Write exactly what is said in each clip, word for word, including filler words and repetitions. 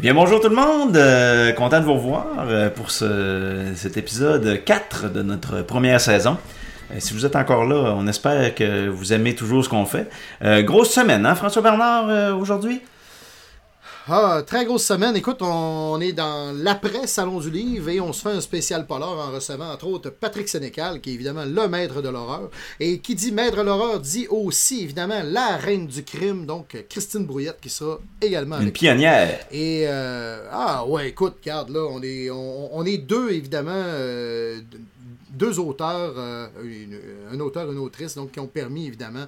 Eh bien, bonjour tout le monde, euh, content de vous revoir euh, pour ce, cet épisode quatre de notre première saison. Euh, si vous êtes encore là, on espère que vous aimez toujours ce qu'on fait. Euh, grosse semaine, hein, François Bernard, euh, aujourd'hui? Ah, très grosse semaine. Écoute, on, on est dans l'après-Salon du Livre et on se fait un spécial polar en recevant entre autres Patrick Sénécal, qui est évidemment le maître de l'horreur. Et qui dit maître de l'horreur dit aussi évidemment la reine du crime, donc Christine Brouillette, qui sera également Une avec pionnière. Et, euh, ah ouais, écoute, regarde, là, on est, on, on est deux évidemment, euh, deux auteurs, euh, une, un auteur, une autrice, donc qui ont permis évidemment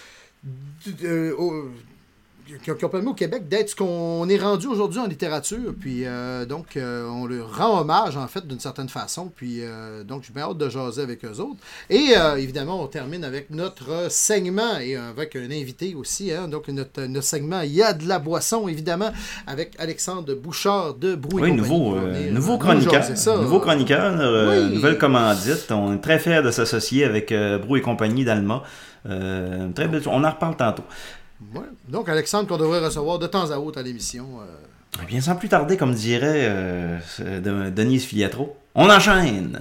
de, de, de, qui ont permis au Québec d'être ce qu'on est rendu aujourd'hui en littérature. Puis euh, donc, euh, on leur rend hommage, en fait, d'une certaine façon. Puis euh, donc, j'ai bien hâte de jaser avec eux autres. Et euh, évidemment, on termine avec notre segment et avec un invité aussi. Hein, donc, notre, notre segment, il y a de la boisson, évidemment, avec Alexandre Bouchard de Brou et Oui, compagnie. nouveau, On euh, est, nouveau euh, chroniqueur. c'est ça. Nouveau chroniqueur, euh, Oui. nouvelle commandite. On est très fiers de s'associer avec euh, Brou et compagnie d'Alma. Euh, très belle... On en reparle tantôt. Ouais. Donc, Alexandre, qu'on devrait recevoir de temps à autre à l'émission. Euh... Eh bien, sans plus tarder, comme dirait euh, de, Denise Filiatro, on enchaîne!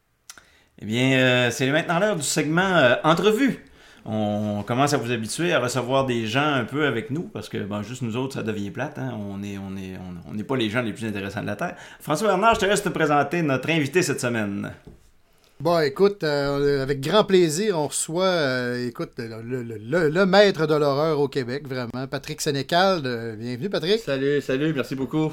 Eh bien, euh, c'est maintenant l'heure du segment euh, entrevue. On commence à vous habituer à recevoir des gens un peu avec nous, parce que ben, juste nous autres, ça devient plate. Hein? On n'est on est, on, on n'est pas les gens les plus intéressants de la Terre. François Bernard, je te laisse te présenter notre invité cette semaine. Bon, écoute, euh, avec grand plaisir, on reçoit, euh, écoute, le, le, le, le maître de l'horreur au Québec, vraiment, Patrick Sénécal. Euh, bienvenue, Patrick. Salut, salut, merci beaucoup.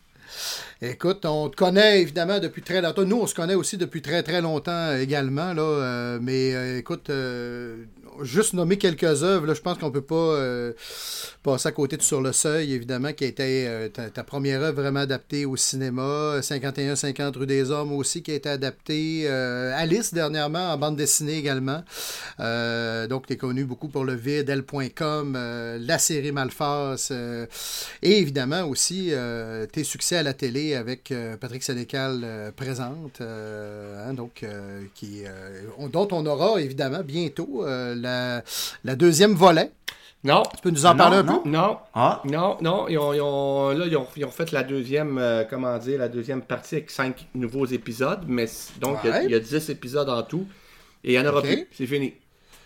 Écoute, on te connaît évidemment depuis très longtemps. Nous, on se connaît aussi depuis très très longtemps également, là. Euh, mais euh, écoute, euh, juste nommer quelques œuvres, là, je pense qu'on peut pas euh, passer à côté de Sur le Seuil, évidemment, qui a été euh, ta, ta première œuvre vraiment adaptée au cinéma. cinquante et un cinquante rue des Hommes aussi, qui a été adaptée. Euh, Alice, dernièrement, en bande dessinée également. Euh, donc, tu es connu beaucoup pour Le Vide, elle point com, euh, la série Malface. Euh, et évidemment aussi, euh, tes succès à la télé avec euh, Patrick Sénécal euh, présente, euh, hein, donc, euh, qui, euh, on, dont on aura évidemment bientôt euh, la, la deuxième volet. Non. Tu peux nous en non, parler un non. peu? Non. Ah. Non, non. Ils ont, ils ont, là, ils ont, ils ont fait la deuxième, euh, comment dire, la deuxième partie avec cinq nouveaux épisodes. Mais donc, Ouais. il y, a dix épisodes en tout. Et il n'y en aura Okay. plus. C'est fini.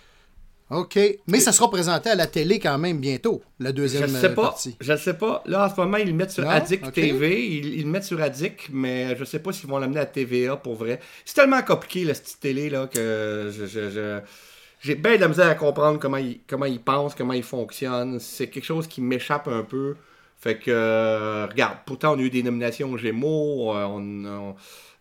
OK. Mais ça sera présenté à la télé quand même bientôt, la deuxième Je ne sais pas. partie. Je ne sais pas. Là, en ce moment, ils le mettent sur Non? Addict OK. T V. Ils, ils le mettent sur Addict, mais je ne sais pas s'ils vont l'amener à T V A pour vrai. C'est tellement compliqué, la petite télé, là, que je... je, je... J'ai bien de la misère à comprendre comment ils, comment ils pensent, comment ils fonctionnent. C'est quelque chose qui m'échappe un peu. Fait que, euh, regarde, pourtant, on a eu des nominations aux Gémeaux. Euh, on, on,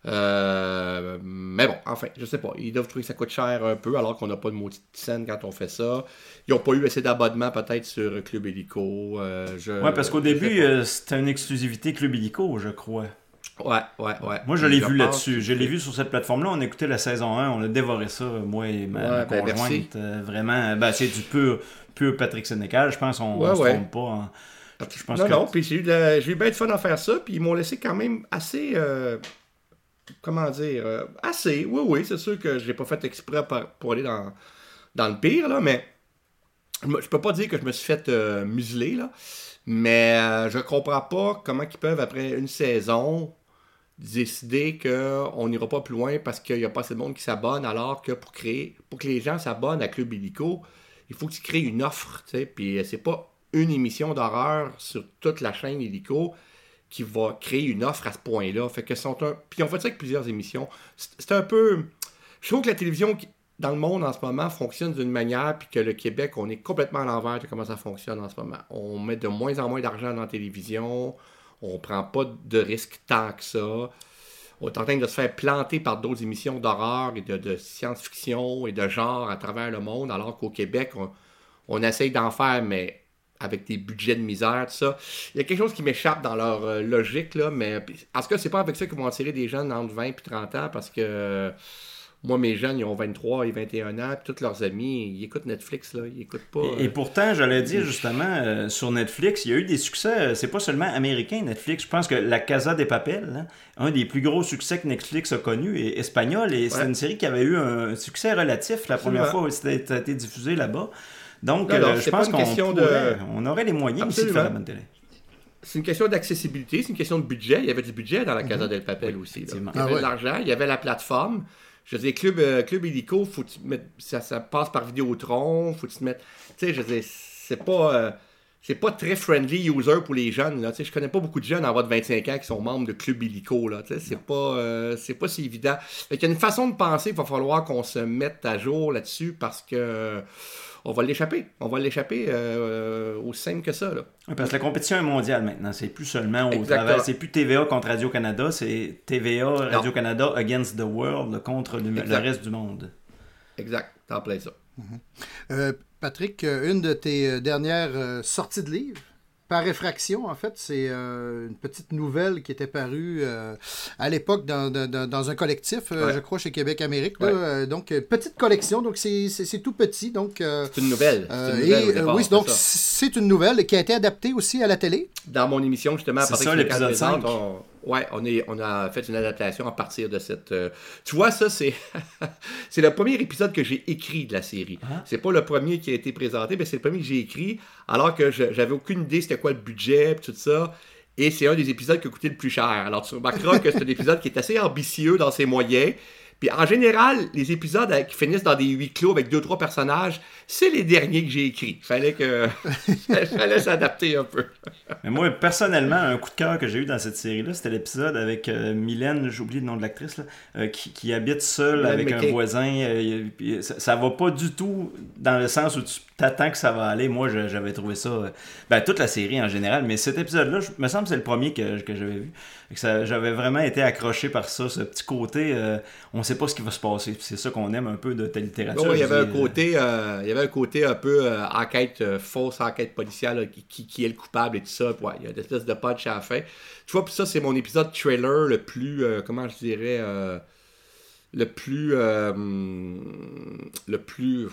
euh, mais bon, enfin, je sais pas. Ils doivent trouver que ça coûte cher un peu, alors qu'on n'a pas de maudite scène quand on fait ça. Ils n'ont pas eu assez d'abonnements, peut-être, sur Club Illico. Euh, je, Oui, parce qu'au je début, euh, c'était une exclusivité Club Illico, je crois. Ouais, ouais, ouais. Moi, je l'ai vu pense là-dessus. que Je l'ai c'est- vu sur cette plateforme-là. On a écouté la saison un. On a dévoré ça, moi et ma, Ouais, ma ben, conjointe. merci. Euh, vraiment, ben, c'est du pur, pur Patrick Sénécal. Je pense qu'on Ouais, ne se ouais. trompe pas. Hein. Je pense non, que... non, puis j'ai eu, de la- j'ai eu bien de fun à faire ça, puis ils m'ont laissé quand même assez, euh, comment dire, euh, assez, oui, oui, c'est sûr que je l'ai pas fait exprès par- pour aller dans, dans le pire, là, mais je me- je peux pas dire que je me suis fait euh, museler, là, mais euh, je comprends pas comment ils peuvent, après une saison, décider qu'on n'ira pas plus loin parce qu'il n'y a pas assez de monde qui s'abonne, alors que pour créer, pour que les gens s'abonnent à Club Illico, il faut que tu crées une offre, tu sais, puis c'est pas une émission d'horreur sur toute la chaîne Illico qui va créer une offre à ce point-là. Fait que sont un... Puis on fait ça avec plusieurs émissions. C'est, c'est un peu... Je trouve que la télévision qui- dans le monde en ce moment fonctionne d'une manière, puis que le Québec, on est complètement à l'envers de comment ça fonctionne en ce moment. On met de moins en moins d'argent dans la télévision, on prend pas de risques tant que ça. On est en train de se faire planter par d'autres émissions d'horreur et de, de science-fiction et de genre à travers le monde, alors qu'au Québec, on, on essaye d'en faire, mais avec des budgets de misère, tout ça. Il y a quelque chose qui m'échappe dans leur euh, logique, là, mais en tout cas, c'est pas avec ça qu'ils vont attirer des jeunes entre vingt et trente ans, parce que euh, moi, mes jeunes, ils ont vingt-trois et vingt et un ans, puis tous leurs amis, ils écoutent Netflix, là, ils écoutent pas... Et, et euh, pourtant, j'allais dire justement, euh, sur Netflix, il y a eu des succès, euh, c'est pas seulement américain, Netflix. Je pense que La Casa de Papel, hein, un des plus gros succès que Netflix a connu, est espagnol, et c'est Ouais. une série qui avait eu un succès relatif la Absolument. première fois où c'était ça a été diffusé là-bas. Donc, Non, non, euh, je c'est pense pas une qu'on question pourrait, de- on aurait les moyens aussi de Absolument. faire la bonne télé. c'est une question d'accessibilité, c'est une question de budget. Il y avait du budget dans la Casa mm-hmm. del Papel oui, aussi. Là. Il y avait ah, de ouais. l'argent, il y avait la plateforme. Je veux dire, Club, euh, Club Illico, faut que tu mettes, ça, ça passe par Vidéotron, faut que tu te mettes... Tu sais, je veux dire, c'est pas... Euh, c'est pas très friendly user pour les jeunes. Là. Je connais pas beaucoup de jeunes en bas de vingt-cinq ans qui sont membres de Club Illico. Là. C'est pas, euh, c'est pas si évident. Il y a une façon de penser, il va falloir qu'on se mette à jour là-dessus parce que euh, on va l'échapper. On va l'échapper euh, aussi simple que ça. Là. Oui, parce que la compétition est mondiale maintenant. C'est plus seulement au travers. C'est plus T V A contre Radio-Canada, c'est T V A, Radio-Canada against the world contre le, le reste du monde. Exact. T'en plais ça. Mm-hmm. Euh, Patrick, une de tes dernières euh, sorties de livres, par effraction, en fait, c'est euh, une petite nouvelle qui était parue euh, à l'époque dans, dans, dans un collectif, euh, ouais. je crois, chez Québec Amérique. Là, ouais. euh, donc, petite collection, donc c'est, c'est, c'est tout petit. Donc, euh, c'est une nouvelle. Euh, c'est une nouvelle et, départ, oui, donc c'est, c'est une nouvelle qui a été adaptée aussi à la télé. Dans mon émission, justement, c'est Patrick ça, l'épisode cinq. On... Ouais, on, est, on a fait une adaptation à partir de cette... Euh... Tu vois, ça, c'est c'est le premier épisode que j'ai écrit de la série. Uh-huh. C'est pas le premier qui a été présenté, mais c'est le premier que j'ai écrit, alors que je, j'avais aucune idée c'était quoi le budget, tout ça. Et c'est un des épisodes qui a coûté le plus cher. Alors, tu remarqueras que c'est un épisode qui est assez ambitieux dans ses moyens. Puis en général, les épisodes qui finissent dans des huis clos avec deux, trois personnages, c'est les derniers que j'ai écrits. Fallait que fallait s'adapter un peu. Mais moi, personnellement, un coup de cœur que j'ai eu dans cette série-là, c'était l'épisode avec euh, Mylène, j'ai oublié le nom de l'actrice, là, euh, qui, qui habite seule Mylène avec McKay. Un voisin. Euh, ça, ça va pas du tout dans le sens où tu t'attends que ça va aller. Moi, je, j'avais trouvé ça... Euh, ben, toute la série en général, mais cet épisode-là, je, me semble que c'est le premier que, que j'avais vu. Que ça, j'avais vraiment été accroché par ça, ce petit côté... Euh, on sait pas ce qui va se passer. C'est ça qu'on aime un peu de ta littérature. Oui, il y avait un côté, euh, il y avait un côté un peu euh, enquête, euh, fausse enquête policière, là, qui, qui, qui est le coupable et tout ça. Ouais, il y a une espèce de punch à la fin. Tu vois, puis ça, c'est mon épisode trailer le plus, euh, comment je dirais, euh, le plus, euh, le plus,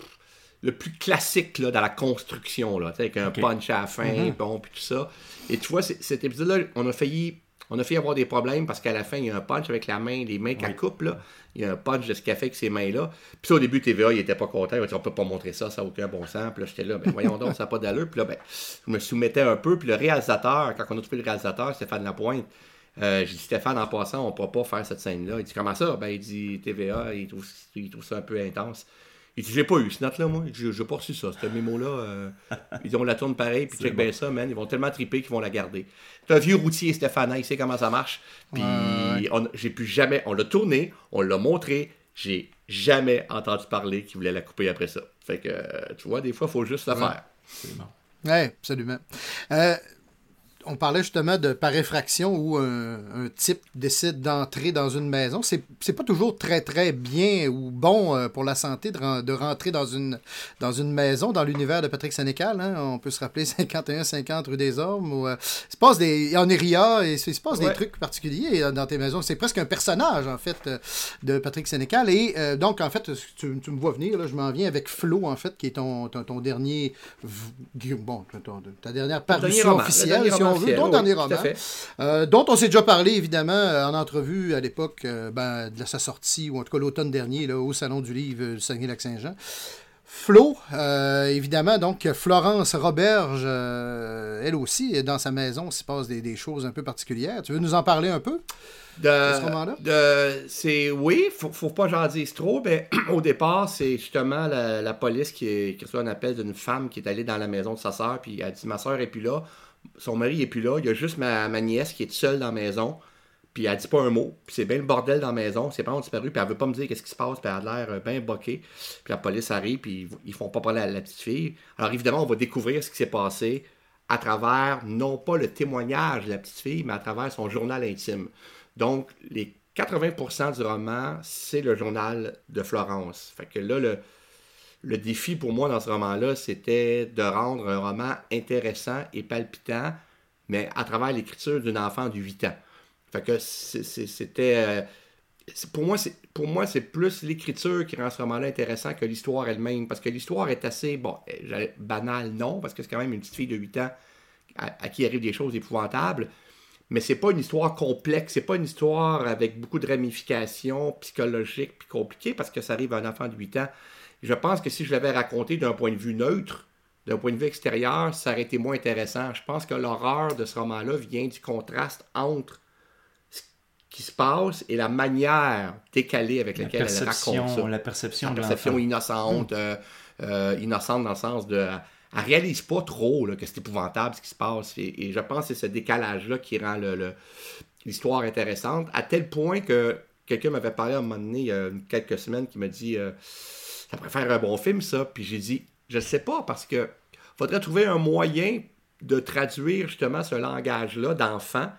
le plus classique là, dans la construction, là, avec un okay. punch à la fin, mm-hmm. bon, puis tout ça. Et tu vois, c'est, cet épisode-là, on a failli... On a failli avoir des problèmes parce qu'à la fin, il y a un punch avec la main, les mains qu'elle oui. coupe, là. Il y a un punch de ce qu'elle fait avec ses mains-là. Puis ça, au début, T V A, il était pas content. Il a dit, on peut pas montrer ça, ça n'a aucun bon sens. Puis là, j'étais là, ben voyons donc, ça n'a pas d'allure. Puis là, ben, je me soumettais un peu. Puis le réalisateur, quand on a trouvé le réalisateur, Stéphane Lapointe, euh, j'ai dit, Stéphane, en passant, on ne pourra pas faire cette scène-là. Il dit, comment ça? Ben, il dit, T V A, il trouve, il trouve ça un peu intense. Il dit, j'ai pas eu ce note-là, moi. Il dit, j'ai pas reçu ça. Ce mémo-là, euh, ils dit, on la tourne pareil, puis check bon. bien ça, man. Ils vont tellement triper qu'ils vont la garder. C'est un vieux routier, Stéphane, il sait comment ça marche. Puis, ouais. on, j'ai plus jamais, on l'a tourné, on l'a montré, j'ai jamais entendu parler qu'il voulait la couper après ça. Fait que, tu vois, des fois, il faut juste le ouais. faire. C'est bon. Oui, absolument. Euh, on parlait justement de par effraction où un, un type décide d'entrer dans une maison. C'est, c'est pas toujours très, très bien ou bon euh, pour la santé de, de rentrer dans une, dans une maison, dans l'univers de Patrick Sénécal. Hein. On peut se rappeler cinquante et un cinquante rue des Ormes. Où, euh, il se passe des, en Iria, et il se passe ouais. des trucs particuliers dans tes maisons. C'est presque un personnage, en fait, de Patrick Sénécal. Et euh, donc, en fait, tu, tu me vois venir, là, je m'en viens avec Flo, en fait, qui est ton, ton, ton dernier... Bon, ton, ta dernière parution officielle, si on veut, ton oui, dernier roman, euh, dont on s'est déjà parlé, évidemment, en entrevue à l'époque euh, ben, de sa sortie, ou en tout cas l'automne dernier, là, au Salon du Livre du Saguenay-Lac-Saint-Jean. Flo, euh, évidemment, donc Florence Roberge, euh, elle aussi, dans sa maison, il se passe des, des choses un peu particulières. Tu veux nous en parler un peu de, de ce roman-là? De, c'est, oui, il ne faut pas j'en dise trop, mais au départ, c'est justement la, la police qui, est, qui reçoit un appel d'une femme qui est allée dans la maison de sa sœur, puis elle dit « Ma sœur n'est plus là, son mari n'est plus là, il y a juste ma, ma nièce qui est seule dans la maison. » Puis elle dit pas un mot, puis c'est bien le bordel dans la maison, ses parents ont disparu, puis elle veut pas me dire qu'est-ce qui se passe, puis elle a l'air bien boquée. Puis la police arrive, puis ils font pas parler à la petite fille. Alors évidemment, on va découvrir ce qui s'est passé à travers, non pas le témoignage de la petite fille, mais à travers son journal intime. Donc, les quatre-vingts pour cent du roman, c'est le journal de Florence. Fait que là, le, le défi pour moi dans ce roman-là, c'était de rendre un roman intéressant et palpitant, mais à travers l'écriture d'une enfant de huit ans. Fait que c'est, c'est, c'était... Euh, c'est, pour, moi, c'est, pour moi, c'est plus l'écriture qui rend ce roman-là intéressant que l'histoire elle-même. Parce que l'histoire est assez, bon, banale, non, parce que c'est quand même une petite fille de huit ans à, à qui arrivent des choses épouvantables. Mais c'est pas une histoire complexe, c'est pas une histoire avec beaucoup de ramifications psychologiques puis compliquées, parce que ça arrive à un enfant de huit ans. Je pense que si je l'avais raconté d'un point de vue neutre, d'un point de vue extérieur, ça aurait été moins intéressant. Je pense que l'horreur de ce roman-là vient du contraste entre ce qui se passe et la manière décalée avec La laquelle elle raconte ça. La perception La de perception l'enfant. innocente, Mm. euh, euh, innocente dans le sens de... Elle ne réalise pas trop là, que c'est épouvantable ce qui se passe. Et, et je pense que c'est ce décalage-là qui rend le, le, l'histoire intéressante, à tel point que quelqu'un m'avait parlé à un moment donné, il y a quelques semaines, qui m'a dit euh, « Ça pourrait faire un bon film, ça. » Puis j'ai dit « Je ne sais pas, parce que faudrait trouver un moyen de traduire justement ce langage-là d'enfant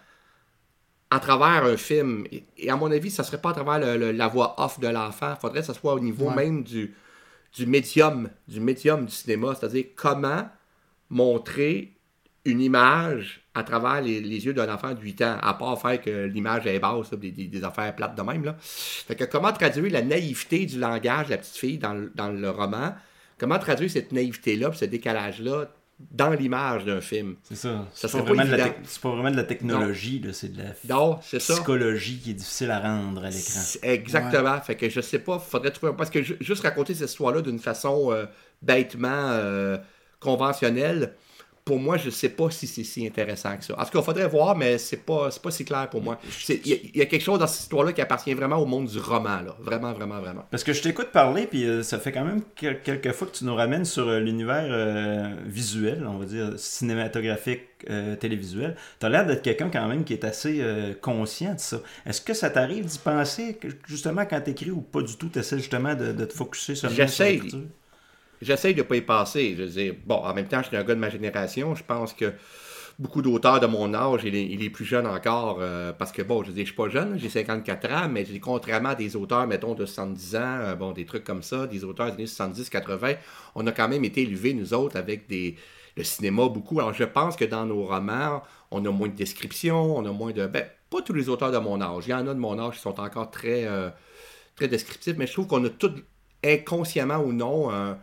à travers un film. Et, et à mon avis, ça ne serait pas à travers le, le, la voix off de l'enfant. Il faudrait que ça soit au niveau ouais. même du, du médium, du médium du cinéma. C'est-à-dire comment montrer une image à travers les, les yeux d'un enfant de huit ans, à part faire que l'image est basse, là, des, des, des affaires plates de même. Là. Fait que comment traduire la naïveté du langage de la petite fille dans, dans le roman, comment traduire cette naïveté-là, ce décalage-là, dans l'image d'un film. C'est ça. ça c'est, pas vraiment de la te- c'est pas vraiment de la technologie, là, c'est de la non, c'est psychologie ça. Qui est difficile à rendre à l'écran. C'est exactement. Ouais. Fait que je sais pas, faudrait trouver... Parce que juste raconter cette histoire-là d'une façon euh, bêtement euh, conventionnelle, pour moi, je ne sais pas si c'est si intéressant que ça. En tout cas, il faudrait voir, mais c'est pas, c'est pas si clair pour moi. Il y, y a quelque chose dans cette histoire-là qui appartient vraiment au monde du roman. Là. Vraiment, vraiment, vraiment. Parce que je t'écoute parler, puis euh, ça fait quand même quel- quelques fois que tu nous ramènes sur euh, l'univers euh, visuel, on va dire cinématographique, euh, télévisuel. Tu as l'air d'être quelqu'un quand même qui est assez euh, conscient de ça. Est-ce que ça t'arrive d'y penser, justement, quand tu écris, ou pas du tout? Tu essaies justement de, de te focusser seulement J'essaie. sur l'écriture? J'essaye de ne pas y passer. Je veux dire, bon, en même temps, je suis un gars de ma génération. Je pense que beaucoup d'auteurs de mon âge, et les, et les plus jeunes encore, euh, parce que, bon, je veux dire, je suis pas jeune, j'ai cinquante-quatre ans, mais contrairement à des auteurs, mettons, de soixante-dix ans, euh, bon, des trucs comme ça, des auteurs des années soixante-dix quatre-vingts, on a quand même été élevés, nous autres, avec des, le cinéma beaucoup. Alors, je pense que dans nos romans, on a moins de descriptions, on a moins de... Ben, pas tous les auteurs de mon âge. Il y en a de mon âge qui sont encore très, euh, très descriptifs, mais je trouve qu'on a tous, inconsciemment ou non, un...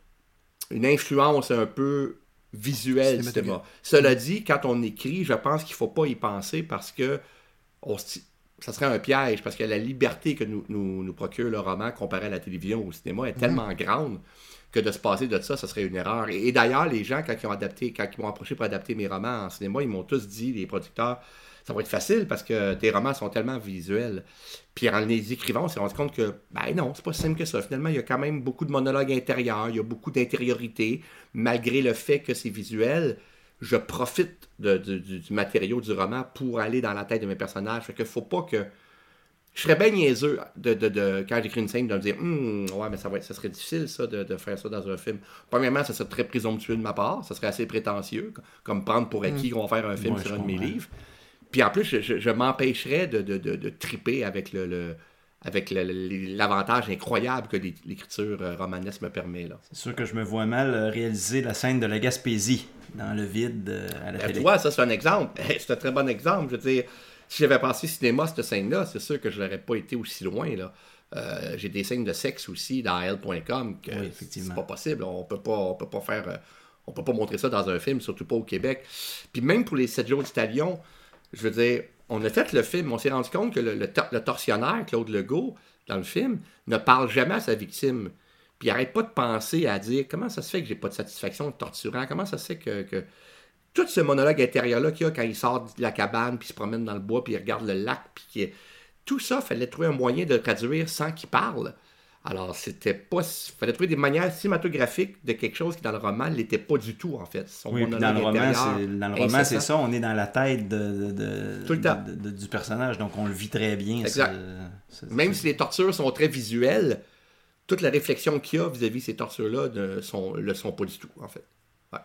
une influence un peu visuelle du cinéma. Cela dit, quand on écrit, je pense qu'il ne faut pas y penser parce que on, ça serait un piège, parce que la liberté que nous, nous, nous procure le roman comparé à la télévision ou au cinéma est tellement mmh. grande que de se passer de ça, ça serait une erreur. Et, et d'ailleurs, les gens, quand ils ont adapté, quand ils m'ont approché pour adapter mes romans en cinéma, ils m'ont tous dit, les producteurs, ça va être facile parce que tes romans sont tellement visuels. Puis en les écrivant, on s'est rendu compte que, ben non, c'est pas si simple que ça. Finalement, il y a quand même beaucoup de monologues intérieurs, il y a beaucoup d'intériorité. Malgré le fait que c'est visuel, je profite de, de, du, du matériau du roman pour aller dans la tête de mes personnages. Fait qu'il faut pas que... Je serais bien niaiseux de, de, de, quand j'écris une scène de me dire hm, ouais, mais ça, va être, ça serait difficile ça, de, de faire ça dans un film. Premièrement, ça serait très présomptueux de ma part, ça serait assez prétentieux, comme prendre pour acquis qu'on va faire un film ouais, sur un de mes livres. Puis en plus, je, je, je m'empêcherais de, de, de, de triper avec, le, le, avec le, l'avantage incroyable que l'écriture romanesque me permet. Là. C'est sûr que je me vois mal réaliser la scène de la Gaspésie dans le vide à la ben, télé. Tu vois, ça c'est un exemple. C'est un très bon exemple. Je veux dire, si j'avais passé cinéma, cette scène-là, c'est sûr que je n'aurais pas été aussi loin. Là. Euh, j'ai des scènes de sexe aussi dans elle point com que oui, c'est pas possible. On peut pas, on peut pas faire... Euh, on peut pas montrer ça dans un film, surtout pas au Québec. Puis même pour les sept jours d'Italion, je veux dire, on a fait le film, on s'est rendu compte que le, le, le tortionnaire, Claude Legault, dans le film, ne parle jamais à sa victime. Puis il n'arrête pas de penser à dire comment ça se fait que j'ai pas de satisfaction de torturant, comment ça se fait que, que... tout ce monologue intérieur-là qu'il y a quand il sort de la cabane, puis il se promène dans le bois, puis il regarde le lac, puis qu'il... tout ça, il fallait trouver un moyen de traduire sans qu'il parle. Alors, c'était pas... Il fallait trouver des manières cinématographiques de quelque chose qui, dans le roman, ne l'était pas du tout, en fait. Son oui, puis dans le roman, c'est, dans le roman c'est ça, on est dans la tête de, de, de, tout le temps. de, de, du personnage, donc on le vit très bien. Exact. C'est, c'est, Même c'est... si les tortures sont très visuelles, toute la réflexion qu'il y a vis-à-vis de ces tortures-là ne sont, le sont pas du tout, en fait. Ouais.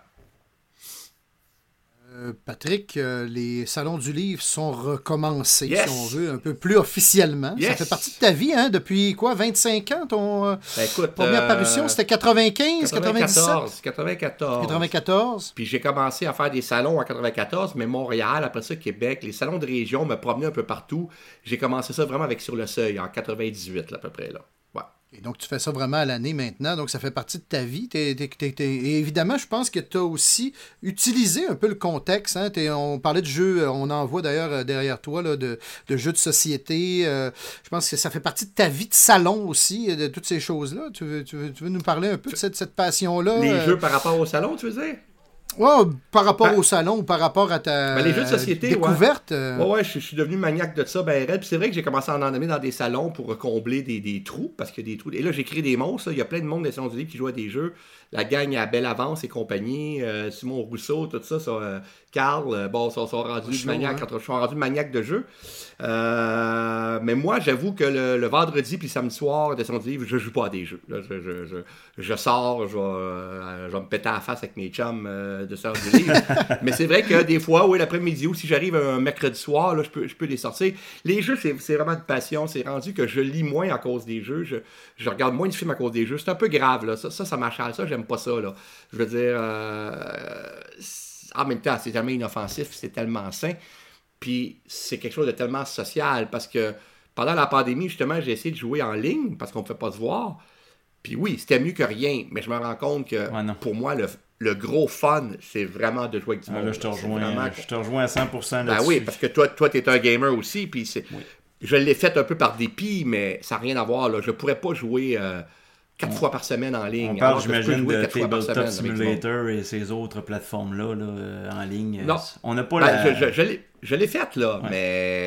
Euh, Patrick, euh, les salons du livre sont recommencés, yes! si on veut, un peu plus officiellement. Yes! Ça fait partie de ta vie, hein? Depuis quoi, vingt-cinq ans, ton euh, ben, écoute, première euh, parution? C'était quatre-vingt-quinze, quatre-vingt-dix-sept? quatre-vingt-quatorze. quatre-vingt-quatorze. Puis j'ai commencé à faire des salons en quatre-vingt-quatorze, mais Montréal, après ça, Québec, les salons de région, me promenaient un peu partout. J'ai commencé ça vraiment avec Sur le Seuil, en quatre-vingt-dix-huit, là, à peu près, là. Ouais. Et donc, tu fais ça vraiment à l'année maintenant, donc ça fait partie de ta vie. T'es, t'es, t'es, t'es... Et évidemment, je pense que tu as aussi utilisé un peu le contexte. Hein? On parlait de jeux, on en voit d'ailleurs derrière toi, là, de, de jeux de société. Euh, je pense que ça fait partie de ta vie de salon aussi, de toutes ces choses-là. Tu veux, tu veux, tu veux nous parler un peu de cette, cette passion-là? Les euh... jeux par rapport au salon, tu veux dire? Ouais, par rapport ben, au salon ou par rapport à ta ben les jeux de société, découverte. Ouais, euh... ouais, ouais je, je suis devenu maniaque de ça, ben raide. Puis c'est vrai que j'ai commencé à en emmener dans des salons pour combler des, des trous, parce qu'il y a des trous. Et là, j'ai créé des monstres. Là. Il y a plein de monde des salons du livre qui jouent à des jeux. La gang à Belle Avance et compagnie, euh, Simon Rousseau, tout ça, ça euh, Carl, euh, bon, sont, sont rendus maniaques, hein. sont rendus maniaques de jeux. Euh, mais moi, j'avoue que le, le vendredi puis samedi soir des salons du livre, je joue pas à des jeux. Là, je, je, je, je sors, je vais, euh, je vais me péter à la face avec mes chums euh, de salons du livre. Mais c'est vrai que des fois, oui, l'après-midi ou si j'arrive un mercredi soir, là, je, peux, je peux les sortir. Les jeux, c'est, c'est vraiment de passion. C'est rendu que je lis moins à cause des jeux. Je, je regarde moins de films à cause des jeux. C'est un peu grave, là. Ça, ça, ça m'achale. Ça, j'aime pas ça, là. Je veux dire, euh, en même temps, c'est tellement inoffensif, c'est tellement sain. Puis c'est quelque chose de tellement social parce que pendant la pandémie, justement, j'ai essayé de jouer en ligne parce qu'on ne pouvait pas se voir. Puis oui, c'était mieux que rien, mais je me rends compte que ouais, pour moi, le, le gros fun, c'est vraiment de jouer avec du monde. Ah, là, je te rejoins, vraiment... je te rejoins à cent pour cent là-dessus. Ben oui, parce que toi, toi tu es un gamer aussi, puis c'est... Oui. Je l'ai fait un peu par dépit, mais ça n'a rien à voir. Là. Je ne pourrais pas jouer euh, quatre on, fois par semaine en ligne. On parle, j'imagine, de Tabletop Simulator et ces autres plateformes-là là, en ligne. Non. On n'a pas ben, la... Je, je, je, l'ai, je l'ai faite, là, ouais.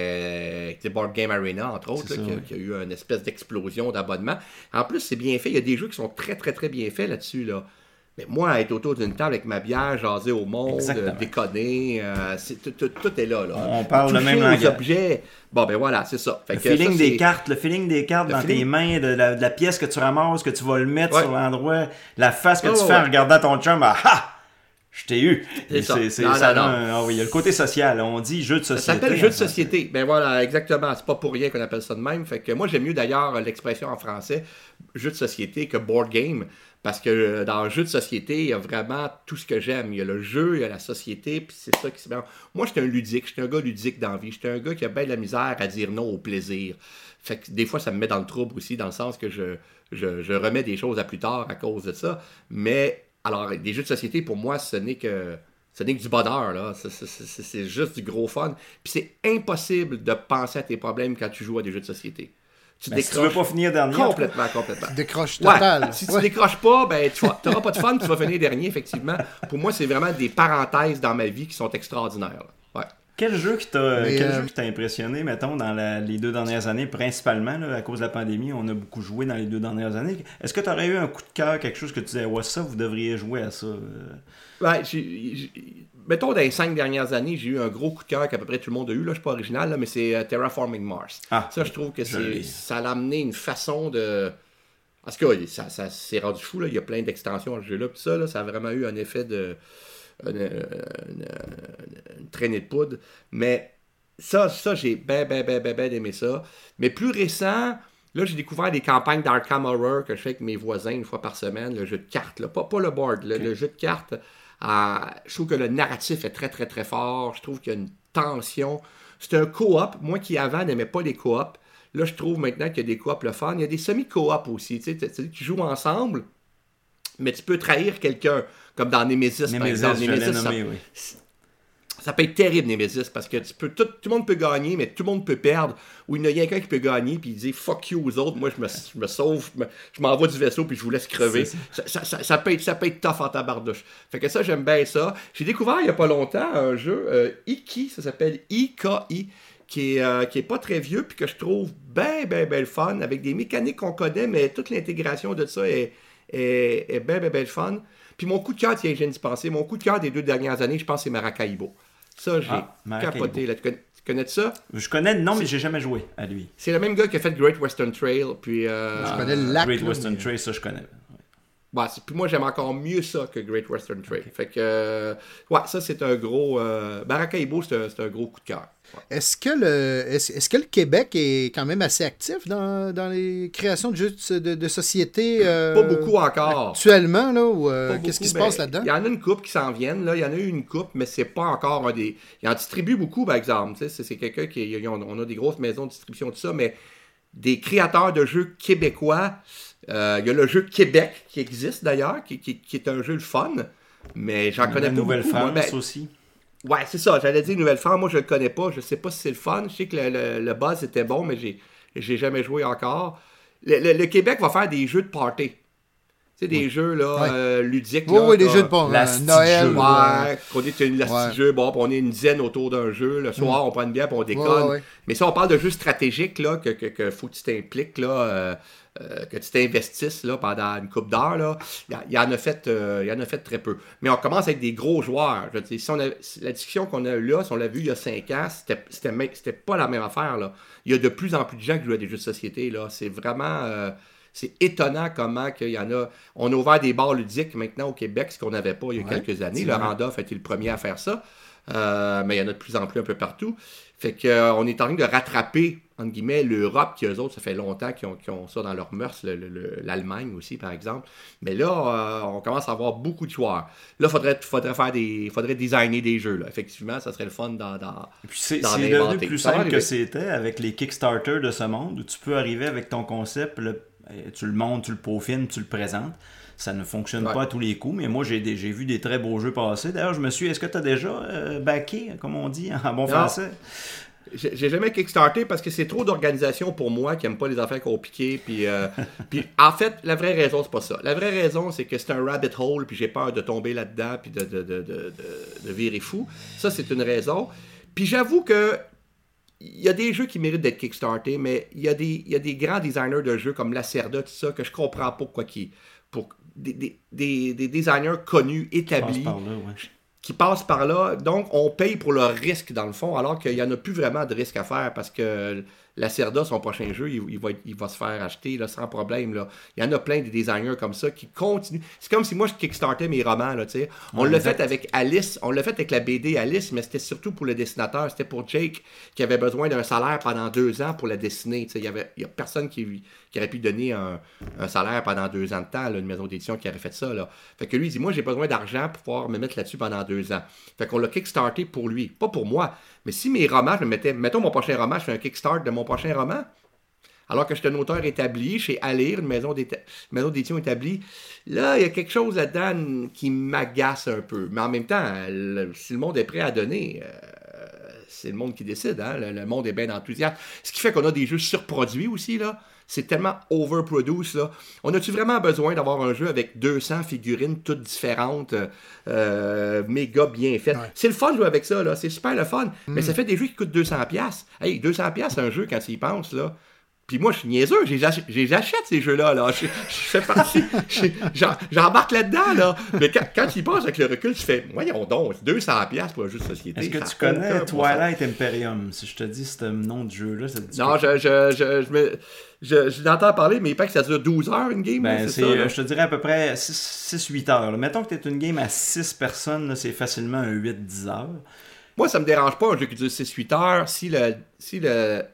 mais c'est Board Game Arena, entre autres, là, ça, qui, a, oui. qui a eu une espèce d'explosion d'abonnements. En plus, c'est bien fait. Il y a des jeux qui sont très, très, très bien faits là-dessus, là. Mais moi, être autour d'une table avec ma bière, jaser au monde, euh, déconner, euh, c'est, tout, tout, tout est là, là. On parle le même langage. Objets. Bon, ben voilà, c'est ça. Fait le, que feeling ça, des c'est... cartes, le feeling des cartes le dans feeling... tes mains, de la, de la pièce que tu ramasses, que tu vas le mettre ouais. sur l'endroit, la face que oh, tu fais ouais. en regardant ton chum, ah ha! Je t'ai eu. C'est ça. C'est, c'est, non, ça non, non. Ah oui, il y a le côté social. On dit jeu de société. Ça s'appelle jeu de société. Ben voilà, exactement. C'est pas pour rien qu'on appelle ça de même. Fait que moi, j'aime mieux d'ailleurs l'expression en français jeu de société que board game. Parce que dans le jeu de société, il y a vraiment tout ce que j'aime. Il y a le jeu, il y a la société, puis c'est ça qui se met. Moi, j'étais un ludique. J'étais un gars ludique dans la vie. J'étais un gars qui a bien de la misère à dire non au plaisir. Fait que des fois, ça me met dans le trouble aussi, dans le sens que je, je, je remets des choses à plus tard à cause de ça. Mais, alors, des jeux de société, pour moi, ce n'est que... Ce n'est que du bonheur, là. C'est, c'est, c'est, c'est juste du gros fun. Puis c'est impossible de penser à tes problèmes quand tu joues à des jeux de société. Tu ben, si tu veux pas finir dernier. Complètement, complètement. Tu décroches total. Ouais, si tu ouais. décroches pas, ben, tu n'auras pas de fun, tu vas finir dernier, effectivement. Pour moi, c'est vraiment des parenthèses dans ma vie qui sont extraordinaires. Ouais. Quel jeu qui t'a, Mais, quel euh... jeu qui t'a impressionné, mettons, dans la, les deux dernières années, principalement, là, à cause de la pandémie, on a beaucoup joué dans les deux dernières années. Est-ce que tu aurais eu un coup de cœur, quelque chose que tu disais, ouais, ça, vous devriez jouer à ça? Ouais, j'ai, j'ai, mettons, dans les cinq dernières années, j'ai eu un gros coup de cœur qu'à peu près tout le monde a eu. Là, je suis pas original, là, mais c'est uh, Terraforming Mars. Ah, ça, je trouve que c'est, ça a amené une façon de... En tout cas, ça, ça s'est rendu fou. Là. Il y a plein d'extensions à ce jeu-là. Puis ça, là, ça a vraiment eu un effet de... Une, une, une, une traînée de poudre. Mais ça, ça j'ai bien, bien, bien, bien, bien aimé ça. Mais plus récent... Là, j'ai découvert des campagnes d'Arkham Horror que je fais avec mes voisins une fois par semaine, le jeu de cartes, là. Pas, pas le board, le, okay. le jeu de cartes. Euh, je trouve que le narratif est très, très, très fort. Je trouve qu'il y a une tension. C'est un co-op. Moi qui, avant, n'aimais pas les co-op. Là, je trouve maintenant qu'il y a des co-op le fun. Il y a des semi-co-op aussi. Tu sais, tu joues ensemble, mais tu peux trahir quelqu'un, comme dans Nemesis, Nemesis par exemple. Je Nemesis, l'ai nommé, ça... oui. Ça peut être terrible, Nemesis, parce que tu peux, tout, tout le monde peut gagner, mais tout le monde peut perdre. Ou il y a quelqu'un qui peut gagner, puis il dit « fuck you » aux autres. Moi, je me, je me sauve, je, me, je m'envoie du vaisseau, puis je vous laisse crever. Ça, ça, ça, ça, peut être, ça peut être tough en tabardouche. Fait que ça, j'aime bien ça. J'ai découvert il n'y a pas longtemps un jeu, euh, Iki, ça s'appelle I K I, qui est, euh, qui est pas très vieux, puis que je trouve bien, bien, bien le fun, avec des mécaniques qu'on connaît, mais toute l'intégration de ça est, est, est bien, bien, bien le fun. Puis mon coup de cœur, tiens, je viens d'y penser, mon coup de cœur des deux dernières années, je pense, c'est Maracaibo. Ça, j'ai ah, capoté. Là. Tu, connais, tu connais ça? Je connais, non, mais j'ai jamais joué à lui. C'est le même gars qui a fait Great Western Trail. Puis, euh, je connais le lac. Great là, Western mais... Trail, ça, je connais. Bah, c'est, puis moi, j'aime encore mieux ça que Great Western Trail. Okay. Fait que, euh, ouais, ça, c'est un gros... Euh, Maracaibo, c'est un, c'est un gros coup de cœur. Ouais. Est-ce que, le, est-ce, est-ce que le Québec est quand même assez actif dans, dans les créations de jeux de, de, de société euh, pas beaucoup encore. Actuellement, là, ou euh, qu'est-ce qui se ben, passe là-dedans? Il y en a une couple qui s'en viennent. Là. Il y en a eu une couple, mais c'est pas encore un des... Il en distribue beaucoup, par exemple. C'est, c'est quelqu'un qui... On a des grosses maisons de distribution, tout ça, mais des créateurs de jeux québécois... Euh, il y a le jeu Québec qui existe d'ailleurs, qui, qui, qui est un jeu de fun, mais j'en connais pas Nouvelle-France beaucoup. Ben, aussi. Ouais, c'est ça, j'allais dire Nouvelle-France, moi je le connais pas, je sais pas si c'est le fun, je sais que le, le, le buzz était bon, mais j'ai, j'ai jamais joué encore. Le, le, le Québec va faire des jeux de party. Tu sais, des oui. jeux là, ouais. euh, ludiques. Oui, là, oui, des jeux de bon, euh, Noël. Jeu. Ouais, qu'on est une ouais. jeu, bon, on est une dizaine autour d'un jeu, le soir, mm. on prend une bière, puis on déconne. Ouais, ouais. Mais ça, on parle de jeux stratégiques, là, que, que, que faut que tu t'impliques, là, euh, euh, que tu t'investisses, là, pendant une couple d'heures, là. Il y, y, en a fait, euh, il y en a fait très peu. Mais on commence avec des gros joueurs. Je veux dire, si on a, la discussion qu'on a eue là, si on l'a vu il y a cinq ans, c'était, c'était, c'était pas la même affaire, là. Il y a de plus en plus de gens qui jouent à des jeux de société, là. C'est vraiment... Euh, C'est étonnant comment qu'il y en a. On a ouvert des bars ludiques maintenant au Québec, ce qu'on n'avait pas il y a ouais, quelques années. Le Randolph a été le premier à faire ça. Euh, mais il y en a de plus en plus un peu partout. Fait qu'on euh, est en train de rattraper, entre guillemets, l'Europe, qui eux autres, ça fait longtemps qu'ils ont, qu'ils ont ça dans leurs mœurs, le, le, l'Allemagne aussi, par exemple. Mais là, euh, on commence à avoir beaucoup de joueurs. Là, il faudrait, faudrait faire des. faudrait designer des jeux, là. Effectivement, ça serait le fun dans. dans Et puis c'est, c'est devenu plus simple que c'était avec les Kickstarter de ce monde, où tu peux arriver avec ton concept, le tu le montes, tu le peaufines, tu le présentes. Ça ne fonctionne ouais. pas à tous les coups, mais moi, j'ai, des, j'ai vu des très beaux jeux passer. D'ailleurs, je me suis... Est-ce que tu as déjà euh, backé, comme on dit en bon non. français? J'ai, j'ai jamais kickstarté parce que c'est trop d'organisation pour moi qui n'aime pas les affaires compliquées. Puis, euh, puis en fait, la vraie raison, c'est pas ça. La vraie raison, c'est que c'est un rabbit hole, puis j'ai peur de tomber là-dedans, puis de, de, de, de, de, de virer fou. Ça, c'est une raison. Puis j'avoue que il y a des jeux qui méritent d'être kickstartés, mais il y a des, il y a des grands designers de jeux comme Lacerda, tout ça, que je comprends pas pourquoi qui, pour des, des, des, des designers connus, établis, qui passent par là, ouais. qui passent par là. Donc, on paye pour le risque, dans le fond, alors qu'il n'y en a plus vraiment de risque à faire parce que Lacerda, son prochain jeu, il, il, va, il va se faire acheter là, sans problème. Là. Il y en a plein des designers comme ça qui continuent. C'est comme si moi, je kickstartais mes romans. Là, on ouais, l'a fait avec Alice, on l'a fait avec la B D Alice, mais c'était surtout pour le dessinateur. C'était pour Jake qui avait besoin d'un salaire pendant deux ans pour la dessiner. T'sais. Il n'y avait il y a personne qui, qui aurait pu donner un, un salaire pendant deux ans de temps, là, une maison d'édition qui aurait fait ça. Là. Fait que lui, il dit, moi, j'ai besoin d'argent pour pouvoir me mettre là-dessus pendant deux ans. Fait qu'on l'a kickstarté pour lui, pas pour moi. Mais si mes romans, je me mettais, mettons mon prochain roman, je fais un kickstart de mon prochain roman, alors que je suis un auteur établi chez Alire, une maison, d'éta- une maison d'édition établie, là, il y a quelque chose là-dedans qui m'agace un peu. Mais en même temps, le, si le monde est prêt à donner, euh, c'est le monde qui décide, hein? le, le monde est bien enthousiaste. Ce qui fait qu'on a des jeux surproduits aussi, là. C'est tellement overproduced, là. On a-tu vraiment besoin d'avoir un jeu avec deux cents figurines toutes différentes, euh, méga bien faites? Ouais. C'est le fun de jouer avec ça, là. C'est super le fun. Mm. Mais ça fait des jeux qui coûtent deux cents dollars. Hey, deux cents dollars, c'est un jeu quand tu y penses, là. Puis moi, je suis niaiseux, j'achète ces jeux-là, là. Je, je fais partie, je, j'en, j'embarque là-dedans, là. Mais quand, quand tu y passes avec le recul, tu fais, voyons donc, deux cents dollars pour un jeu de société. Est-ce que tu connais Twilight Imperium? Si je te dis ce nom de jeu-là, ça te dit non, je, je, je, je, me, je, je l'entends parler, mais il paraît que ça dure douze heures une game. Ben, là, c'est c'est, ça, là. je te dirais à peu près six huit heures. Là. Mettons que tu es une game à six personnes, là, c'est facilement un huit dix heures. Moi, ça me dérange pas un jeu qui dure six huit heures si le... Si le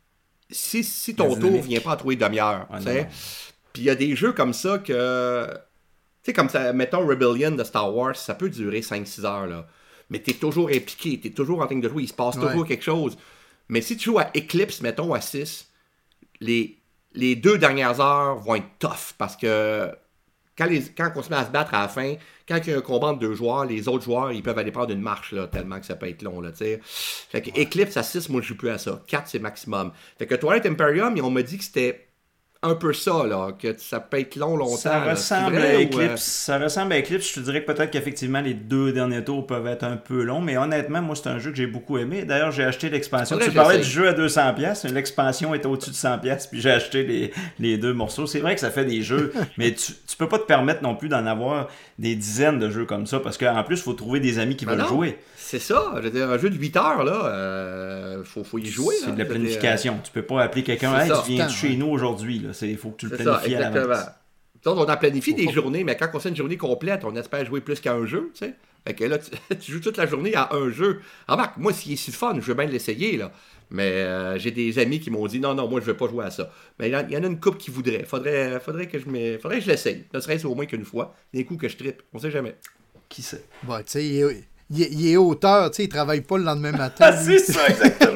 Si, si ton tour ne vient pas à trouver demi-heure, tu sais. Puis il y a des jeux comme ça que... Tu sais, comme ça, mettons Rebellion de Star Wars, ça peut durer cinq six heures, là. Mais t'es toujours impliqué, t'es toujours en train de jouer, il se passe ouais. toujours quelque chose. Mais si tu joues à Eclipse, mettons, à six, les, les deux dernières heures vont être tough, parce que quand, les, quand on se met à se battre à la fin, quand il y a un combat de deux joueurs, les autres joueurs, ils peuvent aller prendre une marche, là, tellement que ça peut être long, là, tu sais. Fait que Eclipse à six, moi, je joue plus à ça. quatre, c'est maximum. Fait que Twilight Imperium, on m'a dit que c'était un peu ça, là, que ça peut être long, longtemps. Ça là. ressemble vrai, à Eclipse. ou, euh... Ça ressemble à Eclipse. Je te dirais que peut-être qu'effectivement, les deux derniers tours peuvent être un peu longs, mais honnêtement, moi, c'est un jeu que j'ai beaucoup aimé. D'ailleurs, j'ai acheté l'expansion. Tu parlais du jeu à deux cents dollars, l'expansion était au-dessus de cent dollars, puis j'ai acheté les, les deux morceaux. C'est vrai que ça fait des jeux, mais tu, tu peux pas te permettre non plus d'en avoir des dizaines de jeux comme ça, parce qu'en plus, il faut trouver des amis qui ben veulent non. jouer. C'est ça, je veux dire, un jeu de huit heures, là, euh, faut, faut y jouer. C'est là, de la planification. Dire, tu peux pas appeler quelqu'un, hey, tu viens chez nous aujourd'hui. Il faut que tu le c'est planifies ça, à l'avance. Donc, on a planifié des journées, mais quand on fait une journée complète, on espère jouer plus qu'à un jeu, tu sais. Fait que là, tu, tu joues toute la journée à un jeu. Remarque, moi, s'il est si fun, je veux bien l'essayer, là. Mais euh, j'ai des amis qui m'ont dit, non, non, moi, je veux pas jouer à ça. Mais il y en a une couple qui voudrait. Faudrait, faudrait que je me, faudrait que je l'essaye. Ne serait-ce au moins qu'une fois. Des coups que je trippe. On sait jamais. Qui sait? Bon, tu sais, il est... Il est, il est auteur, tu sais, il travaille pas le lendemain matin. Ah, c'est ça, exactement.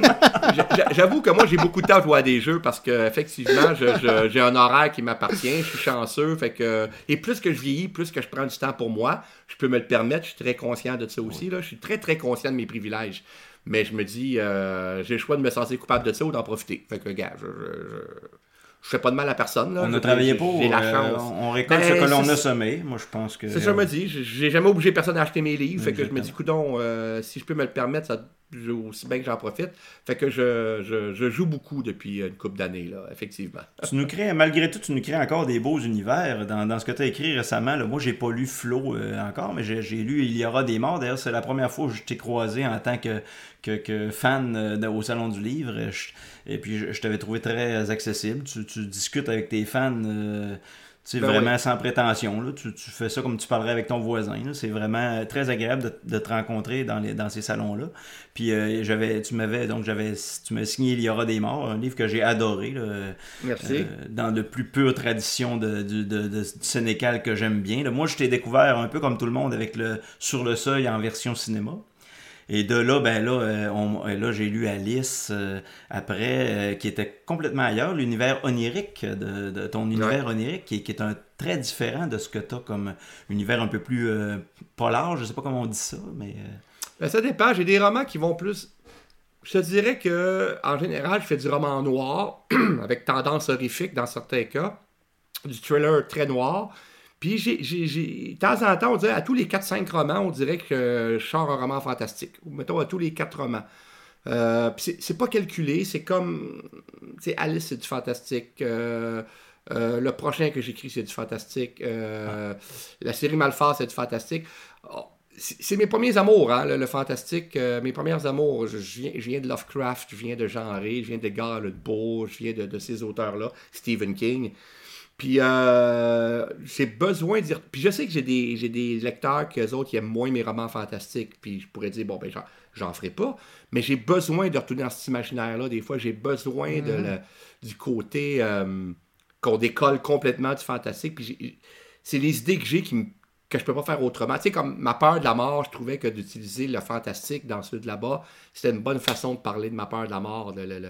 j'avoue que moi, j'ai beaucoup de temps à jouer à des jeux parce que effectivement, je, je, j'ai un horaire qui m'appartient, je suis chanceux. Fait que, et plus que je vieillis, plus que je prends du temps pour moi, je peux me le permettre. Je suis très conscient de ça aussi. Là. Je suis très, très conscient de mes privilèges. Mais je me dis, euh, j'ai le choix de me sentir coupable de ça ou d'en profiter. Fait que, gars, je, je, je fais pas de mal à personne. Là. On je, a travaillé j'ai, pour, j'ai la euh, chance. on récolte ben, ce que l'on a semé. Moi, je pense que... C'est ça, je me dis. J'ai jamais obligé personne à acheter mes livres. Fait que je me dis, coudonc, euh, si je peux me le permettre, ça aussi bien que j'en profite. Fait que je, je, je joue beaucoup depuis une couple d'années, là, effectivement. Tu nous crées, malgré tout, tu nous crées encore des beaux univers. Dans, dans ce que tu as écrit récemment, là, moi, j'ai pas lu Flo euh, encore, mais j'ai, j'ai lu Il y aura des morts. D'ailleurs, c'est la première fois que je t'ai croisé en tant que, que, que fan euh, au Salon du Livre. Je, et puis, je, je t'avais trouvé très accessible. Tu, tu discutes avec tes fans... Euh, Tu sais, ben vraiment oui. sans prétention. Là. Tu, tu fais ça comme tu parlerais avec ton voisin. Là. C'est vraiment très agréable de, de te rencontrer dans, les, dans ces salons-là. Puis euh, j'avais, tu m'avais donc j'avais tu m'as signé Il y aura des morts, un livre que j'ai adoré. Là, Merci. Euh, dans de plus pure tradition de, de, de, de, du Sénécal que j'aime bien. Là. Moi, je t'ai découvert un peu comme tout le monde avec le Sur le seuil en version cinéma. Et de là, ben là, euh, on, là j'ai lu Alice euh, après, euh, qui était complètement ailleurs, l'univers onirique, de, de ton univers ouais. onirique, qui, qui est un très différent de ce que tu as comme univers un peu plus euh, polar, je sais pas comment on dit ça, mais... Euh... Ben, ça dépend, j'ai des romans qui vont plus... Je te dirais que en général, je fais du roman noir, avec tendance horrifique dans certains cas, du thriller très noir. Puis, j'ai, j'ai, j'ai, de temps en temps, on dirait, à tous les quatre cinq romans, on dirait que je sors un roman fantastique. Ou mettons, à tous les quatre romans. Euh, puis c'est, c'est pas calculé, c'est comme... Tu sais, Alice, c'est du fantastique. Euh, euh, le prochain que j'écris, c'est du fantastique. Euh, ah. La série Malphas, c'est du fantastique. Oh, c'est, c'est mes premiers amours, hein, le, le fantastique. Euh, mes premiers amours, je, je, viens, je viens de Lovecraft, je viens de Jean Rey, je viens d'Edgar Allan Poe, je viens de, de ces auteurs-là, Stephen King. Puis euh, j'ai besoin de dire... Puis je sais que j'ai des, j'ai des lecteurs qu'eux autres qui aiment moins mes romans fantastiques. Puis je pourrais dire, bon, ben j'en, j'en ferai pas. Mais j'ai besoin de retourner dans cet imaginaire-là. Des fois, j'ai besoin mm-hmm. de le, du côté euh, qu'on décolle complètement du fantastique. Puis j'ai, c'est les idées que j'ai qui me, que je peux pas faire autrement. Tu sais, comme ma peur de la mort, je trouvais que d'utiliser le fantastique dans ceux de là-bas, c'était une bonne façon de parler de ma peur de la mort. Le, le, le,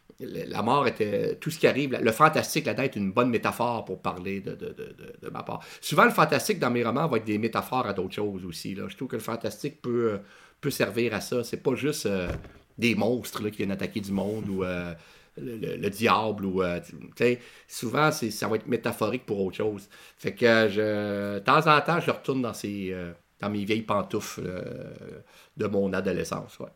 La mort était tout ce qui arrive. Le fantastique, là-dedans, est une bonne métaphore pour parler de, de, de, de, de ma part. Souvent, le fantastique dans mes romans va être des métaphores à d'autres choses aussi. Là. Je trouve que le fantastique peut, peut servir à ça. C'est pas juste euh, des monstres là, qui viennent attaquer du monde ou euh, le, le, le diable. Ou, euh, souvent, c'est, ça va être métaphorique pour autre chose. Fait que je, de temps en temps, je retourne dans, ces, euh, dans mes vieilles pantoufles euh, de mon adolescence. Ouais.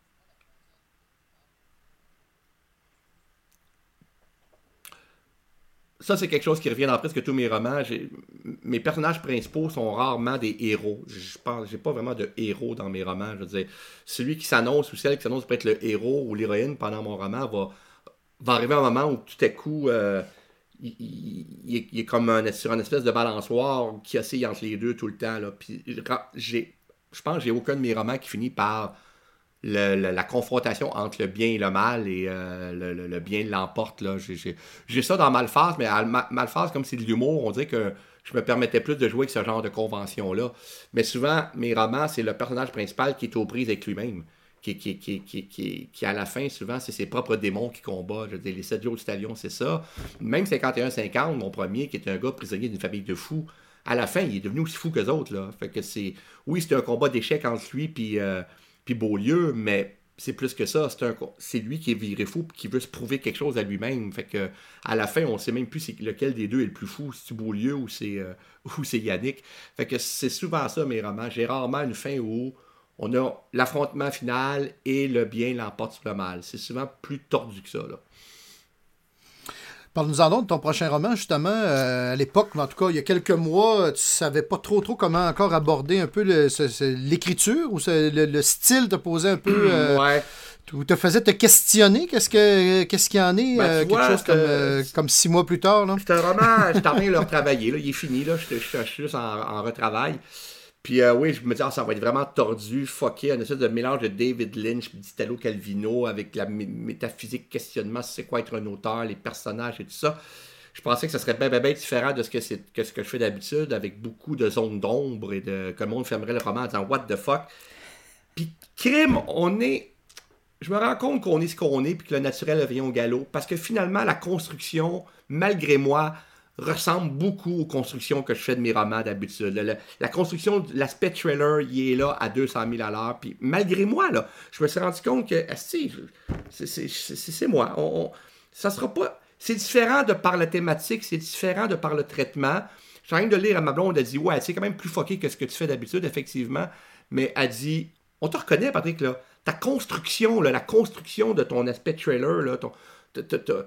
Ça, c'est quelque chose qui revient dans presque tous mes romans. J'ai... Mes personnages principaux sont rarement des héros. Je pense, j'ai pas vraiment de héros dans mes romans. Je veux dire, celui qui s'annonce ou celle qui s'annonce pour être le héros ou l'héroïne pendant mon roman va, va arriver un moment où tout à coup, euh, il, il, il, est, il est comme un, sur une espèce de balançoire qui oscille entre les deux tout le temps. Là. Puis, j'ai, je pense que j'ai aucun de mes romans qui finit par... Le, le, la confrontation entre le bien et le mal et euh, le, le, le bien l'emporte. Là. J'ai, j'ai, j'ai ça dans Malphas, mais à Malphas, comme c'est de l'humour, on dirait que je me permettais plus de jouer avec ce genre de convention-là. Mais souvent, mes romans, c'est le personnage principal qui est aux prises avec lui-même. Qui, qui, qui, qui, qui, qui, à la fin, souvent, c'est ses propres démons qui combattent. Je veux dire, les sept jours du talion, c'est ça. Même cinquante et un cinquante, mon premier, qui était un gars prisonnier d'une famille de fous, à la fin, il est devenu aussi fou qu'eux autres. Là. Fait que c'est... Oui, c'était un combat d'échecs entre lui puis... Euh, puis Beaulieu, mais c'est plus que ça. C'est, un, c'est lui qui est viré fou et qui veut se prouver quelque chose à lui-même. Fait que à la fin, on ne sait même plus c'est lequel des deux est le plus fou, si c'est Beaulieu ou c'est, euh, ou c'est Yannick. Fait que c'est souvent ça, mes romans. J'ai rarement une fin où on a l'affrontement final et le bien l'emporte sur le mal. C'est souvent plus tordu que ça, là. Parle-nous-en donc de ton prochain roman, justement. Euh, à l'époque, en tout cas, il y a quelques mois, tu savais pas trop trop comment encore aborder un peu le, ce, ce, l'écriture ou ce, le, le style te posait un peu... Euh, ouais. Ou te faisait te questionner. Qu'est-ce, que, qu'est-ce qu'il y en est? Ben, euh, quelque vois, chose comme, euh, comme six mois plus tard. Là. C'est un roman, je suis en train de le retravailler. Là. Il est fini, là. Je, je, je suis juste en, en retravail. Puis euh, oui, je me dis, ah, ça va être vraiment tordu, fucké, un espèce de mélange de David Lynch et d'Italo Calvino avec la mé- métaphysique questionnement, c'est quoi être un auteur, les personnages et tout ça. Je pensais que ça serait bien, bien, bien différent de ce que, c'est, que ce que je fais d'habitude, avec beaucoup de zones d'ombre et de, que le monde fermerait le roman en disant « What the fuck? » Puis crime, on est... je me rends compte qu'on est ce qu'on est, puis que le naturel revient au galop. Parce que finalement, la construction, malgré moi, ressemble beaucoup aux constructions que je fais de mes romans d'habitude. Le, le, la construction, l'aspect trailer, il est là à deux cent mille à l'heure. Puis malgré moi, là, je me suis rendu compte que, asti, c'est, c'est, c'est, c'est moi. On, on, ça sera pas... C'est différent de par la thématique, c'est différent de par le traitement. Je suis en train de lire à ma blonde, elle dit « Ouais, c'est quand même plus fucké que ce que tu fais d'habitude, effectivement. » Mais elle dit « On te reconnaît, Patrick, là. Ta construction, là, la construction de ton aspect trailer, là, ton... T, t, t,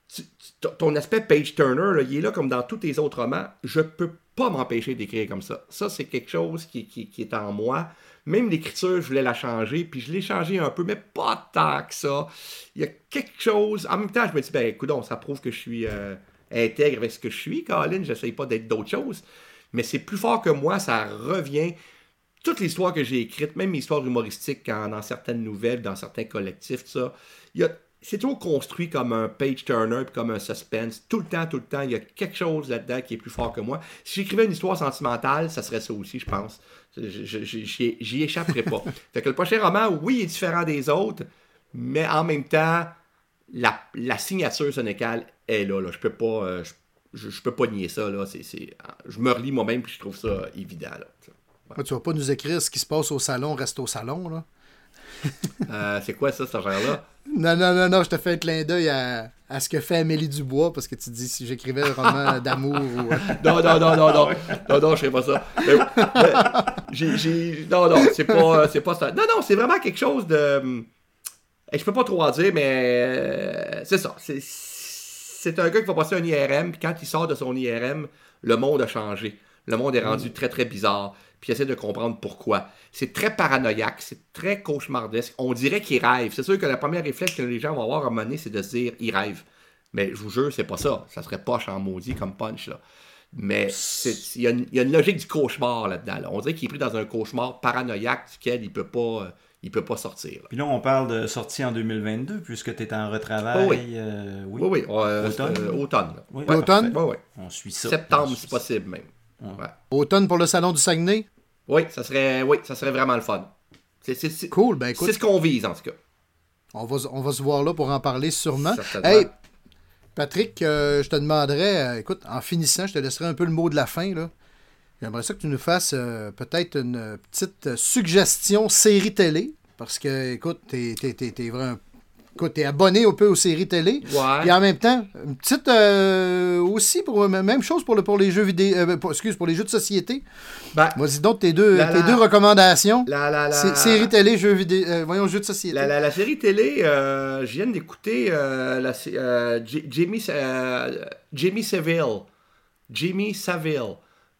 ton aspect page-turner, là, il est là comme dans tous tes autres romans. Je peux pas m'empêcher d'écrire comme ça. Ça, c'est quelque chose qui, qui, qui est en moi. Même l'écriture, je voulais la changer, puis je l'ai changée un peu, mais pas tant que ça. Il y a quelque chose... En même temps, je me dis, ben écoute, ça prouve que je suis euh, intègre avec ce que je suis, Colin. J'essaye pas d'être d'autres choses. Mais c'est plus fort que moi, ça revient... Toutes les histoires que j'ai écrites, même mes histoires humoristiques, quand, dans certaines nouvelles, dans certains collectifs, tout ça, il y a... C'est toujours construit comme un page-turner puis comme un suspense. Tout le temps, tout le temps, il y a quelque chose là-dedans qui est plus fort que moi. Si j'écrivais une histoire sentimentale, ça serait ça aussi, je pense. Je, je, je, j'y, j'y échapperais pas. Fait que le prochain roman, oui, il est différent des autres, mais en même temps, la, la signature sénécale est là. là. Je peux pas euh, je, je peux pas nier ça. Là. C'est, c'est, je me relis moi-même et je trouve ça évident. Là. Ouais. Tu vas pas nous écrire ce qui se passe au salon, reste au salon, là? euh, c'est quoi ça, cette affaire-là? Non, non, non, non, je te fais un clin d'œil à, à ce que fait Amélie Dubois, parce que tu dis si j'écrivais un roman d'amour ou... Non, non, non, non, non, non, non, je ferais pas ça. Mais, mais, j'ai, j'ai... Non, non, c'est pas, c'est pas ça. Non, non, c'est vraiment quelque chose de... Et je peux pas trop en dire, mais c'est ça. C'est, c'est un gars qui va passer un I R M, puis quand il sort de son I R M, le monde a changé. Le monde est rendu mmh. très, très bizarre. Puis il essaie de comprendre pourquoi. C'est très paranoïaque, c'est très cauchemardesque. On dirait qu'il rêve. C'est sûr que la première réflexe que les gens vont avoir à un moment donné, c'est de se dire « il rêve ». Mais je vous jure, c'est pas ça. Ça serait poche en maudit comme punch, là. Mais il y, y a une logique du cauchemar là-dedans. Là. On dirait qu'il est pris dans un cauchemar paranoïaque duquel il peut pas... il peut pas sortir. Là. Puis là, on parle de sortie en deux mille vingt-deux, puisque tu es en retravail. Oh oui. Euh, oui, oui. oui. Euh, automne. Euh, automne. Là. Oui, ouais, automne? Oui, oui. On suit ça. Septembre, suit si possible, même. Ouais. Automne pour le Salon du Saguenay? Oui, ça serait, oui, ça serait vraiment le fun. C'est, c'est, c'est, cool, ben écoute. C'est ce qu'on vise, en tout cas. On va, on va se voir là pour en parler sûrement. Certainement. Hey, Patrick, euh, je te demanderais, euh, écoute, en finissant, je te laisserai un peu le mot de la fin, là. J'aimerais ça que tu nous fasses euh, peut-être une petite suggestion série télé. Parce que, écoute, t'es, t'es, t'es, t'es vraiment... Écoute, t'es abonné un peu aux séries télé. Ouais. Et en même temps, une petite euh, aussi, pour, même chose pour, le, pour les jeux vidéo. Euh, pour, excuse, pour les jeux de société. Ben, Vas-y donc tes deux, la, tes la, deux recommandations. La, la, la, C'est, séries télé, jeux vidéo. Euh, voyons, jeux de société. La, la, la série télé, euh, je viens d'écouter euh, la, euh, J- Jamie, euh, Jamie Savile. Jamie Savile.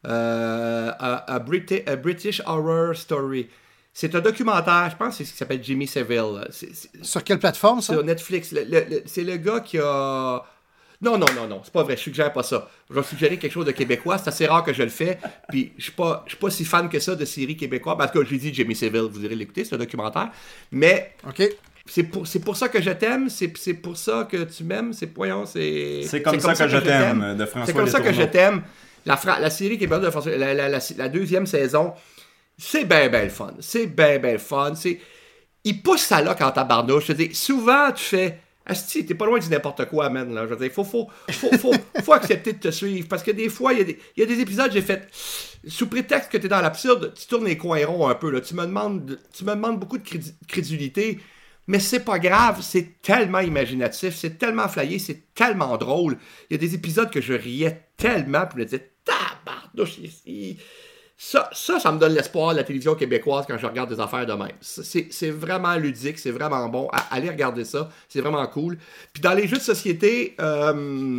Euh, a, a, Briti- a British Horror Story. C'est un documentaire, je pense que c'est ce qui s'appelle Jamie Savile. C'est, c'est, sur quelle plateforme, ça? Sur Netflix. Le, le, le, c'est le gars qui a... Non, non, non, non, c'est pas vrai, je suggère pas ça. Je vais suggérer quelque chose de québécois, c'est assez rare que je le fais, puis je suis pas, je suis pas si fan que ça de séries québécoises, parce que je l'ai dit, Jamie Savile, vous irez l'écouter, c'est un documentaire, mais... OK. C'est pour, c'est pour ça que je t'aime, c'est, c'est pour ça que tu m'aimes, c'est... Voyons, c'est... C'est comme, c'est comme ça, ça que, que je t'aime, t'aime, de François C'est comme ça Letourneau. que je t'aime. La, fra- la série québécoise de François... La, la, la, la deuxième saison... C'est bien, bien le fun. C'est bien, bien le fun. C'est... Il pousse ça là quand tabarnouche. Je te dis, souvent, tu fais... Asti, t'es pas loin de dire n'importe quoi, man. Là. Je veux dire, faut, faut, faut, faut, faut accepter de te suivre. Parce que des fois, il y a des, il y a des épisodes, j'ai fait... Sous prétexte que t'es dans l'absurde, tu tournes les coins ronds un peu. Là. Tu, me demandes, tu me demandes beaucoup de créd- crédulité. Mais c'est pas grave. C'est tellement imaginatif. C'est tellement flyé. C'est tellement drôle. Il y a des épisodes que je riais tellement. Puis je me disais, tabarnouche, ici... Ça, ça, ça me donne l'espoir de la télévision québécoise quand je regarde des affaires de même. C'est, c'est vraiment ludique, c'est vraiment bon. Allez regarder ça, c'est vraiment cool. Puis dans les jeux de société, euh,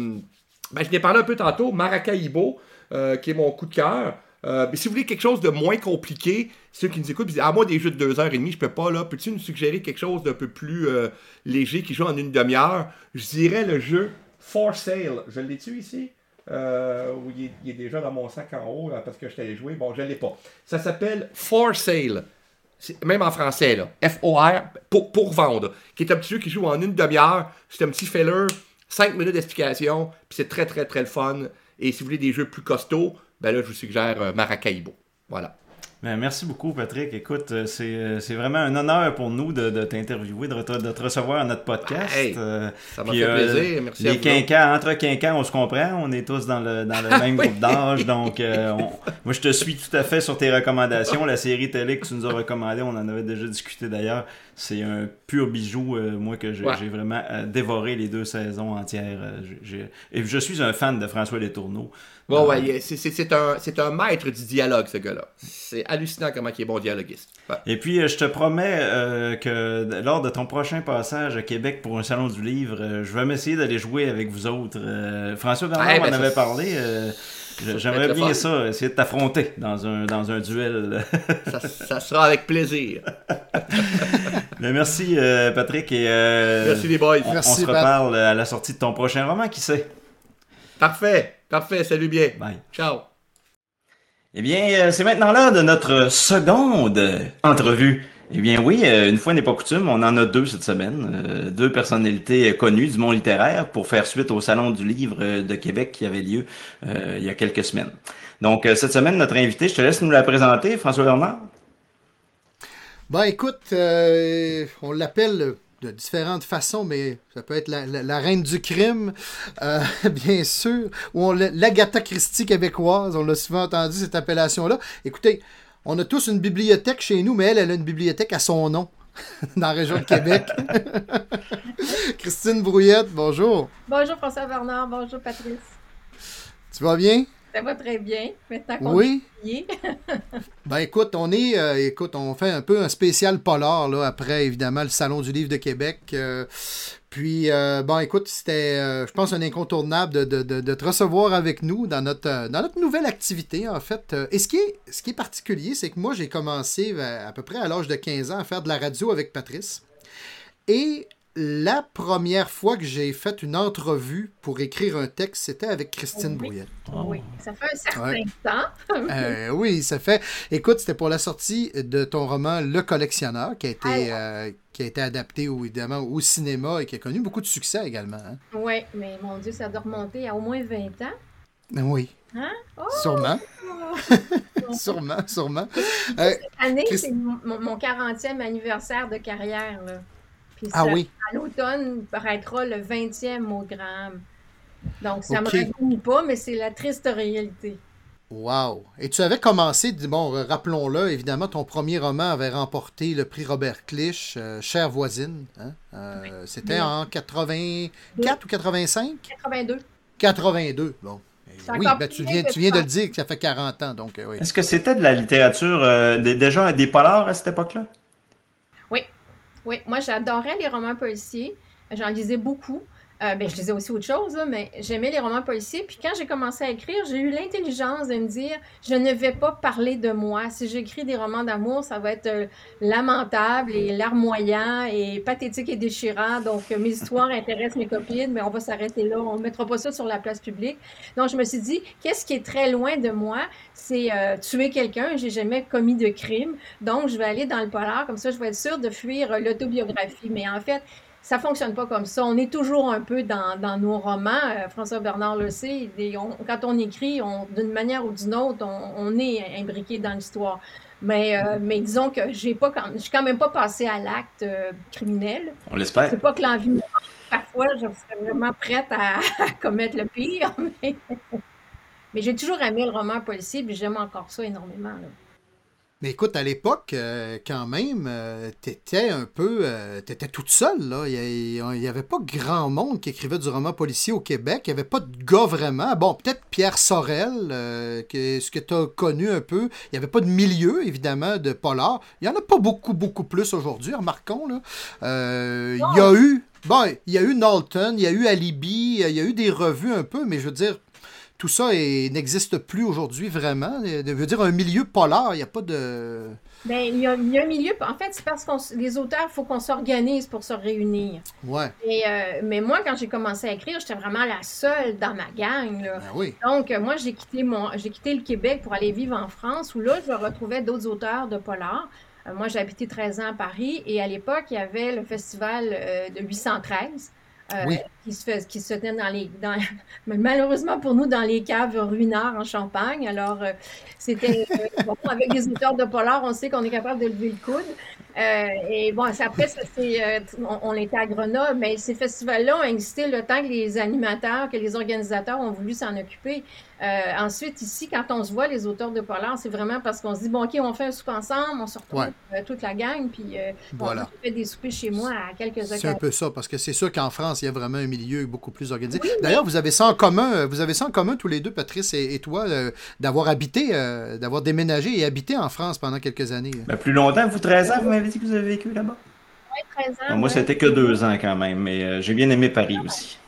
ben, je n'ai parlé un peu tantôt, Maracaibo, euh, qui est mon coup de cœur. Euh, mais si vous voulez quelque chose de moins compliqué, ceux qui nous écoutent, ils disent « Ah, moi, des jeux de deux heures et demie, je peux pas, là. Peux-tu nous suggérer quelque chose d'un peu plus euh, léger qui joue en une demi-heure? » Je dirais le jeu For Sale. Je l'ai-tu ici? Euh, où il est, il est déjà dans mon sac en haut là, parce que je t'allais jouer. Bon, je ne l'ai pas. Ça s'appelle For Sale. C'est, même en français, là. F O R, pour, pour vendre. Qui est un petit jeu qui joue en une demi-heure. C'est un petit filler. cinq minutes d'explication. Puis c'est très, très, très le fun. Et si vous voulez des jeux plus costauds, ben là, je vous suggère euh, Maracaibo. Voilà. Ben, merci beaucoup, Patrick. Écoute, euh, c'est, euh, c'est vraiment un honneur pour nous de, de t'interviewer, de, re- de te recevoir à notre podcast. Hey, Euh, ça m'a puis, fait euh, plaisir. Merci à les vous. quinquants, entre quinquants, on se comprend. On est tous dans le, dans le même Oui. groupe d'âge. Donc, euh, on- moi, je te suis tout à fait sur tes recommandations. La série télé que tu nous as recommandée, on en avait déjà discuté d'ailleurs. C'est un pur bijou, euh, moi, que j'ai, Ouais. j'ai vraiment euh, dévoré les deux saisons entières. Euh, j'ai- j'ai- Et je suis un fan de François Letourneau. Bon, Euh, ouais, il est- c'est, c'est, c'est un, c'est un maître du dialogue, ce gars-là. C'est hallucinant comment il est bon dialoguiste. Ouais. Et puis, euh, je te promets euh, que d- lors de ton prochain passage à Québec pour un salon du livre, euh, je vais m'essayer d'aller jouer avec vous autres. Euh, François Bernard Ouais, m'en ben, ça, avait parlé. euh, je- ça j'aimerais serait bien le ça, essayer de t'affronter dans un, dans un duel. Ça, ça sera avec plaisir. Mais merci, euh, Patrick. Et, euh, Merci les boys. on, on Merci, se Pat. reparle à la sortie de ton prochain roman, qui sait? Parfait. Parfait. Salut bien. Bye. Ciao. Eh bien, euh, c'est maintenant l'heure de notre seconde euh, entrevue. Eh bien oui, euh, une fois n'est pas coutume, on en a deux cette semaine. Euh, deux personnalités euh, connues du monde littéraire pour faire suite au Salon du livre euh, de Québec qui avait lieu euh, il y a quelques semaines. Donc, euh, cette semaine, notre invité, je te laisse nous la présenter, François Bernard. Ben écoute, euh, on l'appelle de différentes façons, mais ça peut être la, la- la reine du crime, euh, bien sûr, ou on l'a- l'Agatha Christie québécoise, on l'a souvent entendu cette appellation-là. Écoutez, on a tous une bibliothèque chez nous, mais elle, elle a une bibliothèque à son nom, dans la région de Québec. Christine Brouillette, bonjour. Bonjour François Bernard, bonjour Patrice. Tu vas bien? Ça va très bien, maintenant qu'on Oui. est liés. Ben écoute, on est, euh, écoute, on fait un peu un spécial polar là après évidemment le Salon du livre de Québec. euh, puis euh, bon, écoute, c'était, euh, je pense, un incontournable de, de, de, de te recevoir avec nous dans notre euh, dans notre nouvelle activité en fait. Euh, Et ce qui est ce qui est particulier, c'est que moi j'ai commencé euh, à peu près à l'âge de quinze ans à faire de la radio avec Patrice. Et la première fois que j'ai fait une entrevue pour écrire un texte, c'était avec Christine Oui. Brouillette. Oui, ça fait un certain Ouais. temps. Euh, oui, ça fait. Écoute, c'était pour la sortie de ton roman Le Collectionneur, qui a été, Ah. euh, qui a été adapté au- évidemment au cinéma et qui a connu beaucoup de succès également. Hein? Oui, mais mon Dieu, ça doit remonter à au moins vingt ans. Oui, Hein? Oh! sûrement, sûrement, sûrement. Euh, Cette année, Christ- c'est mon, mon quarantième anniversaire de carrière. Là. Puis ah ça, oui, à l'automne, paraîtra le vingtième au gramme. Donc, ça Ok. me rajeunit pas, mais c'est la triste réalité. wow. Et tu avais commencé, dis- bon, euh, rappelons-le, évidemment, ton premier roman avait remporté le prix Robert Clich, euh, Chère voisine. Hein? Euh, C'était Oui. en quatre-vingt-quatre ou quatre-vingt-cinq? quatre-vingt-deux. quatre-vingt-deux, bon. C'est Oui, encore ben, tu plus viens, que tu viens de ça. le dire que ça fait quarante ans, donc euh, oui. Est-ce que c'était de la littérature, euh, d- déjà des polars à cette époque-là? Oui, oui. Moi, j'adorais les romans policiers. J'en lisais beaucoup. Euh, ben, je lisais aussi autre chose, là, mais j'aimais les romans policiers. Puis quand j'ai commencé à écrire, j'ai eu l'intelligence de me dire, je ne vais pas parler de moi. Si j'écris des romans d'amour, ça va être euh, lamentable et larmoyant et pathétique et déchirant. Donc, euh, mes histoires intéressent mes copines, mais on va s'arrêter là. On ne mettra pas ça sur la place publique. Donc, je me suis dit, qu'est-ce qui est très loin de moi? C'est euh, tuer quelqu'un. J'ai jamais commis de crime. Donc, je vais aller dans le polar. Comme ça, je vais être sûre de fuir euh, l'autobiographie. Mais en fait, ça fonctionne pas comme ça. On est toujours un peu dans, dans nos romans. Euh, François Bernard le sait. Des- on- quand on écrit, on- d'une manière ou d'une autre, on, on est imbriqué dans l'histoire. Mais, euh, mais disons que j'ai pas, quand, je suis quand même pas passée à l'acte euh, criminel. On l'espère. C'est pas que l'envie me manque. Parfois, je serais vraiment prête à, à commettre le pire. Mais, mais j'ai toujours aimé le roman policier, puis j'aime encore ça énormément. Là. Mais écoute, à l'époque, euh, quand même, euh, t'étais un peu... euh, t'étais toute seule, là. Il n'y avait pas grand monde qui écrivait du roman policier au Québec. Il n'y avait pas de gars vraiment. Bon, peut-être Pierre Sorel, euh, que, ce que tu as connu un peu. Il n'y avait pas de milieu, évidemment, de polar. Il n'y en a pas beaucoup, beaucoup plus aujourd'hui, remarquons, là. Euh, Il y a eu... Bon, il y a eu Knowlton, il y a eu Alibi, il y a eu des revues un peu, mais je veux dire... Tout ça est- n'existe plus aujourd'hui vraiment. Je veux dire, un milieu polar, il n'y a pas de... Ben, il y a, il y a un milieu. En fait, c'est parce que les auteurs, il faut qu'on s'organise pour se réunir. Ouais, Et, euh, mais moi, quand j'ai commencé à écrire, j'étais vraiment la seule dans ma gang. Là. ben oui. Donc, euh, moi, j'ai quitté, mon, j'ai quitté le Québec pour aller vivre en France, où là, je retrouvais d'autres auteurs de polar. Euh, moi, j'ai habité treize ans à Paris, et à l'époque, il y avait le festival euh, de huit cent treize euh, Oui. qui, se fait, qui se tenaient dans les, dans, malheureusement pour nous, dans les caves ruinards en Champagne. Alors, euh, c'était, euh, bon, avec des auteurs de polar, on sait qu'on est capable de lever le coude. Euh, et bon, c'est- après, ça, c'est, euh, on, on était à Grenoble, mais ces festivals-là ont existé le temps que les animateurs, que les organisateurs ont voulu s'en occuper. Euh, ensuite, ici, quand on se voit, les auteurs de polar, c'est vraiment parce qu'on se dit, bon, OK, on fait un souper ensemble, on se retrouve Ouais. euh, toute la gang, puis euh, bon, moi, Voilà. j'ai fait des soupers chez moi à quelques C'est un occasions. peu ça, parce que c'est sûr qu'en France, il y a vraiment un milieu beaucoup plus organisé. Oui, mais D'ailleurs, vous avez ça en commun, euh, vous avez ça en commun tous les deux, Patrice et, et toi, euh, d'avoir habité, euh, d'avoir déménagé et habité en France pendant quelques années. Ben, plus longtemps, vous, treize ans, vous m'avez dit que vous avez vécu là-bas? treize Non, ans, moi, ouais. c'était que deux ans quand même, mais euh, j'ai bien aimé Paris aussi.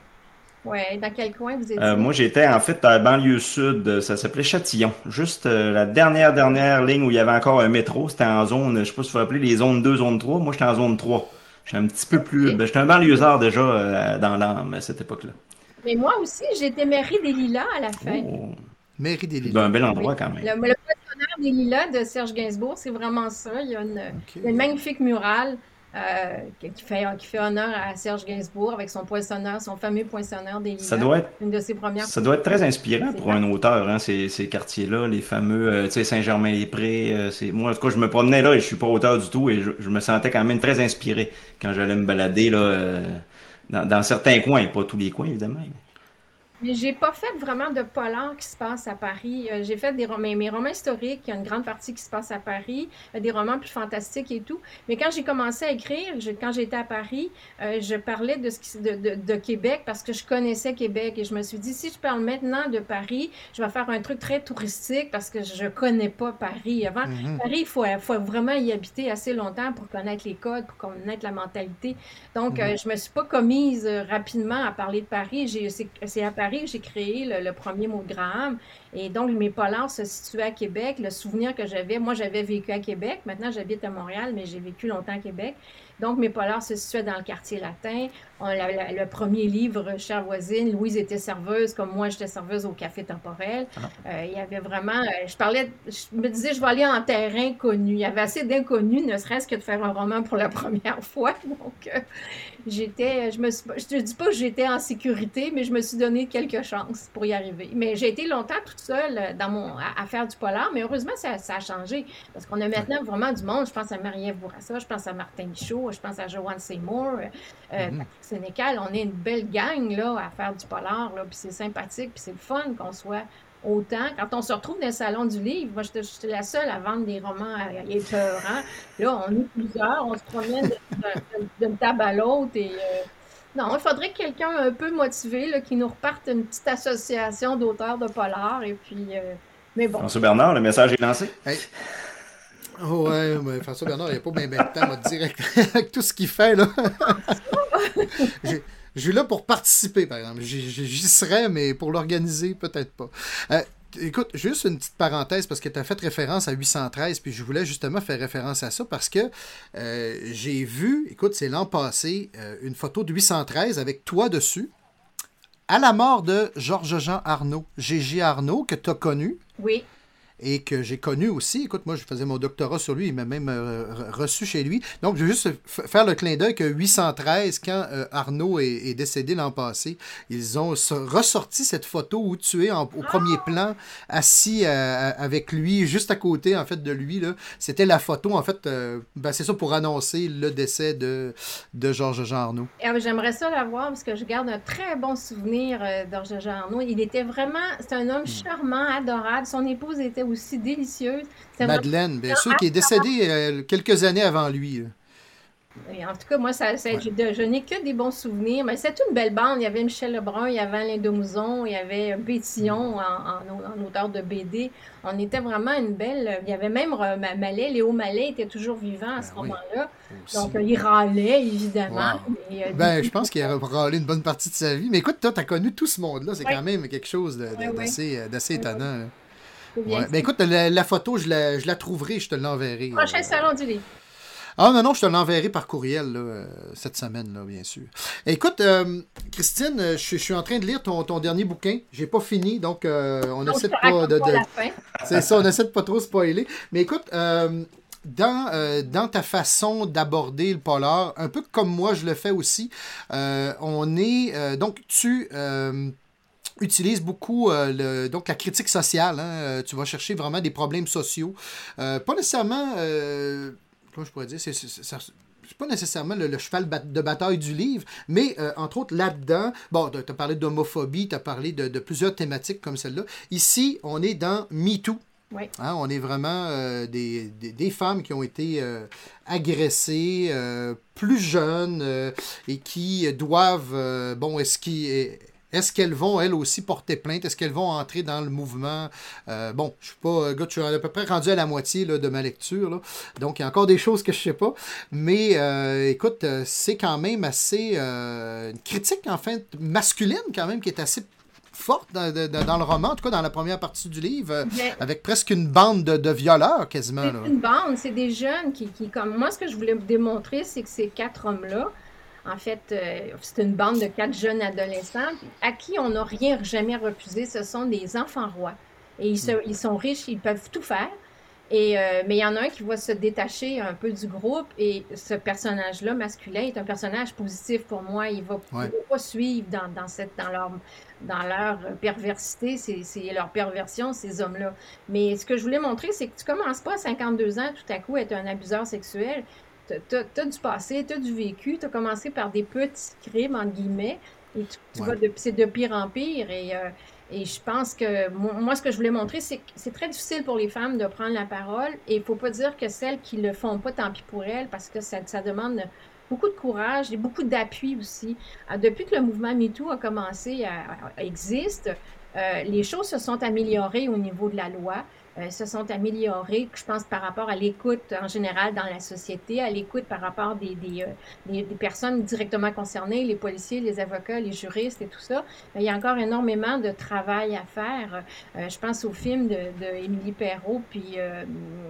Ouais, dans quel coin vous étiez? Euh, moi, j'étais en fait à la banlieue sud, euh, ça s'appelait Châtillon. Juste euh, la dernière, dernière ligne où il y avait encore un métro, c'était en zone, je sais pas si vous vous rappelez, les zones deux, zone trois. Moi, j'étais en zone trois. J'étais un petit peu plus... OK. Ben, j'étais un banlieusard déjà euh, dans l'âme à cette époque-là. Mais moi aussi, j'étais mairie des Lilas à la fin. Oh, Mairie des c'est Lilas. un bel Oui. endroit quand même. Le, le poinçonneur des Lilas de Serge Gainsbourg, c'est vraiment ça. Il y a une, OK. il y a une magnifique murale euh, qui, qui fait, qui fait honneur à Serge Gainsbourg avec son poinçonneur, son fameux poinçonneur des Ça Lilas. doit être, Une de ses premières. ça doit être très inspirant C'est pour un auteur, hein, ces, ces quartiers-là, les fameux, euh, tu sais, Saint-Germain-les-Prés. Euh, c'est... Moi, en tout cas, je me promenais là et je suis pas auteur du tout et je, je me sentais quand même très inspiré quand j'allais me balader là, euh, dans, dans certains coins, pas tous les coins évidemment. Mais j'ai pas fait vraiment de polar qui se passe à Paris. Euh, j'ai fait des romans, mes romans historiques, il y a une grande partie qui se passe à Paris, euh, des romans plus fantastiques et tout. Mais quand j'ai commencé à écrire, je- quand j'étais à Paris, euh, je parlais de, ce qui, de, de, de Québec parce que je connaissais Québec et je me suis dit, si je parle maintenant de Paris, je vais faire un truc très touristique parce que je connais pas Paris. Avant, Mhm. Paris, il faut, faut vraiment y habiter assez longtemps pour connaître les codes, pour connaître la mentalité. Donc, Mhm. euh, je me suis pas commise euh, rapidement à parler de Paris. J'ai, c'est, c'est à Paris que j'ai créé le, le premier mot de Graham. Et donc, mes polars se situaient à Québec. Le souvenir que j'avais, moi, j'avais vécu à Québec. Maintenant, j'habite à Montréal, mais j'ai vécu longtemps à Québec. Donc, mes polars se situaient dans le quartier latin. On, la- la- le premier livre, Chère voisine, Louise était serveuse, comme moi, j'étais serveuse au Café Temporel. Euh, il y avait vraiment... euh, je parlais... Je me disais, je vais aller en terrain connu. Il y avait assez d'inconnus, ne serait-ce que de faire un roman pour la première fois. Donc, euh, j'étais... Je me suis, je te dis pas que j'étais en sécurité, mais je me suis donné quelques chances pour y arriver. Mais j'ai été longtemps toute seule euh, dans mon, à, à faire du polar, mais heureusement, ça, ça a changé. Parce qu'on a maintenant vraiment du monde. Je pense à Marie-Ève Bourassa, je pense à Martin Michaud, je pense à Joanne Seymour, euh, euh, Mhm. Patrick Sénécal. On est une belle gang là, à faire du polar, là, puis c'est sympathique, puis c'est le fun qu'on soit autant. Quand on se retrouve dans le salon du livre, moi, j'étais j'étais la seule à vendre des romans euh, épeurants. Là, on est plusieurs, on se promène de- de- d'une table à l'autre et... euh, non, il faudrait quelqu'un un peu motivé là, qui nous reparte une petite association d'auteurs de polar. Et puis, euh, mais bon, François Bernard, le message est lancé. Hey. Oh, ouais, mais François Bernard, il n'y a pas bien ben de temps, moi, direct, avec tout ce qu'il fait, là. J'ai- Je suis là pour participer, par exemple. J'y j'y- j'y serais, mais pour l'organiser, peut-être pas. Euh, écoute, juste une petite parenthèse, parce que tu as fait référence à huit cent treize, puis je voulais justement faire référence à ça, parce que euh, j'ai vu, écoute, c'est l'an passé, euh, une photo de huit cent treize avec toi dessus, à la mort de Georges-Jean Arnaud, Gégé Arnaud, que tu as connu, oui. et que j'ai connu aussi. Écoute, moi, je faisais mon doctorat sur lui, il m'a même euh, re- reçu chez lui. Donc, je vais juste f- faire le clin d'œil que huit cent treize, quand euh, Arnaud est, est décédé l'an passé, ils ont so- ressorti cette photo où tu es en- au premier plan, assis euh, avec lui, juste à côté, en fait, de lui. Là. C'était la photo, en fait, euh, ben, c'est ça pour annoncer le décès de, de Georges-Jean Arnaud. Et, euh, j'aimerais ça l'avoir parce que je garde un très bon souvenir euh, d'Georges Arnaud. Il était vraiment, c'est un homme charmant, adorable. Son épouse était aussi délicieuse. C'est vraiment- Madeleine, bien sûr, qui est décédée euh, quelques années avant lui. là. Et en tout cas, moi, ça, ça- Ouais. j'ai de- je n'ai que des bons souvenirs. Mais c'était une belle bande. Il y avait Michel Lebrun, il y avait Alain Demouzon, il y avait Bétillon en, en- en auteur de B D. On était vraiment une belle... Il y avait même euh, Ma- Mallet, Léo Mallet était toujours vivant à Ben ce oui. moment-là. Aussi. Donc, euh, il râlait, évidemment. Wow. Mais, euh, Ben, je pense qu'il a râlé une bonne partie de sa vie. Mais écoute, toi, tu as connu tout ce monde-là. C'est Ouais. quand même quelque chose de- de- Ouais, ouais. d'assez, euh, d'assez Ouais, ouais. étonnant. là. faut bien Ouais. que Ben, écoute, la, la photo, je la, je la trouverai, je te l'enverrai. Prochain euh. salon du livre. Ah non, non, je te l'enverrai par courriel là, euh, cette semaine, là, bien sûr. Écoute, euh, Christine, euh, je, je suis en train de lire ton, ton dernier bouquin. J'ai pas fini, donc euh, on Donc, essaie je de te pas... raconte De, pas de- la fin. C'est ça, on essaie de pas trop spoiler. Mais écoute, euh, dans, euh, dans ta façon d'aborder le polar, un peu comme moi je le fais aussi, euh, on est... euh, donc, tu... euh, utilise beaucoup euh, le, donc la critique sociale. Hein, euh, tu vas chercher vraiment des problèmes sociaux. Euh, pas nécessairement... Euh, comment je pourrais dire? C'est, c'est, c'est, c'est pas nécessairement le, le cheval de bataille du livre, mais euh, entre autres là-dedans, bon, tu as parlé d'homophobie, tu as parlé de, de plusieurs thématiques comme celle-là. Ici, on est dans MeToo. Oui. Hein, on est vraiment euh, des, des, des femmes qui ont été euh, agressées, euh, plus jeunes, euh, et qui doivent, euh, bon, est-ce qu'ils... Est-ce qu'elles vont, elles aussi, porter plainte? Est-ce qu'elles vont entrer dans le mouvement? Euh, bon, je suis pas... Gars, je suis à peu près rendu à la moitié là, de ma lecture. Là. Donc, il y a encore des choses que je sais pas. Mais, euh, écoute, c'est quand même assez... Euh, une critique, en fait, masculine, quand même, qui est assez forte dans, de, dans le roman, en tout cas dans la première partie du livre, Mais, avec presque une bande de, de violeurs, quasiment. c'est Là. une bande, c'est des jeunes qui, qui... comme moi, ce que je voulais démontrer, c'est que ces quatre hommes-là, en fait, euh, c'est une bande de quatre jeunes adolescents à qui on n'a rien jamais refusé. Ce sont des enfants rois. Et ils, se, ils sont riches, ils peuvent tout faire. Et, euh, mais il y en a un qui va se détacher un peu du groupe. Et ce personnage-là, masculin, est un personnage positif pour moi. Il ne va, Ouais. il va pas suivre dans, dans, cette, dans, leur, dans leur perversité, c'est, c'est leur perversion, ces hommes-là. Mais ce que je voulais montrer, c'est que tu commences pas à cinquante-deux ans tout à coup à être un abuseur sexuel. Tu as du passé, tu as du vécu, tu as commencé par des petits crimes, entre guillemets, et tu, tu Ouais. vas de, c'est de pire en pire. Et, euh, et je pense que, moi, ce que je voulais montrer, c'est que c'est très difficile pour les femmes de prendre la parole, et il ne faut pas dire que celles qui le font pas, tant pis pour elles, parce que ça, ça demande beaucoup de courage et beaucoup d'appui aussi. Euh, Depuis que le mouvement MeToo a commencé, à, à- existe, euh, les choses se sont améliorées au niveau de la loi. Euh, se sont améliorées, je pense, par rapport à l'écoute en général dans la société, à l'écoute par rapport des, des, euh, des, des personnes directement concernées, les policiers, les avocats, les juristes et tout ça. Mais il y a encore énormément de travail à faire. Euh, je pense au film de, de Émilie Perrault, puis euh,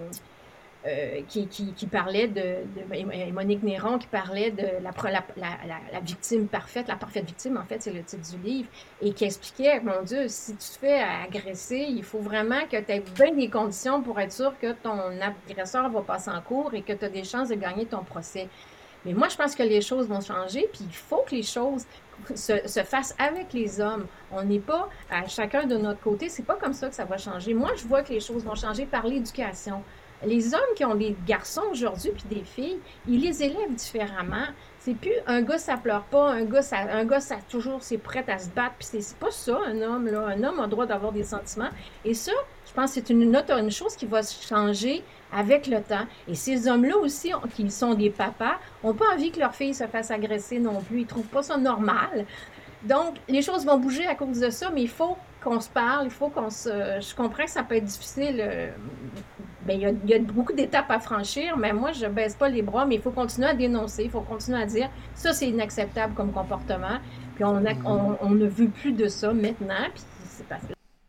euh, qui, qui, qui parlait de, de et Monique Néron, qui parlait de la, la, la, la victime parfaite, la parfaite victime, en fait, c'est le titre du livre, et qui expliquait, mon Dieu, si tu te fais agresser, il faut vraiment que tu aies bien des conditions pour être sûr que ton agresseur va passer en cours et que tu as des chances de gagner ton procès. Mais moi, je pense que les choses vont changer, puis il faut que les choses se, se fassent avec les hommes. On n'est pas à chacun de notre côté, c'est pas comme ça que ça va changer. Moi, je vois que les choses vont changer par l'éducation. Les hommes qui ont des garçons aujourd'hui puis des filles, ils les élèvent différemment. C'est plus un gars ça pleure pas, un gars ça, un gars ça toujours c'est prêt à se battre puis c'est, c'est pas ça un homme là. Un homme a le droit d'avoir des sentiments et ça, je pense que c'est une autre une chose qui va changer avec le temps. Et ces hommes-là aussi, qui sont des papas, n'ont pas envie que leur fille se fasse agresser non plus. Ils trouvent pas ça normal. Donc, les choses vont bouger à cause de ça, mais il faut qu'on se parle, il faut qu'on se... Je comprends que ça peut être difficile. euh, ben, il y a, il y a beaucoup d'étapes à franchir, mais moi, je baisse pas les bras, mais il faut continuer à dénoncer, il faut continuer à dire ça, c'est inacceptable comme comportement. Puis on, a, on, on ne veut plus de ça maintenant, puis c'est pas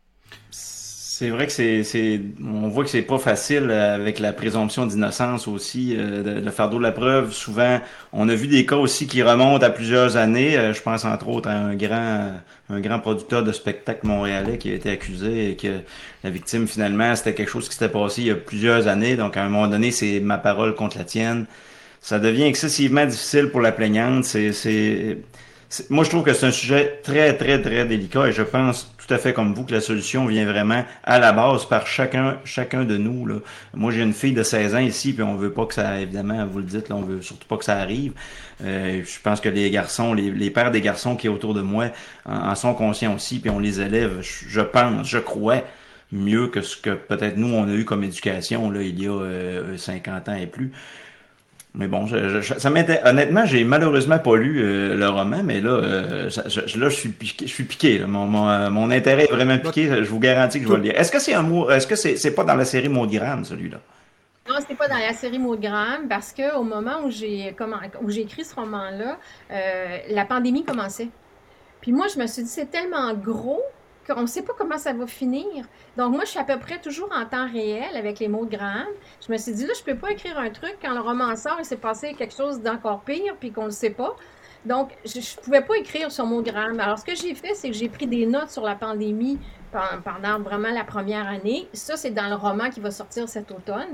C'est vrai que c'est, c'est, on voit que c'est pas facile euh, avec la présomption d'innocence aussi, euh, de- le fardeau de la preuve. Souvent, on a vu des cas aussi qui remontent à plusieurs années. Euh, je pense entre autres à un grand, un grand producteur de spectacle montréalais qui a été accusé et que la victime finalement c'était quelque chose qui s'était passé il y a plusieurs années. Donc à un moment donné, c'est ma parole contre la tienne. Ça devient excessivement difficile pour la plaignante. C'est, c'est, c'est- moi, je trouve que c'est un sujet très, très, très délicat et je pense tout à fait comme vous que la solution vient vraiment à la base par chacun, chacun de nous, là. Moi, j'ai une fille de seize ans ici, puis on veut pas que ça, évidemment, vous le dites, là, on veut surtout pas que ça arrive. Euh, je pense que les garçons, les, les pères des garçons qui est autour de moi en, en sont conscients aussi, puis on les élève, je, je pense, je crois, mieux que ce que peut-être nous, on a eu comme éducation, là, il y a euh, cinquante ans et plus. Mais bon, je, je- ça m'intéresse. Honnêtement, j'ai malheureusement pas lu euh, le roman, mais là, euh, ça- je, là, je suis piqué. Je suis piqué là. Mon, mon, euh, mon intérêt est vraiment Bah, piqué. Je vous garantis que je vais tout- le lire. Est-ce que c'est un mot? Est-ce que c'est c'est pas dans la série Maudiramme, celui-là? Non, c'était pas dans la série Maud Graham parce que au moment où j'ai comment, où j'ai écrit ce roman-là, euh, la pandémie commençait. Puis moi, je me suis dit, c'est tellement gros qu'on ne sait pas comment ça va finir. Donc moi, je suis à peu près toujours en temps réel avec les mots de Graham. Je me suis dit, là, je peux pas écrire un truc quand le roman sort, il s'est passé quelque chose d'encore pire, puis qu'on ne le sait pas. Donc, je ne pouvais pas écrire sur mot Graham. Alors, ce que j'ai fait, c'est que j'ai pris des notes sur la pandémie pen- pendant vraiment la première année. Ça, c'est dans le roman qui va sortir cet automne.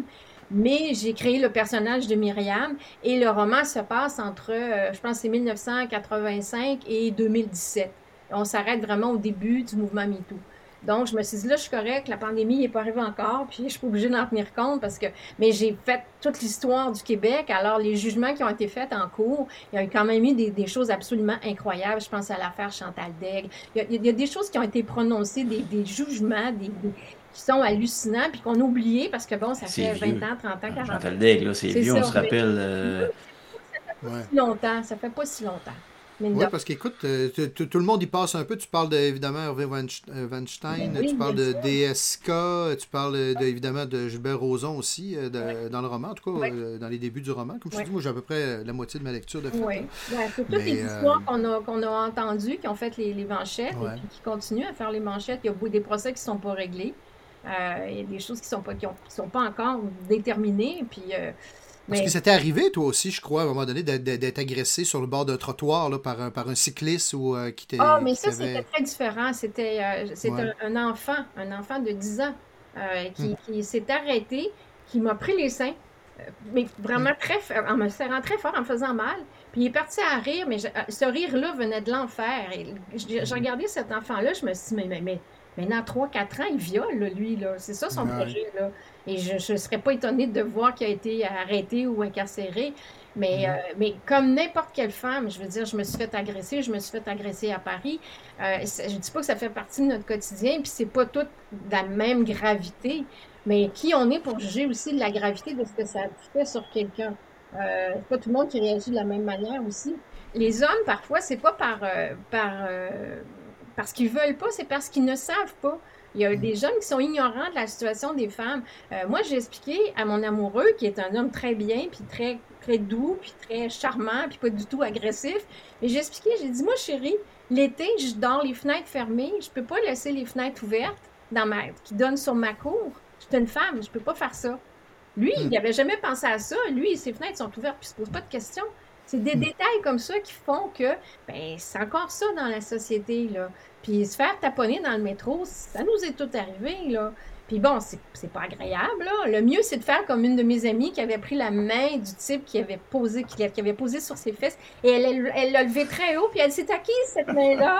Mais j'ai créé le personnage de Myriam et le roman se passe entre, euh, je pense, c'est mille neuf cent quatre-vingt-cinq et deux mille dix-sept. On s'arrête vraiment au début du mouvement MeToo. Donc, je me suis dit, là, je suis correcte, la pandémie n'est pas arrivée encore, puis je suis pas obligée d'en tenir compte parce que, mais j'ai fait toute l'histoire du Québec, alors les jugements qui ont été faits en cours, il y a quand même eu des, des choses absolument incroyables. Je pense à l'affaire Chantal Daigle. Il y, a, il y a des choses qui ont été prononcées, des, des jugements, des, des- qui sont hallucinants, puis qu'on a oublié parce que, bon, ça C'est fait vingt vieux. ans, trente ans, Ah, quarante ans. Chantal Daigle, là, c'est C'est vieux, on ça, se mais rappelle. oui, euh, ça fait pas Ouais. si longtemps, ça fait pas si longtemps. Mine de Oui, parce qu'écoute, euh, tu- tu- tout le monde y passe un peu. Tu parles de, évidemment Hervé Weinst- euh, Weinstein, Ben oui, tu parles bien de sûr. D S K, tu parles de, évidemment de Gilbert Rozon aussi euh, Oui, de- dans le roman, en tout cas oui, euh, dans les débuts du roman. Comme je te oui. dis, moi j'ai à peu près euh, la moitié de ma lecture de fait, là. Oui. Ouais, c'est toutes les Mais euh, histoires qu'on a, qu'on a entendues, qui ont fait les, les manchettes et ouais. puis qui continuent à faire les manchettes. Il y a beaucoup des procès qui ne sont pas réglés. Euh, il y a des choses qui ne sont pas, qui ont- qui sont pas encore déterminées. Puis, euh, Parce que mais c'était arrivé, toi aussi, je crois, à un moment donné, d'être d'être agressé sur le bord d'un trottoir là, par un, par un cycliste ou euh, qui Ah, t'est- mais qui ça, c'était t'avait. très différent. C'était euh, c'est Ouais. un, un enfant, un enfant de dix ans euh, Hum, qui, qui s'est arrêté, qui m'a pris les seins, euh, mais hum, vraiment très, f- en me serrant très fort, en me faisant mal. Puis il est parti à rire, mais je- euh, ce rire-là venait de l'enfer. Et je- J'ai mhm. regardé cet enfant-là, je me suis dit, mais, mais, mais maintenant, trois quatre ans, il viole, là, lui, là. C'est ça son Ouais. projet, là. Et je ne serais pas étonnée de voir qu'il a été arrêté ou incarcéré. Mais, euh, Mhm. mais comme n'importe quelle femme, je veux dire, je me suis fait agresser, je me suis fait agresser à Paris. Euh, c'est- je dis pas que ça fait partie de notre quotidien, puis c'est pas tout de la même gravité, mais qui on est pour juger aussi de la gravité de ce que ça fait sur quelqu'un. Euh, c'est pas tout le monde qui réagit de la même manière aussi. Les hommes, parfois, c'est pas par, euh, par euh, parce qu'ils veulent pas, c'est parce qu'ils ne savent pas. Il y a Mhm. des jeunes qui sont ignorants de la situation des femmes. Euh, moi, j'ai expliqué à mon amoureux, qui est un homme très bien, puis très, très doux, puis très charmant, puis pas du tout agressif. Mais j'ai expliqué, j'ai dit, moi, chérie, l'été, je dors les fenêtres fermées. Je peux pas laisser les fenêtres ouvertes dans ma, qui donnent sur ma cour. Je suis une femme, je peux pas faire ça. Lui, il Hum, n'avait jamais pensé à ça. Lui, ses fenêtres sont ouvertes, puis il se pose pas de questions. C'est des hum. détails comme ça qui font que, ben, c'est encore ça dans la société, là. Puis se faire taponner dans le métro, ça nous est tout arrivé, là. Puis bon, c'est c'est pas agréable, là. Le mieux, c'est de faire comme une de mes amies qui avait pris la main du type qui avait posé, qui, qui avait posé sur ses fesses, et elle elle elle l'a levé très haut, puis elle s'est acquise cette main-là.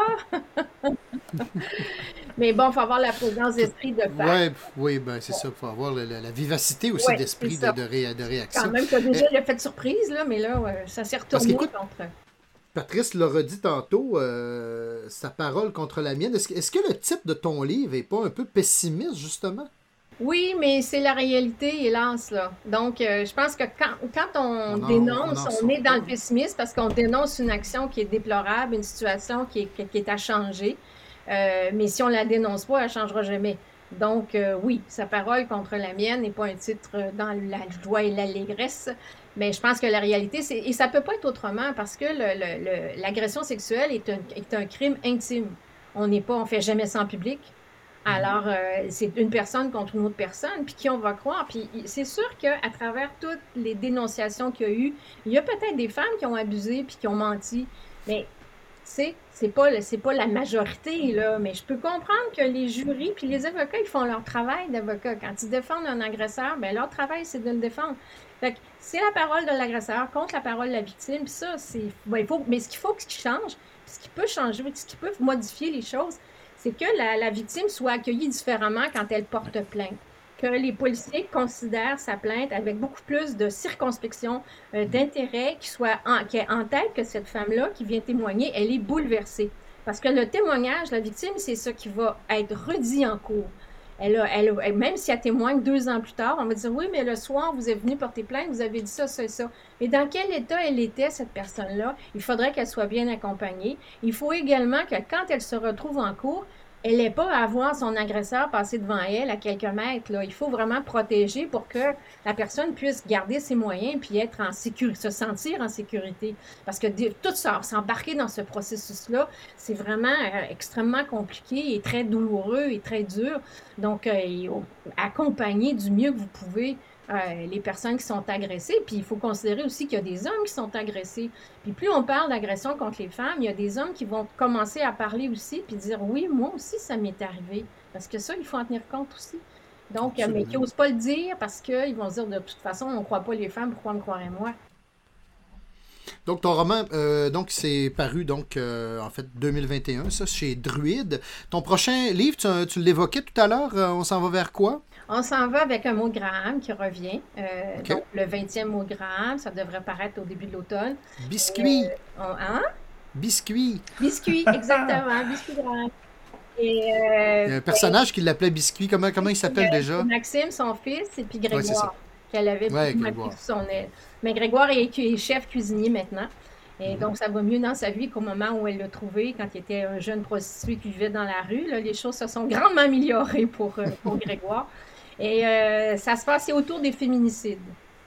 Mais bon, il faut avoir la présence Tout- d'esprit de faire. Ouais, p- oui, ben c'est ça. Il faut avoir la, la- la vivacité aussi Oui, c'est d'esprit de, ça. de, ré- de Quand réaction. même, tu as Eh, déjà l'effet de surprise, là, mais là, ouais, ça s'est parce retourné qu'écoute, contre. Patrice l'a redit tantôt, euh, sa parole contre la mienne. Est-ce que, est-ce que le titre de ton livre est pas un peu pessimiste, justement? Oui, mais c'est la réalité, hélas, là. Donc, euh, je pense que quand, quand on On en, on dénonce, en on est sort dans pas, le là. pessimisme parce qu'on dénonce une action qui est déplorable, une situation qui est, qui qui est à changer. Euh, mais si on la dénonce pas, elle changera jamais. Donc, euh, oui, sa parole contre la mienne n'est pas un titre dans la joie et l'allégresse, mais je pense que la réalité, c'est, et ça peut pas être autrement parce que le- le- le- l'agression sexuelle est un, est un crime intime. On n'est pas, on fait jamais ça en public. Mhm. Alors, euh, c'est une personne contre une autre personne, puis qui on va croire. Puis c'est sûr qu'à travers toutes les dénonciations qu'il y a eu, il y a peut-être des femmes qui ont abusé puis qui ont menti, mais c'est c'est pas le- c'est pas la majorité là. Mais je peux comprendre que les jurys puis les avocats ils font leur travail d'avocat. Quand ils défendent un agresseur, ben leur travail c'est de le défendre. Fait que c'est la parole de l'agresseur contre la parole de la victime. Puis ça c'est ben, il faut mais ce qu'il faut ce qui change, puis ce qui peut changer, ce qui peut modifier les choses, c'est que la, la victime soit accueillie différemment quand elle porte plainte. Que les policiers considèrent sa plainte avec beaucoup plus de circonspection, euh, d'intérêt, qui soit en, qui ait en tête que cette femme-là qui vient témoigner, elle est bouleversée. Parce que le témoignage, la victime, c'est ça qui va être redit en cours. Elle a, elle a- même si elle témoigne deux ans plus tard, on va dire oui, mais le soir, vous êtes venu porter plainte, vous avez dit ça, ça et ça. Mais dans quel état elle était, cette personne-là? Il faudrait qu'elle soit bien accompagnée. Il faut également que quand elle se retrouve en cours, elle n'ait pas à voir son agresseur passer devant elle à quelques mètres, là. Il faut vraiment protéger pour que la personne puisse garder ses moyens puis être en sécurité, se sentir en sécurité. Parce que de- tout ça, s'embarquer dans ce processus-là, c'est vraiment euh, extrêmement compliqué et très douloureux et très dur. Donc, euh, il faut accompagner du mieux que vous pouvez euh, les personnes qui sont agressées. Puis, il faut considérer aussi qu'il y a des hommes qui sont agressés. Puis plus on parle d'agression contre les femmes, il y a des hommes qui vont commencer à parler aussi, puis dire oui, moi aussi ça m'est arrivé. Parce que ça, il faut en tenir compte aussi. Donc, euh, mais qui n'osent pas le dire parce qu'ils vont se dire de toute façon, on ne croit pas les femmes, pourquoi me croirait moi? Donc, ton roman, euh, donc, c'est paru, donc, euh, en fait, deux mille vingt et un, ça, chez Druide. Ton prochain livre, tu, tu l'évoquais tout à l'heure, euh, on s'en va vers quoi? On s'en va avec un mot de Graham qui revient. Euh, OK. Donc, le vingtième mot de Graham, ça devrait paraître au début de l'automne. Biscuit! Et, euh, on- hein? Biscuit! Biscuit, exactement, Biscuit Graham. Et, euh, Il y a un personnage qui l'appelait Biscuit. Comment, comment il s'appelle euh, déjà? Maxime, son fils, et puis Ouais, c'est ça. Grégoire, qu'elle avait Ouais, beaucoup Grégoire. appris sous son aile. Mais Grégoire est, cu- est chef cuisinier maintenant. Et Mhm. donc, ça va mieux dans sa vie qu'au moment où elle l'a trouvé, quand il était un jeune prostitué qui vivait dans la rue. Là, les choses se sont grandement améliorées pour, euh, pour Grégoire. Et euh, ça se passait autour des féminicides.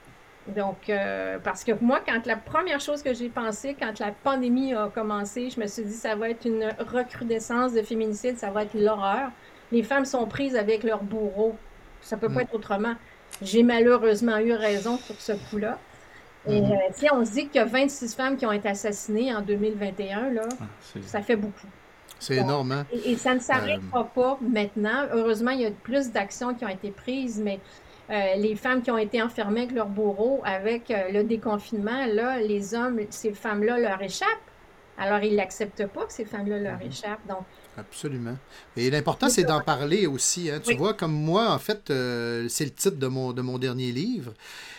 Donc, euh, parce que moi, quand la première chose que j'ai pensé, quand la pandémie a commencé, je me suis dit, ça va être une recrudescence de féminicides, ça va être l'horreur. Les femmes sont prises avec leurs bourreaux. Ça peut pas Mm. être autrement. J'ai malheureusement eu raison sur ce coup-là. Et Mhm. euh, tu sais, on se dit qu'il y a vingt-six femmes qui ont été assassinées en deux mille vingt et un, là. Ah, c'est- Ça fait beaucoup. C'est Bon. énorme, hein? Et, et ça ne s'arrêtera pas maintenant. Heureusement, il y a plus d'actions qui ont été prises, mais euh, les femmes qui ont été enfermées avec leurs bourreaux, avec euh, le déconfinement, là, les hommes, ces femmes-là leur échappent. Alors, ils n'acceptent pas que ces femmes-là leur Mhm. échappent. Donc, Absolument. Et l'important, c'est d'en parler aussi. Hein. Tu Oui. vois, comme moi, en fait, euh, c'est le titre de mon, de mon dernier livre.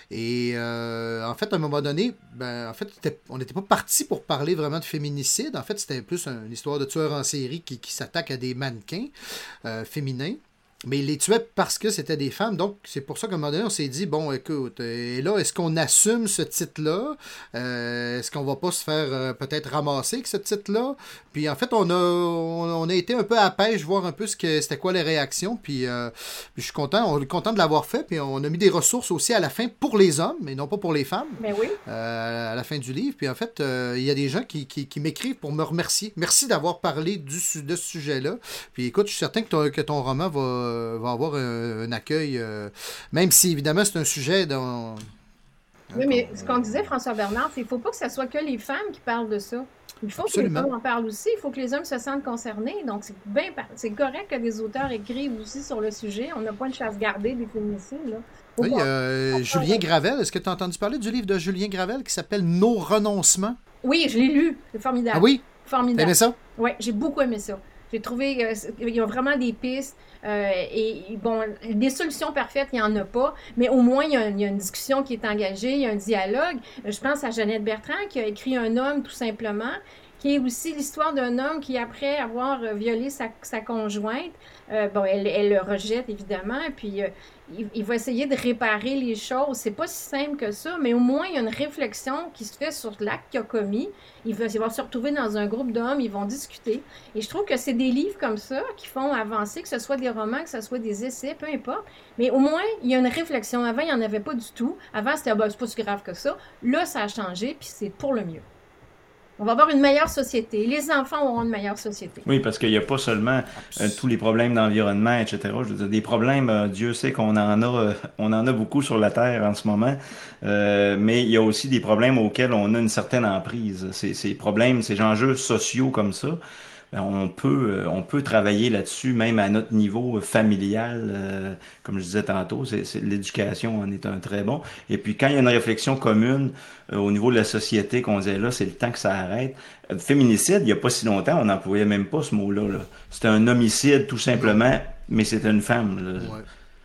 Et euh, en fait, à un moment donné, ben, en fait, c'était- on n'était pas parti pour parler vraiment de féminicide. En fait, c'était plus un- une histoire de tueur en série qui, qui s'attaque à des mannequins euh, féminins. Mais il les tuait parce que c'était des femmes. Donc, c'est pour ça qu'à un moment donné, on s'est dit, bon, écoute, et là, est-ce qu'on assume ce titre-là? Euh, est-ce qu'on va pas se faire euh, peut-être ramasser avec ce titre-là? Puis en fait, on a, on, on a été un peu à pêche, voir un peu ce que c'était quoi les réactions. Puis, euh, puis je suis content, on est content de l'avoir fait. Puis on a mis des ressources aussi à la fin pour les hommes, mais non pas pour les femmes, mais oui. euh, à la fin du livre. Puis en fait, euh, il y a des gens qui, qui, qui m'écrivent pour me remercier. Merci d'avoir parlé du, su- de ce sujet-là. Puis écoute, je suis certain que ton, que ton roman va, va avoir un, un accueil, euh, même si évidemment c'est un sujet dont... Oui, mais ce qu'on disait, François Bernard, c'est qu'il ne faut pas que ce soit que les femmes qui parlent de ça. Il faut Absolument. que les hommes en parlent aussi. Il faut que les hommes se sentent concernés. Donc, c'est bien par- c'est correct que des auteurs écrivent aussi sur le sujet. On n'a pas une chasse gardée des féminicides, là. Faut Oui, pas- euh, Julien Gravel, est-ce que tu as entendu parler du livre de Julien Gravel qui s'appelle Nos renoncements? Oui, je l'ai lu. C'est formidable. Ah oui? T'as Formidable. aimé ça? Oui, j'ai beaucoup aimé ça. J'ai trouvé euh, il y a vraiment des pistes. euh, et bon, des solutions parfaites, il n'y en a pas. Mais au moins, il y, a, il y a une discussion qui est engagée, il y a un dialogue. Je pense à Jeannette Bertrand qui a écrit Un homme, tout simplement, qui est aussi l'histoire d'un homme qui, après avoir euh, violé sa, sa conjointe, euh, bon, elle, elle le rejette évidemment, puis euh, il, il va essayer de réparer les choses. C'est pas si simple que ça, mais au moins il y a une réflexion qui se fait sur l'acte qu'il a commis. Il va, il va se retrouver dans un groupe d'hommes, ils vont discuter. Et je trouve que c'est des livres comme ça qui font avancer, que ce soit des romans, que ce soit des essais, peu importe. Mais au moins, il y a une réflexion. Avant, il n'y en avait pas du tout. Avant, c'était ah, ben, c'est pas si grave que ça. Là, ça a changé, puis c'est pour le mieux. On va avoir une meilleure société. Les enfants auront une meilleure société. Oui, parce qu'il n'y a pas seulement euh, tous les problèmes d'environnement, et cetera. Je veux dire, des problèmes, euh, Dieu sait qu'on en a, euh, on en a beaucoup sur la Terre en ce moment, euh, mais il y a aussi des problèmes auxquels on a une certaine emprise. Ces, ces problèmes, ces enjeux sociaux comme ça, ben, on peut, euh, on peut travailler là-dessus, même à notre niveau euh, familial, euh, comme je disais tantôt, c'est, c'est- l'éducation en est un très bon. Et puis quand il y a une réflexion commune euh, au niveau de la société, qu'on disait là, c'est le temps que ça arrête. Euh, Féminicide, il n'y a pas si longtemps, on n'employait même pas ce mot-là. Là. C'était un homicide tout simplement, mais c'était une femme. Là. Ouais.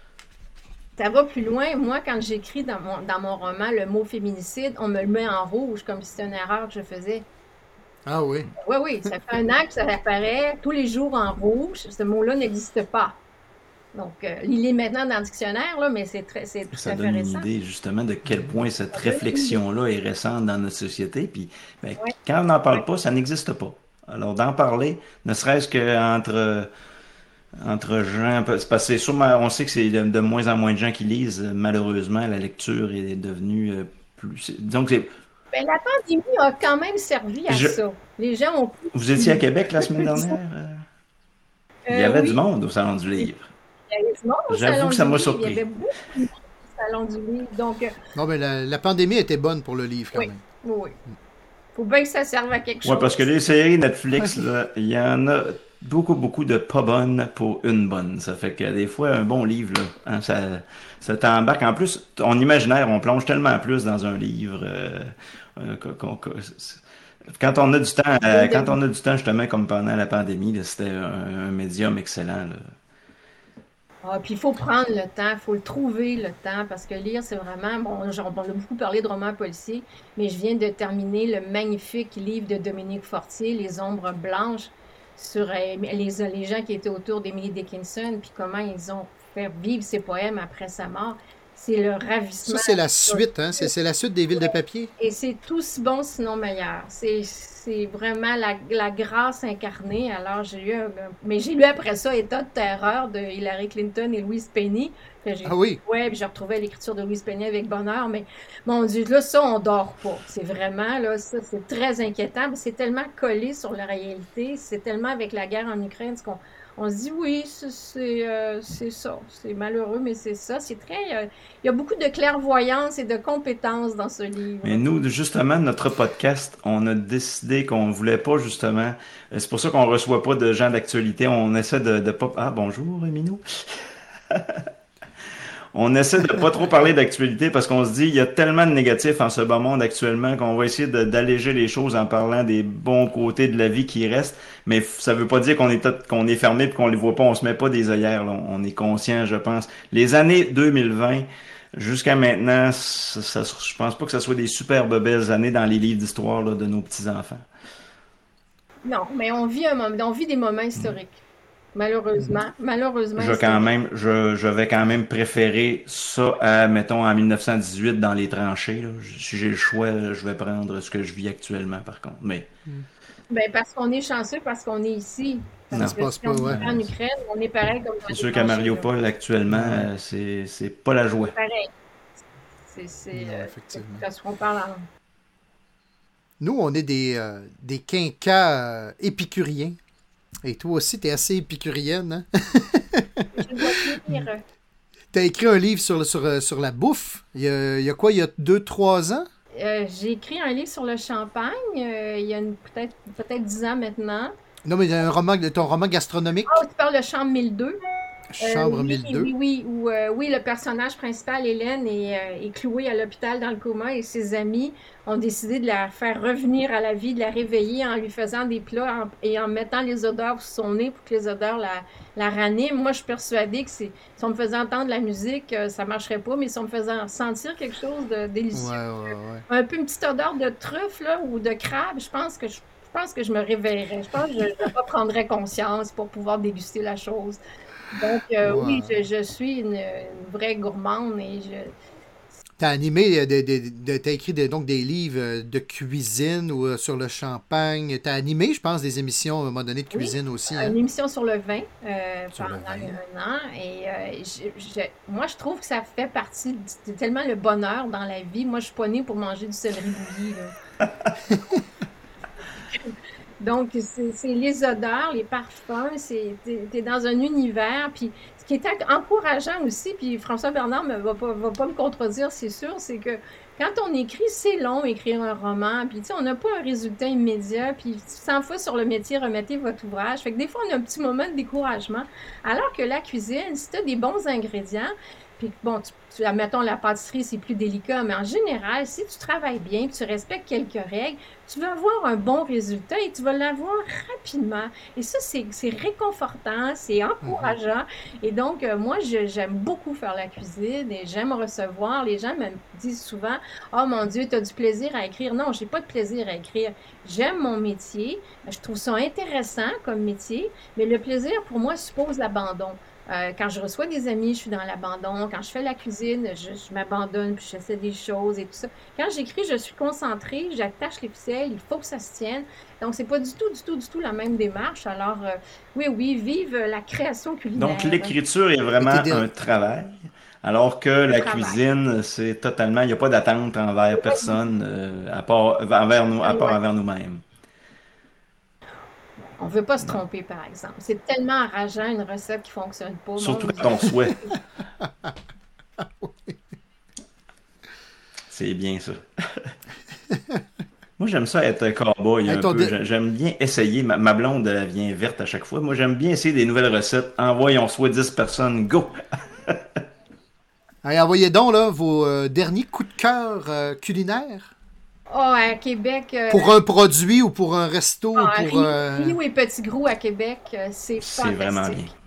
Ça va plus loin. Moi, quand j'écris dans mon, dans mon roman le mot féminicide, on me le met en rouge, comme si c'était une erreur que je faisais. Ah oui. Oui, oui, ça fait un an que ça apparaît tous les jours en rouge. Ce mot-là n'existe pas. Donc, euh, il est maintenant dans le dictionnaire, là, mais c'est très, c'est tout Ça à fait donne une récent. idée justement de quel point cette réflexion-là est récente dans notre société. Puis ben, Ouais. quand on n'en parle pas, ça n'existe pas. Alors d'en parler, ne serait-ce qu'entre entre gens, c'est parce que c'est sûrement, on sait que c'est de, de moins en moins de gens qui lisent. Malheureusement, la lecture est devenue euh, plus. c'est- Disons que c'est. Ben, la pandémie a quand même servi à Je- ça. Les gens ont pu... Vous étiez à Québec la semaine dernière? euh? Il y Euh, avait oui, du monde au Salon du Livre. il y avait du monde au J'avoue Salon que ça du m'a Livre. surpris. Il y avait beaucoup de monde au Salon du Livre. Donc, euh, Non, mais la, la pandémie était bonne pour le livre quand oui, même. oui, oui. Faut bien que ça serve à quelque Ouais, chose. parce que les séries Netflix, là, il y en a beaucoup, beaucoup de pas bonnes pour une bonne. Ça fait que des fois, un bon livre, là, hein, ça, ça t'embarque. En plus, ton imaginaire, on plonge tellement plus dans un livre. euh, euh, qu'on- qu'on- quand on a du temps, euh, quand on a du temps justement comme pendant la pandémie, là, c'était un, un médium excellent. Là. Ah, puis il faut prendre le temps, il faut le trouver le temps, parce que lire, c'est vraiment, bon, genre, on a beaucoup parlé de romans policiers, mais je viens de terminer le magnifique livre de Dominique Fortier, Les Ombres Blanches, sur euh, les, les gens qui étaient autour d'Emily Dickinson, puis comment ils ont fait vivre ses poèmes après sa mort. C'est le Ça, ravissement. c'est la suite, hein? C'est c'est la suite des villes de papier. Et c'est aussi bon, sinon meilleur. C'est c'est vraiment la, la grâce incarnée. Alors, j'ai eu un- mais j'ai lu après ça État de terreur de Hillary Clinton et Louise Penny. Que j'ai Ah oui. ouais, puis j'ai retrouvé l'écriture de Louise Penny avec bonheur. Mais mon Dieu, là, ça, on dort pas. C'est vraiment, là, ça, c'est très inquiétant. C'est tellement collé sur la réalité. C'est tellement avec la guerre en Ukraine, ce qu'on on se dit oui, c'est c'est, euh, c'est ça. C'est malheureux, mais c'est ça. C'est très. euh, il y a beaucoup de clairvoyance et de compétences dans ce livre. Mais nous, justement, notre podcast, on a décidé qu'on voulait pas justement. euh, C'est pour ça qu'on reçoit pas de gens d'actualité. On essaie de, de pas. Ah bonjour, Minou. On essaie de pas trop parler d'actualité parce qu'on se dit il y a tellement de négatifs en ce bas monde actuellement qu'on va essayer de- d'alléger les choses en parlant des bons côtés de la vie qui restent. Mais f- ça veut pas dire qu'on est tout- qu'on est fermé et qu'on les voit pas. On se met pas des œillères. Là. On est conscient, je pense. Les années deux mille vingt jusqu'à maintenant, ça, ça- je pense pas que ce soit des superbes belles années dans les livres d'histoire là, de nos petits enfants. Non, mais on vit un moment, on vit des moments historiques. Malheureusement, malheureusement Je quand historiques. même, je, je vais quand même préférer ça à, mettons, en mille neuf cent dix-huit dans les tranchées. Là. Si j'ai le choix, je vais prendre ce que je vis actuellement, par contre. Mais Ben, parce qu'on est chanceux, parce qu'on est ici. Ça Parce se que passe si pas, on ouais. vivait en Ukraine, on est pareil comme dans c'est les sûr qu'à tranchées, là. Mariupol, actuellement, Ouais. euh, c'est, c'est pas la joie. Pareil. C'est, c'est, Non, euh, effectivement. parce qu'on parle en... Nous, on est des, euh, des quinquas euh, épicuriens. Et toi aussi, t'es assez épicurienne, hein? Je dois lire. T'as écrit un livre sur, le- sur, euh, sur la bouffe. Il y a, il y a quoi, il y a deux, trois ans? Euh, j'ai écrit un livre sur le champagne, euh, il y a une- peut-être peut-être dix ans maintenant. Non, mais il y a un roman, ton roman gastronomique, Oh, tu parles de Chambre mille deux. Euh, Chambre oui, mille deux. oui, oui, où, euh, oui, le personnage principal, Hélène, est, euh, est clouée à l'hôpital dans le coma et ses amis ont décidé de la faire revenir à la vie, de la réveiller en lui faisant des plats en- et en mettant les odeurs sur son nez pour que les odeurs la, la raniment. Moi, je suis persuadée que c'est, si on me faisait entendre la musique, euh, ça marcherait pas, mais si on me faisait sentir quelque chose de Ouais, délicieux, ouais, ouais. un peu une petite odeur de truffe là, ou de crabe, je pense que je, je pense que je me réveillerais. Je pense que je, je reprendrais conscience pour pouvoir déguster la chose. Donc, euh, oui, Ouais. je, je suis une, une vraie gourmande et je. T'as animé, euh, des- des- des- t'as écrit des- donc des livres euh, de cuisine ou euh, sur le champagne. T'as animé, je pense, des émissions à un moment donné de Oui, cuisine aussi. Hein? une émission sur le vin euh, Sur le pendant vin. un an. Et euh, je- je- moi, je trouve que ça fait partie, de- c'est tellement le bonheur dans la vie. Moi, je suis pas née pour manger du céleri bouilli, là. Donc, c'est c'est les odeurs, les parfums, c'est, t'es, t'es dans un univers. Puis, ce qui est ac- encourageant aussi, puis François Bernard ne va pas, va pas me contredire, c'est sûr, c'est que quand on écrit, c'est long écrire un roman. Puis, tu sais, on n'a pas un résultat immédiat. Puis, cent fois sur le métier, remettez votre ouvrage. Fait que des fois, on a un petit moment de découragement. Alors que la cuisine, si tu as des bons ingrédients, puis bon, tu, tu- admettons, la pâtisserie, c'est plus délicat, mais en général, si tu travailles bien, puis tu respectes quelques règles, tu vas avoir un bon résultat et tu vas l'avoir rapidement. Et ça, c'est c'est réconfortant, c'est encourageant. Et donc, euh, moi, je- j'aime beaucoup faire la cuisine et j'aime recevoir. Les gens me disent souvent, oh mon Dieu, tu as du plaisir à écrire. Non, j'ai pas de plaisir à écrire. J'aime mon métier. Je trouve ça intéressant comme métier, mais le plaisir, pour moi, suppose l'abandon. Euh, quand je reçois des amis, je suis dans l'abandon. Quand je fais la cuisine, je, je m'abandonne, puis j'essaie des choses et tout ça. Quand j'écris, je suis concentrée, j'attache les ficelles, il faut que ça se tienne. Donc, c'est pas du tout, du tout, du tout la même démarche. Alors, euh, oui, oui, vive la création culinaire. Donc, l'écriture est vraiment Et t'es der- un travail, alors que la travail. cuisine, c'est totalement, il n'y a pas d'attente envers personne, euh, à part, envers nous, à part Ouais. envers nous-mêmes. On veut pas se tromper, par exemple. C'est tellement enrageant, une recette qui fonctionne pas. Surtout Mon quand on Dieu. souhaite. C'est bien ça. Moi, Moi, j'aime ça être cowboy Hey, un ton peu. dé- J'ai- J'aime bien essayer. Ma, ma blonde elle vient verte à chaque fois. Moi, j'aime bien essayer des nouvelles recettes. Envoyons soit dix personnes. Go! Hey, envoyez donc là, vos euh, derniers coups de cœur euh, culinaires Oh, à Québec, euh, pour un produit ou pour un resto ou ah, pour. Rio, euh, Rio et Petit Gros à Québec, euh, c'est C'est vraiment bien. fantastique.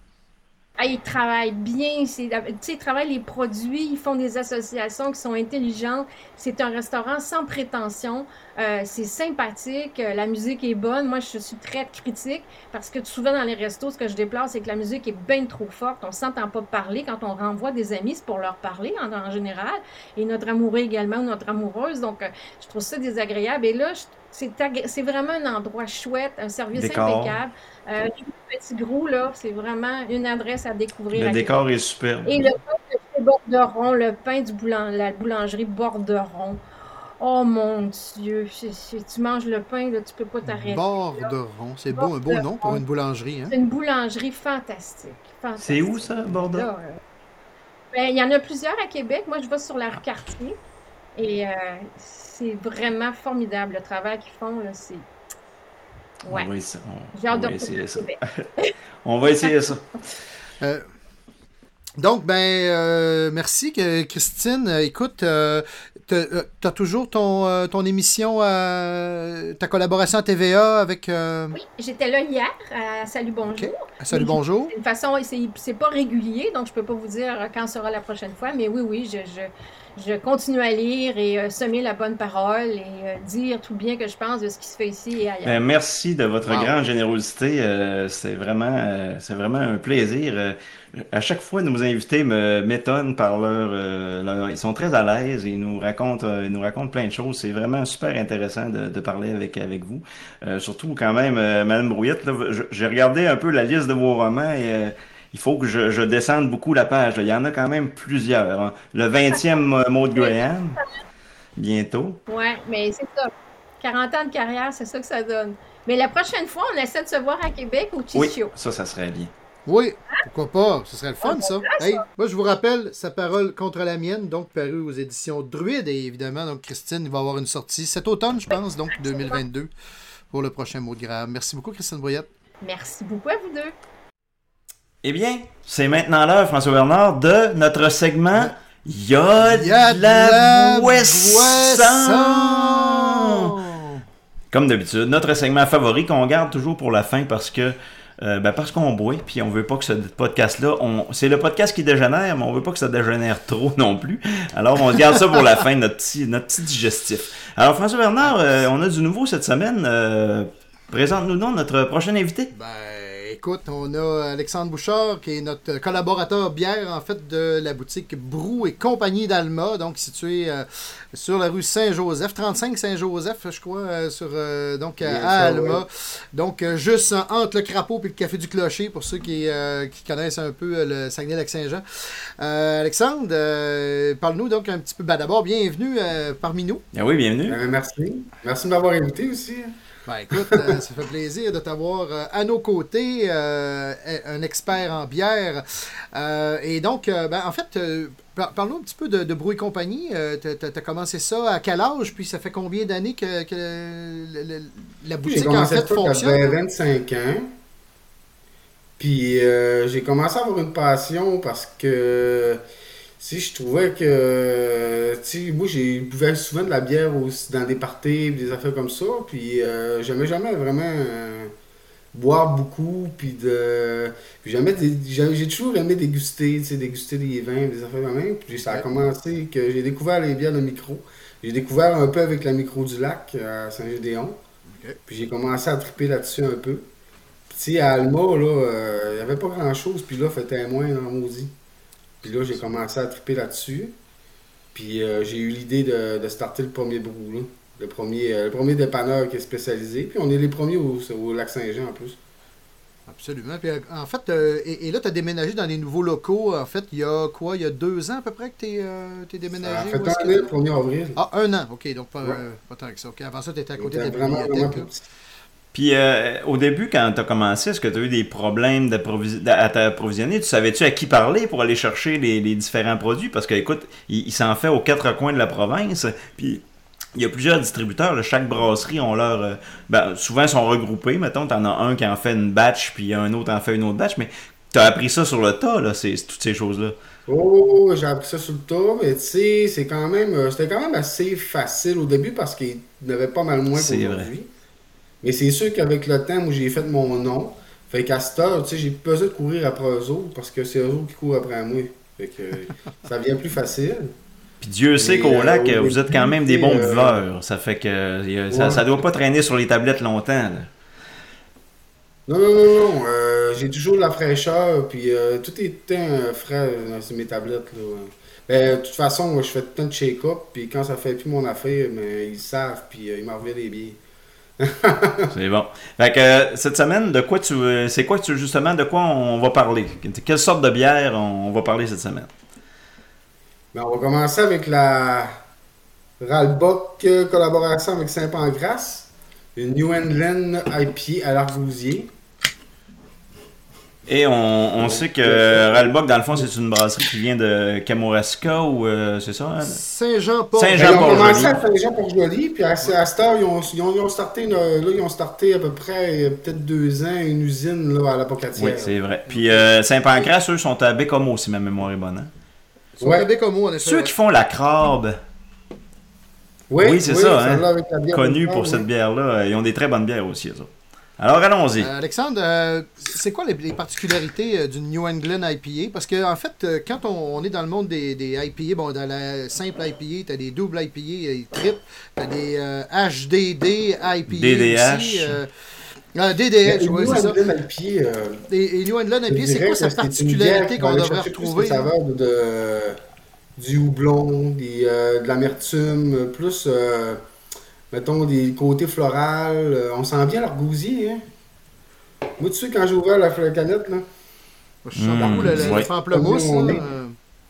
Ah, ils travaillent bien, c'est, tu sais, ils travaillent les produits, ils font des associations qui sont intelligentes. C'est un restaurant sans prétention, euh, c'est sympathique, euh, la musique est bonne. Moi, je suis très critique parce que souvent dans les restos, ce que je déplore, c'est que la musique est bien trop forte. On ne s'entend pas parler. Quand on renvoie des amis, c'est pour leur parler en, en général. Et notre amoureux également ou notre amoureuse. Donc, euh, je trouve ça désagréable. Et là, je- c'est, agré- c'est vraiment un endroit chouette, un service Décor. impeccable. Euh, Petit Gros, là, c'est vraiment une adresse à découvrir Le à décor Québec. est superbe. Et le pain de chez Borderon, le pain du boulan- la boulangerie Borderon. Oh mon Dieu, c'est- c'est- tu manges le pain, là, tu peux pas t'arrêter. Borderon. C'est beau, un beau nom pour une boulangerie. Hein? C'est une boulangerie fantastique. C'est où fantastique. ça, Bordeaux? Là, euh, ben, il y en a plusieurs à Québec. Moi, je vais sur la rue Cartier. Et euh, c'est vraiment formidable le travail qu'ils font. Là, c'est... On Ouais. va essayer, on- J'ai on hâte de va retourner essayer à ça. Québec. On va essayer ça. Euh, donc, ben, euh, merci, que- Christine. Euh, Écoute, euh, tu as toujours ton, euh, ton émission, euh, ta collaboration à T V A avec. euh, Oui, j'étais là hier à Salut Bonjour. OK. Salut, bonjour. C'est une façon, c'est, c'est pas régulier, donc je peux pas vous dire quand sera la prochaine fois, mais oui, oui, je, je, je continue à lire et euh, semer la bonne parole et euh, dire tout bien que je pense de ce qui se fait ici et ailleurs. Ben, merci de votre Wow. grande générosité. Euh, c'est vraiment, euh, c'est vraiment un plaisir. Euh, à chaque fois, nos invités me m'étonnent par leur, euh, leur- ils sont très à l'aise et ils nous racontent, euh, ils nous racontent plein de choses. C'est vraiment super intéressant de, de parler avec avec vous. Euh, surtout quand même, euh, Madame Brouillette, là, je- j'ai regardé un peu la liste de vos romans et euh, il faut que je, je descende beaucoup la page, là. Il y en a quand même plusieurs, hein. Le vingtième euh, Maud Graham, bientôt. Ouais, mais c'est ça. quarante ans de carrière, c'est ça que ça donne. Mais la prochaine fois, on essaie de se voir à Québec au Oui, Chichio. ça, ça serait bien. Oui, pourquoi pas? Ce serait le fun, Ah, ça. Hey, moi, je vous rappelle, Sa parole contre la mienne, donc paru aux éditions Druide. Et évidemment, donc Christine va avoir une sortie cet automne, je pense, donc deux mille vingt-deux, pour le prochain mot de grave. Merci beaucoup, Christine Brouillette. Merci beaucoup à vous deux. Eh bien, c'est maintenant l'heure, François Bernard, de notre segment Il y a Il y a de la boisson! boisson! Comme d'habitude, notre segment favori qu'on garde toujours pour la fin parce que euh, ben parce qu'on boit, puis on veut pas que ce podcast-là, on... c'est le podcast qui dégénère, mais on veut pas que ça dégénère trop non plus. Alors on se garde ça pour la fin, notre petit, notre petit digestif. Alors François Bernard, euh, on a du nouveau cette semaine. Euh, présente-nous donc notre prochain invité. Ben, écoute, on a Alexandre Bouchard, qui est notre collaborateur bière, en fait, de la boutique Brou et Compagnie d'Alma, donc située euh, sur la rue Saint-Joseph, trente-cinq Saint-Joseph, je crois, euh, sur, euh, donc à, Bien à ça, Alma. oui. Donc, euh, juste euh, entre le Crapaud et le Café du Clocher, pour ceux qui, euh, qui connaissent un peu euh, le Saguenay-Lac-Saint-Jean. Euh, Alexandre, euh, parle-nous donc un petit peu. Ben, d'abord, bienvenue euh, parmi nous. Ah oui, bienvenue. Euh, merci. Merci de m'avoir invité aussi. Ben écoute, euh, ça fait plaisir de t'avoir euh, à nos côtés, euh, un expert en bière. Euh, et donc, euh, ben, en fait, euh, par- parle-nous un petit peu de, de Brou et Compagnie. Euh, t'as, t'as- t'as commencé ça à quel âge? Puis ça fait combien d'années que, que le- le- la J'ai boutique en commencé fait ça quand fonctionne? j'avais vingt-cinq ans. Puis euh, j'ai commencé à avoir une passion parce que si je trouvais que tu sais, moi j'ai buvais souvent de la bière aussi dans des parties, des affaires comme ça, puis euh, j'aimais jamais vraiment euh, boire beaucoup, puis de puis jamais dé- j'ai j'ai toujours aimé déguster, tu sais, déguster des vins, des affaires de même. Puis ça a Ouais. commencé que j'ai découvert les bières de micro. J'ai découvert un peu avec la micro du lac à Saint-Gédéon. Ok. Puis j'ai commencé à triper là-dessus un peu. Puis tu sais, à Alma, là, euh, il n'y avait pas grand-chose, puis là, fait moins dans maudit. Puis là, j'ai commencé à triper là-dessus. Puis euh, j'ai eu l'idée de, de starter le premier brou, là. Le premier, euh, le premier dépanneur qui est spécialisé. Puis on est les premiers au, au Lac-Saint-Jean en plus. Absolument. Puis, euh, en fait, euh, et, et là, tu as déménagé dans les nouveaux locaux. En fait, il y a quoi? Il y a deux ans à peu près que tu es, Ça déménagé? a fait Où est-ce un que- an, le premier avril. Ah, un an. OK, donc pas, Ouais. euh, pas tant que ça. OK, avant ça, tu étais à côté de C'était la vraiment, vraiment bibliothèque. tout là. petit. Puis euh, au début, quand tu as commencé, est-ce que tu as eu des problèmes d'approvis- à t'approvisionner? Tu savais-tu à qui parler pour aller chercher les, les différents produits? Parce que, écoute, il, il s'en fait aux quatre coins de la province. Puis il y a plusieurs distributeurs. Là, chaque brasserie ont leur... Euh, ben, souvent, ils sont regroupés. Mettons, t'en as un qui en fait une batch, puis un autre en fait une autre batch. Mais t'as appris ça sur le tas, là, c'est, toutes ces choses-là. Oh, j'ai appris ça sur le tas, mais tu sais, c'est quand même, euh, c'était quand même assez facile au début parce qu'il y en avait pas mal moins C'est qu'aujourd'hui. Mais c'est sûr qu'avec le temps où j'ai fait mon nom, fait qu'à cette heure, tu sais, j'ai plus besoin de courir après eux autres parce que c'est eux autres qui courent après moi. Fait que ça devient plus facile. Puis Dieu sait Mais, qu'au euh, lac, au vous êtes début, quand même des tu sais, bons euh, buveurs. Ça fait que euh, ça, Ouais. ça doit pas traîner sur les tablettes longtemps. Là. Non, non, non, non. euh, j'ai toujours de la fraîcheur, puis euh, tout est tout le temps euh, frais euh, sur mes tablettes. Là. Ben, de toute façon, moi, je fais tout le temps de shake-up, puis quand ça fait plus mon affaire, ben, ils savent, puis euh, ils m'en reviennent des billets. C'est bon. Fait que euh, cette semaine, de quoi tu veux- c'est quoi tu justement de quoi on va parler? Quelle sorte de bière on va parler cette semaine? Ben, on va commencer avec la Ralbock euh, collaboration avec Saint-Pancras, une New England I P A à l'argousier. Et on, on sait que Ralbock, dans le fond, c'est une brasserie qui vient de Kamouraska ou euh, c'est ça? Hein? Saint-Jean-Port. Saint-Jean- Ben, ils ont Port-Joli. commencé à Saint-Jean-Port-Joli, puis à, à cette heure, ils ont, ils ont, ils ont starté, une- là, ils ont starté à peu près, il y a peut-être deux ans, une usine là, à la Pocatière. Oui, c'est vrai. Puis euh, Saint-Pancras, eux, sont à Bécomo, si ma mémoire est bonne. Hein? Ils sont Ouais. très comme moi, en effet. Ceux ouais. qui font la crabe, Oui, Oui, c'est ça, hein. celle-là avec la bière connus de pour Fort, cette oui. bière-là, euh, ils ont des très bonnes bières aussi, eux autres. Alors, allons-y. Euh, Alexandre, euh, c'est quoi les, les particularités euh, d'une New England I P A? Parce que en fait, euh, quand on, on est dans le monde des, des I P A, bon, dans la simple I P A, t'as des doubles I P A, des triples, t'as des euh, H D D I P A D D H. aussi. Euh, euh, D D Mais H, une oui, New c'est ça. England I P A, euh, Et, et New England I je P A, c'est dirais quoi sa que c'est une bière particularité qui va qu'on aller devrait chercher plus retrouver? les saveurs de, de- du houblon, des, euh, de l'amertume, plus, euh, mettons, des côtés florales. euh, On sent bien l'argousier, hein. Moi, tu sais, quand j'ai ouvert la, la canette, là, Je sens Mmh, beaucoup le, le, le ouais. pamplemousse. On là, est. euh,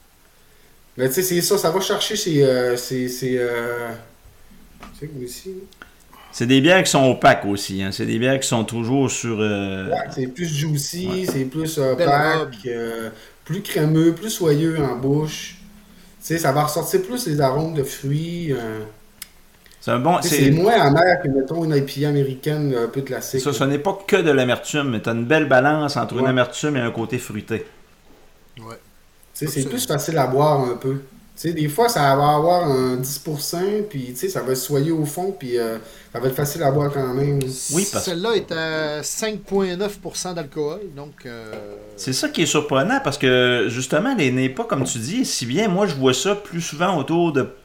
mais tu sais, c'est ça, ça va chercher ces... euh, ces, ces euh... Tu sais, quoi ici, là? C'est des bières qui sont opaques aussi. Hein. C'est des bières qui sont toujours sur... euh, Ouais, c'est plus juicy, Ouais. c'est plus euh, Belle opaque, robe. euh, plus crémeux, plus soyeux en bouche. Tu sais, ça va ressortir plus les arômes de fruits. euh. C'est un bon... Tu sais, c'est- c'est moins amer que, mettons, une I P A américaine un peu classique. Ça, ce n'est pas que de l'amertume, mais tu as une belle balance entre une Ouais. amertume et un côté fruité. ouais. Tu sais, c'est plus facile à boire un peu. Tu sais, des fois, ça va avoir un dix pour cent, puis tu sais, ça va se soyer au fond, puis euh, ça va être facile à boire quand même. Oui, parce- Celle-là est à cinq virgule neuf pour cent d'alcool, donc... euh, C'est ça qui est surprenant parce que justement, les N E P A, comme tu dis, si bien moi je vois ça plus souvent autour de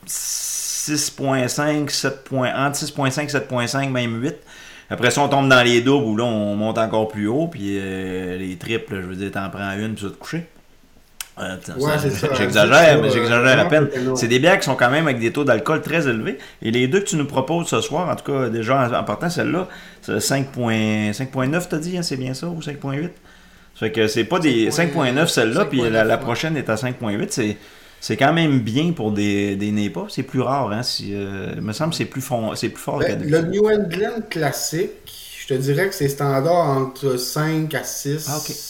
six virgule cinq, sept point un, six virgule cinq, sept virgule cinq, même huit. Après ça, on tombe dans les doubles où là, on monte encore plus haut, puis euh, les triples, je veux dire, t'en prends une, puis tu vas te coucher. Euh, ça, Ouais, c'est ça. J'exagère, C'est mais ça, j'exagère euh, à peine. vraiment, C'est des bières qui sont quand même avec des taux d'alcool très élevés. Et les deux que tu nous proposes ce soir, en tout cas, déjà en, en partant, celle-là, c'est cinq virgule neuf, t'as dit, hein, c'est bien ça, ou cinq virgule huit? Ça fait que c'est pas des cinq virgule neuf celle-là, puis la, la ouais. prochaine est à cinq virgule huit. C'est, c'est quand même bien pour des, des N E P A. C'est plus rare, hein. Si, euh, il me semble que c'est plus, fond, c'est plus fort Ben, qu'à le d'habitude. New England classique, je te dirais que c'est standard entre cinq à six. Ah, ok.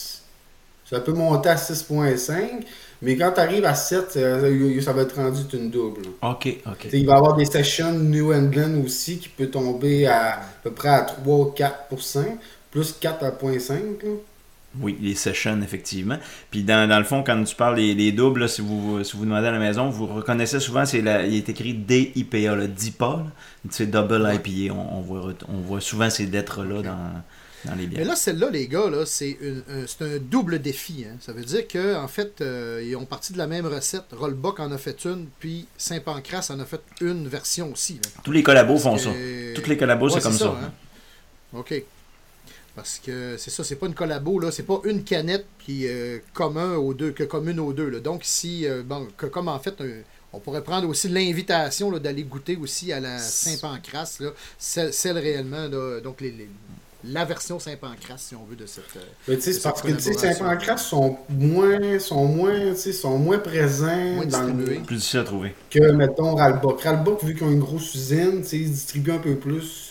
Ça peut monter à six virgule cinq, mais quand tu arrives à sept, euh, ça va être rendu une double. Ok, ok. Tu sais, il va y avoir des sessions New England aussi qui peut tomber à, à peu près à trois ou quatre pour cent, plus quatre virgule cinq. Là. Oui, les sessions, effectivement. Puis dans, dans le fond, quand tu parles des les doubles, là, si, vous, si vous demandez à la maison, vous reconnaissez souvent, c'est la, il est écrit D I P A, le D I P A, là. C'est Double I P A. On, on, voit, on voit souvent ces lettres-là dans, dans les Mais bières. là, celle-là, les gars, là, c'est, une- un, c'est un double défi. Hein. Ça veut dire qu'en fait, euh, ils ont parti de la même recette. Rollbuck en a fait une, puis Saint-Pancras en a fait une version aussi. Là. Tous les collabos font Parce ça. que- Toutes les collabos, Ouais, c'est comme ça. hein. OK. Parce que c'est ça, c'est pas une collabo, là, c'est pas une canette qui euh, commun aux deux, que commune aux deux. Là. Donc, si, euh, bon, que, comme en fait, un- on pourrait prendre aussi l'invitation là, d'aller goûter aussi à la Saint-Pancras, là, celle, celle réellement, là, donc les, les- la version Saint-Pancras, si on veut, de cette. euh, Mais tu sais, c'est cette parce que tu sais, collaboration. Saint-Pancras sont moins, sont moins, tu sais, sont moins présents Moins dans le distribués. Plus difficile à trouver. que, mettons, Ralbock. Ralbock, vu qu'ils ont une grosse usine, tu sais, ils distribuent un peu plus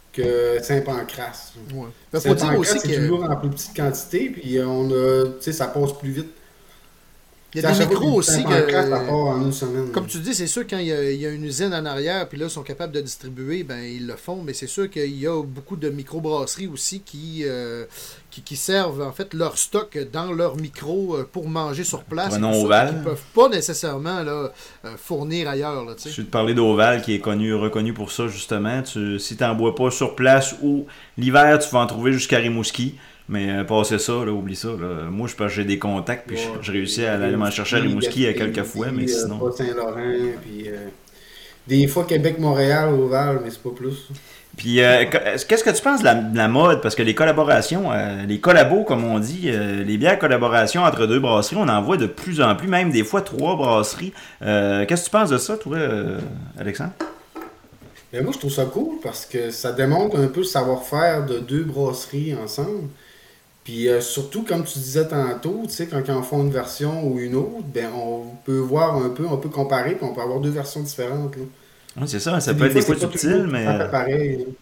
que Saint-Pancras. là. Ouais. Il faut dire Saint-Pancras, aussi c'est que. toujours en plus petite quantité, puis euh, on a, tu sais, ça passe plus vite. Il y a des micros aussi que... Comme tu dis, c'est sûr quand il y, a, il y a une usine en arrière, puis là, ils sont capables de distribuer, ben ils le font, mais c'est sûr qu'il y a beaucoup de microbrasseries aussi qui, euh, qui, qui servent en fait leur stock dans leur micro pour manger sur place. Prenons Oval. Ils ne peuvent pas nécessairement là, fournir ailleurs. Là, je vais te parler d'Oval qui est connu, reconnu pour ça justement. Tu, si tu n'en bois pas sur place ou l'hiver, tu vas en trouver jusqu'à Rimouski. Mais euh, passer ça, là, oublie ça. Là. Moi, je pense que j'ai des contacts, puis ouais, je réussis à aller m'en chercher à Rimouski à quelques fois, mais euh, sinon... Pas Saint-Laurent, puis euh, des fois Québec-Montréal, Oval, mais c'est pas plus. Puis, euh, qu'est-ce que tu penses de la, de la mode? Parce que les collaborations, euh, les collabos, comme on dit, euh, les bières collaborations entre deux brasseries, on en voit de plus en plus, même des fois trois brasseries. Euh, qu'est-ce que tu penses de ça, toi, euh, Alexandre? Ben moi, je trouve ça cool parce que ça démontre un peu le savoir-faire de deux brasseries ensemble. Puis euh, surtout, comme tu disais tantôt, tu sais, quand ils en font une version ou une autre, ben on peut voir un peu, on peut comparer, puis on peut avoir deux versions différentes. Là. Oui, c'est ça, ça peut être des fois subtil, mais... pareil. Là.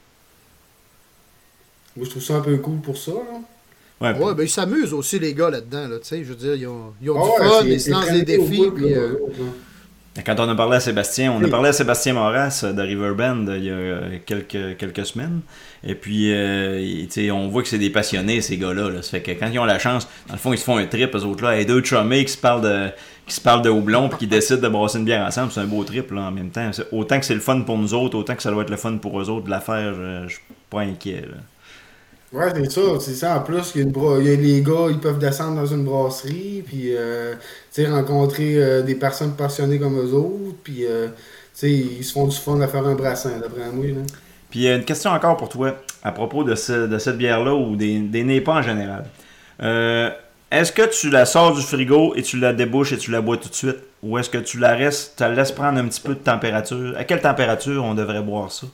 Moi, je trouve ça un peu cool pour ça. Là. Ouais, ouais ben ils s'amusent aussi, les gars, là-dedans. Là, tu sais, je veux dire, ils ont, ils ont oh, du fun, ouais, ils se lancent des défis, puis... Euh... Quand on a parlé à Sébastien, on a parlé à Sébastien Moras de Riverbend il y a quelques, quelques semaines. Et puis, euh, on voit que c'est des passionnés, ces gars-là. Là. Ça fait que quand ils ont la chance, dans le fond, ils se font un trip, eux autres-là, et deux chummés qui se parlent de, qui se parlent de houblon puis qui décident de brasser une bière ensemble. C'est un beau trip là, en même temps. C'est, autant que c'est le fun pour nous autres, autant que ça doit être le fun pour eux autres de la faire, je, je suis pas inquiet. Là. Ouais, c'est ça, c'est ça. En plus, il y a, une bra... il y a les gars, ils peuvent descendre dans une brasserie, puis euh, rencontrer euh, des personnes passionnées comme eux autres, puis euh, ils se font du fun à faire un brassin, d'après moi. Là. Puis une question encore pour toi, à propos de, ce, de cette bière-là, ou des, des N E P A en général. Euh, est-ce que tu la sors du frigo et tu la débouches et tu la bois tout de suite? Ou est-ce que tu la restes, tu la laisses prendre un petit peu de température? À quelle température on devrait boire ça?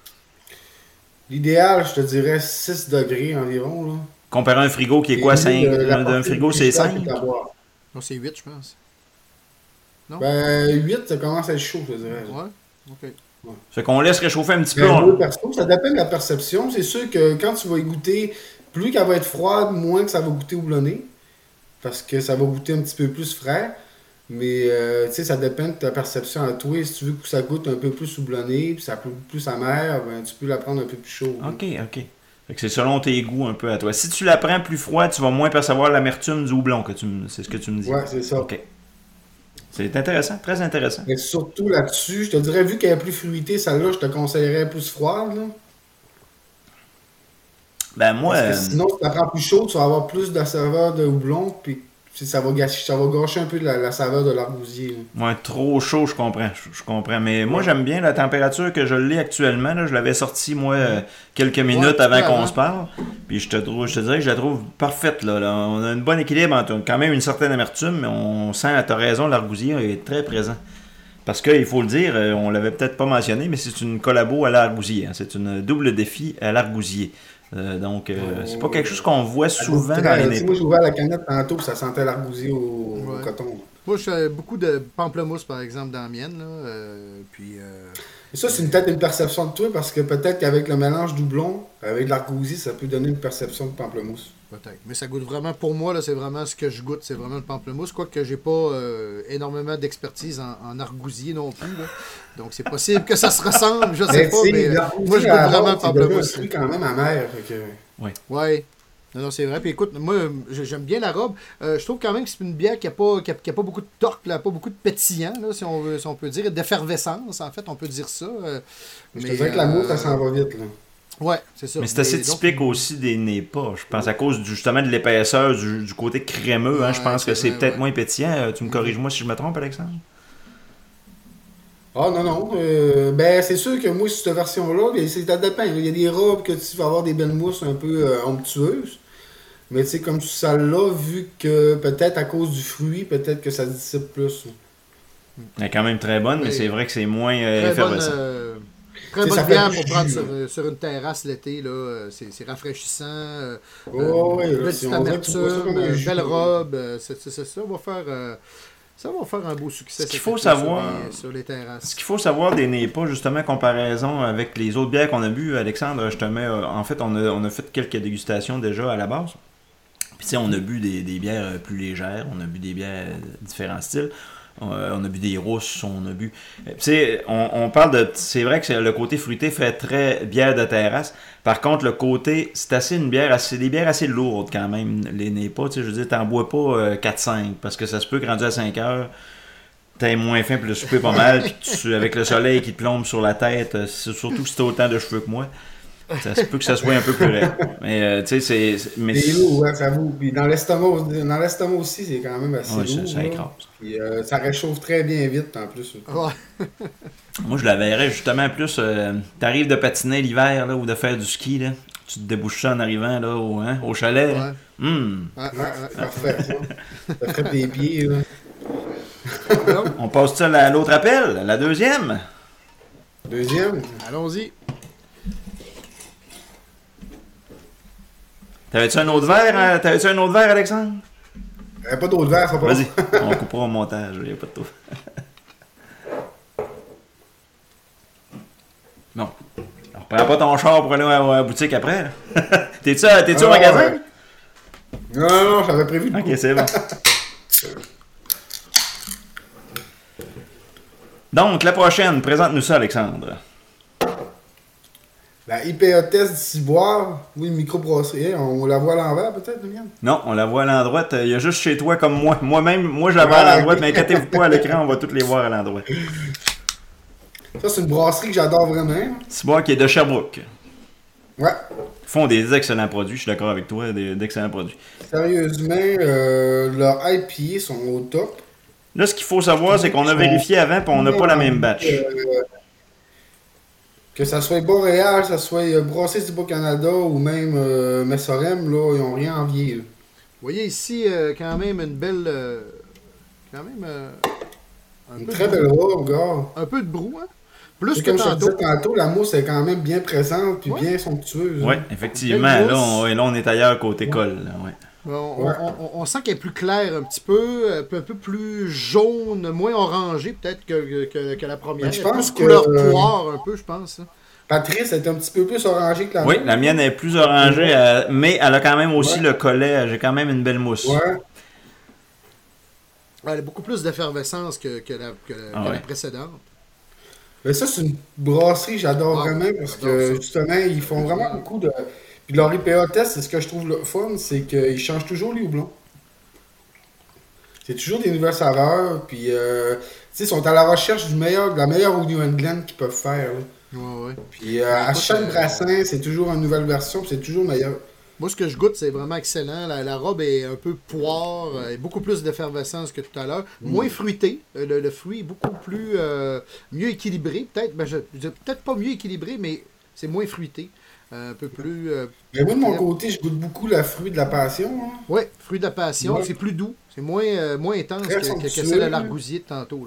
L'idéal, je te dirais six degrés environ. Là. Comparé à un frigo qui est quoi? cinq Un frigo, c'est cinq? Non, c'est huit, je pense. Non? Ben, huit, ça commence à être chaud, je dirais. Ouais, ok. Ouais. Fait qu'on laisse réchauffer un petit ben, peu. On... Perso, ça dépend de la perception. C'est sûr que quand tu vas y goûter, plus qu'elle va être froide, moins que ça va goûter houblonné. Parce que ça va goûter un petit peu plus frais. Mais euh, tu sais, ça dépend de ta perception à toi. Si tu veux que ça goûte un peu plus houblonné, puis ça goûte plus amer, ben, tu peux la prendre un peu plus chaud. Ok, ok. Fait que c'est selon tes goûts un peu à toi. Si tu la prends plus froide, tu vas moins percevoir l'amertume du houblon, que tu me... c'est ce que tu me dis. Ouais, c'est ça. Ok. C'est intéressant, très intéressant. Mais surtout là-dessus, je te dirais, vu qu'elle est plus fruitée, celle-là, je te conseillerais plus froide. Là. Ben moi. Parce que sinon, si tu la prends plus chaude, tu vas avoir plus de saveur de houblon, puis ça va gâcher, ça va gâcher un peu la, la saveur de l'argousier. Là. Ouais, trop chaud, je comprends. Je, je comprends. Mais moi, j'aime bien la température que je l'ai actuellement. Là. Je l'avais sortie, moi, euh, quelques minutes ouais, avant qu'on avant. se parle. Puis je te, trouve, je te dirais que je la trouve parfaite. Là, là. On a un bon équilibre entre quand même une certaine amertume, mais on sent, tu as raison, l'argousier est très présent. Parce qu'il faut le dire, on l'avait peut-être pas mentionné, mais c'est une collabo à l'argousier. Hein. C'est une double défi à l'argousier. Euh, donc, euh, euh, c'est pas quelque chose qu'on voit souvent dans les N E P A. Moi, j'ai ouvert la canette tantôt, ça sentait l'argousier au, ouais. au coton. Moi, je fais beaucoup de pamplemousse, par exemple, dans la mienne. Là, euh, puis, euh... Et ça, c'est peut-être une perception de toi, parce que peut-être qu'avec le mélange doublon, avec de l'argousier, ça peut donner une perception de pamplemousse. Peut-être. Mais ça goûte vraiment, pour moi, là, c'est vraiment ce que je goûte, c'est vraiment le pamplemousse. Quoique j'ai pas euh, énormément d'expertise en, en argousier non plus. Là. Donc c'est possible que ça se ressemble, je sais pas, mais moi je goûte vraiment le pamplemousse. C'est quand même amer. Que... Oui. Ouais. Non, non, c'est vrai. Puis écoute, moi, j'aime bien la robe. Euh, je trouve quand même que c'est une bière qui n'a pas, qui a, qui a pas beaucoup de torque, là, pas beaucoup de pétillant, là, si, on veut, si on peut dire, d'effervescence, en fait, on peut dire ça. Euh, je mais, te dirais que l'amour, euh... ça s'en va vite, là. Ouais, c'est ça. Mais c'est assez mais, typique donc... aussi des N E P A, je pense, à cause du, justement de l'épaisseur, du, du côté crémeux. Ouais, hein, je pense que c'est vrai, peut-être ouais. moins pétillant. Tu me corriges-moi si je me trompe, Alexandre? Ah non, non. Euh, ben, c'est sûr que moi, cette version-là, ça dépend. Il y a des robes que tu vas avoir des belles mousses un peu euh, onctueuses. Mais tu sais, comme celle-là, vu que peut-être à cause du fruit, peut-être que ça se dissipe plus. Elle est quand même très bonne, mais, mais c'est vrai que c'est moins euh, effervescent. Bonne, euh... Très bonne bière pour prendre sur, sur une terrasse l'été, là. C'est, c'est rafraîchissant. Euh, oh, euh, oui, petite amertume, belle robe. C'est, c'est, c'est ça, va faire, euh, ça va faire un beau succès. Ce qu'il faut savoir, sur les, sur les terrasses. Ce qu'il faut savoir des N E P A, justement, en comparaison avec les autres bières qu'on a bu, Alexandre, je te mets, en fait, on a, on a fait quelques dégustations déjà à la base. Puis tu sais, on a bu des, des bières plus légères, on a bu des bières de différents styles. Euh, on a bu des rousses, on a bu... Tu sais, on, on parle de... C'est vrai que c'est, le côté fruité fait très bière de terrasse. Par contre, le côté... C'est assez une bière... C'est des bières assez lourdes quand même, les N E P A. Tu sais, je veux dire, t'en bois pas euh, quatre cinq, parce que ça se peut que rendu à cinq heures, t'es moins faim puis le souper pas mal, puis tu, avec le soleil qui te plombe sur la tête, c'est, surtout si t'as autant de cheveux que moi, ça se peut que ça soit un peu plus raide. Mais euh, tu sais, c'est... c'est mais c'est lourd, ouais, ça vous. Puis dans l'estomac, dans l'estomac aussi, c'est quand même assez ouais, lourd. ça, ça écrase. Puis euh, ça réchauffe très bien vite en plus. Ouais. Moi, je la verrais justement plus... Euh, t'arrives de patiner l'hiver, là, ou de faire du ski, là. Tu te débouches ça en arrivant, là, au, hein, au chalet. Ouais. Hum. Ouais, ouais, Ouais, ouais. parfait, ça. Ça ferait des pieds, là. On passe ça à l'autre appel, la deuxième. Deuxième. Allons-y. T'avais-tu un autre verre, hein? T'avais-tu un autre verre, Alexandre? Il n'y a pas d'autre verre, ça pas. Vas-y, on coupera au montage, il n'y a pas de tout. Bon. Alors, prends pas ton char pour aller à la boutique après. T'es-tu, à- t'es-tu Ah, au magasin? ouais. Non, non, non, j'avais prévu de Ok, c'est bon. Donc, la prochaine, présente-nous ça, Alexandre. La I P A test du Ciboire, oui, microbrasserie, on la voit à l'envers peut-être, Demian? Non, on la voit à l'endroit. Il y a juste chez toi comme moi. Moi-même, moi je la vois Ah, à l'endroit, ok. mais inquiétez-vous pas, à l'écran, on va toutes les voir à l'endroit. Ça, c'est une brasserie que j'adore vraiment. Ciboire qui est de Sherbrooke. Ouais, Ils font des excellents produits, je suis d'accord avec toi, des, d'excellents produits. sérieusement, euh, leurs I P A sont au top. Là, ce qu'il faut savoir, c'est qu'on a vérifié avant, puis on n'a pas la même batch. Euh, que ça soit Boréal, que ça soit euh, Brasserie du Bas-Canada ou même euh, Messorem, là, ils n'ont rien envié. Là. Vous voyez ici euh, quand même une belle... euh, quand même... euh, un, Une peu très de belle brou- robe, regarde. un peu de brou, hein? Plus Et que comme je te tantôt. disais tantôt, la mousse est quand même bien présente puis Ouais. bien somptueuse. Oui, hein. effectivement. Quelle Là mousse. on, ouais, là, on est ailleurs côté colle. là, ouais. On, on- Ouais. on- on sent qu'elle est plus claire un petit peu, un peu, un peu plus jaune, moins orangée peut-être que, que, que la première. Mais je Elle est pense plus couleur que- poire un peu, je pense. hein. Patrice est un petit peu plus orangée que la Oui, nôtre. la mienne est plus orangée, euh, mais elle a quand même aussi Ouais. le collet. J'ai quand même une belle mousse. Ouais. Elle a beaucoup plus d'effervescence que, que, la, que, Ah que la ouais. précédente. Mais ça, c'est une brasserie que j'adore Ah, vraiment parce j'adore que ça. justement, ils font vraiment beaucoup de. Puis leur I P A test, c'est ce que je trouve le fun, c'est qu'ils changent toujours les houblons. C'est toujours des nouvelles saveurs, puis euh, tu sais, ils sont à la recherche du meilleur, de la meilleure au New England qu'ils peuvent faire. là. Ouais, ouais. Puis euh, à Écoute, chaque euh, brassin, c'est toujours une nouvelle version, puis c'est toujours meilleur. Moi, ce que je goûte, c'est vraiment excellent. La, la robe est un peu poire, euh, et beaucoup plus d'effervescence que tout à l'heure. Moins fruité. Euh, Le, le fruit est beaucoup plus euh, mieux équilibré. Peut-être, ben, je, je dis peut-être pas mieux équilibré, mais c'est moins fruité. Euh, un peu plus. Euh, Mais moi, de mon côté, je goûte beaucoup la fruit de la passion. hein. ouais, fruit de la passion. Ouais. C'est plus doux. C'est moins, euh, moins intense Très que, que, que somptueux. celle de l'argousier de tantôt. Là.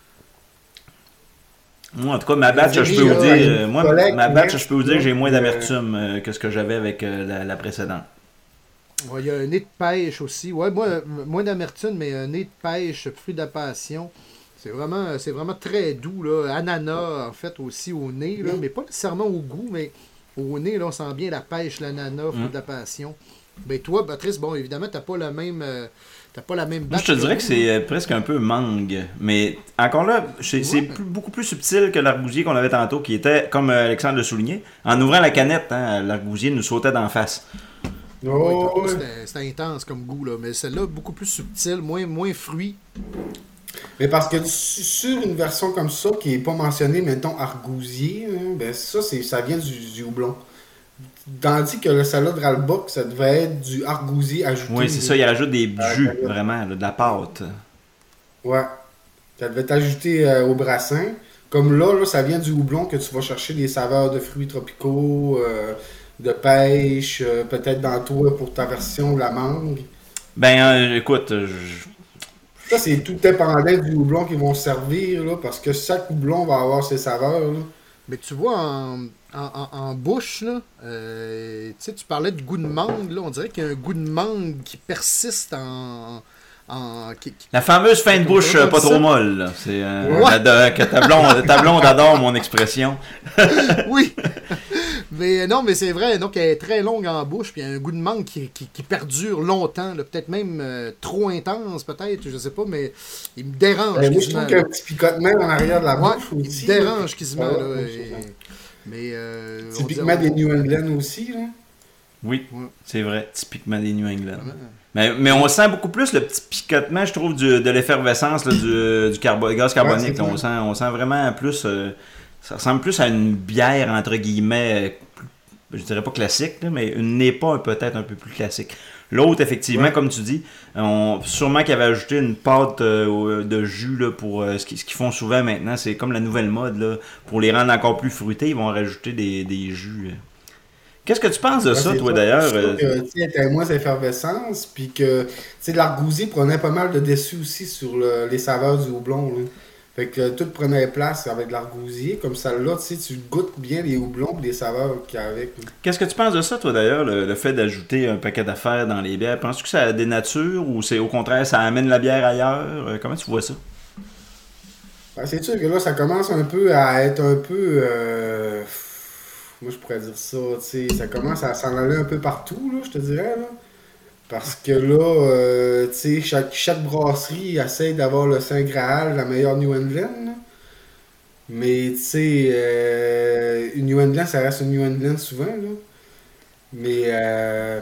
Moi, en tout cas, ma batch, J'ai je mis, peux vous là, dire, avec euh, une moi, collègue ma qui batch, vient, je peux vous dire que j'ai moins euh, d'amertume euh, que ce que j'avais avec euh, la, la précédente. Ouais, il y a un nez de pêche aussi. Ouais, moi, euh, moins d'amertume, mais un nez de pêche, fruit de la passion. C'est vraiment, c'est vraiment très doux. Là. Ananas, en fait, aussi au nez. Là, mais pas nécessairement au goût, mais au nez, là, on sent bien la pêche, l'ananas, fruit Mm. de la passion. Ben toi, Patrice, bon, évidemment, t'as pas la même. euh, t'as pas la même Moi, batch je te dirais que nous. c'est euh, presque un peu mangue. Mais encore là, c'est c'est Ouais. plus- beaucoup plus subtil que l'argousier qu'on avait tantôt, qui était, comme euh, Alexandre le soulignait, en ouvrant la canette, hein, l'argousier nous sautait d'en face. Ouais, Oh, tantôt, ouais. c'était, c'était intense comme goût, là. Mais celle-là, beaucoup plus subtile, moins, moins fruit. Mais parce que su- sur une version comme ça, qui n'est pas mentionnée, mettons, argousier, hein, ben ça, c'est, ça vient du, du houblon. Tandis que le salade Ralbock, ça devait être du argousier ajouté. Oui, c'est ça, il rajoute des Ah, jus, d'accord. vraiment, là, de la pâte. Ouais. Ça devait être ajouté euh, au brassin. Comme là, là, ça vient du houblon que tu vas chercher des saveurs de fruits tropicaux, euh, de pêche, euh, peut-être dans toi pour ta version la mangue. Ben, euh, écoute, euh, je- Ça, c'est tout dépendant du houblon qu'ils vont servir, là, parce que chaque houblon va avoir ses saveurs. Là. Mais tu vois, en, en, en- en bouche, là, euh, tu sais, tu parlais de goût de mangue, là, on dirait qu'il y a un goût de mangue qui persiste en... en qui- qui- la fameuse fin de bouche Comment euh, pas on dit trop ça? molle, là. C'est euh, Ouais. la- de- que ta blonde, ta blonde adore mon expression. Oui! Mais non, mais c'est vrai, donc elle est très longue en bouche, puis il y a un goût de mangue qui, qui, qui perdure longtemps, là, peut-être même euh, trop intense, peut-être, je sais pas, mais il me dérange. Ben, moi, je trouve qu'il y a un petit picotement en arrière de la ouais, bouche il aussi. me dérange là. quasiment. Ouais, Là, ouais, et- ouais. mais, euh, on Typiquement dirait- des New England aussi. Là. Oui, Ouais. c'est vrai, typiquement des New England. Vraiment. Mais, mais on sent beaucoup plus le petit picotement, je trouve, du- de l'effervescence là, du, du carbo- gaz carbonique. c'est là. on, ça. sent, on sent vraiment plus... euh, ça ressemble plus à une bière, entre guillemets, euh, plus- je dirais pas classique, là, mais une N E P A peut-être un peu plus classique. L'autre, effectivement, Ouais. comme tu dis, on, sûrement qu'ils avaient ajouté une pâte euh, de jus là, pour euh, ce qu'ils ce qu'ils font souvent maintenant. C'est comme la nouvelle mode. Là, pour les rendre encore plus fruités, ils vont rajouter des, des jus. euh. Qu'est-ce que tu penses de Ouais, ça, c'est toi, ça. d'ailleurs? Je trouve euh, que, tu sais, elle était moins d'effervescence, puis que tu sais, l'argousier prenait pas mal de dessus aussi sur le- les saveurs du houblon. Là. Fait que tout prenait place avec l'argousier, comme ça là, tu sais, tu goûtes bien les houblons et les saveurs qu'il y a avec. là. Qu'est-ce que tu penses de ça, toi, d'ailleurs, le, le fait d'ajouter un paquet d'affaires dans les bières? Penses-tu que ça dénature ou c'est au contraire, ça amène la bière ailleurs? Euh, comment tu vois ça? Ben, c'est sûr que là, ça commence un peu à être un peu. euh, Moi, je pourrais dire ça, tu sais, ça commence à s'en aller un peu partout, là, je te dirais, là. Parce que là, euh, tu sais, chaque, chaque brasserie essaie d'avoir le Saint Graal, la meilleure New England, là. Mais, tu sais, euh, une New England, ça reste une New England souvent, là. Mais, euh,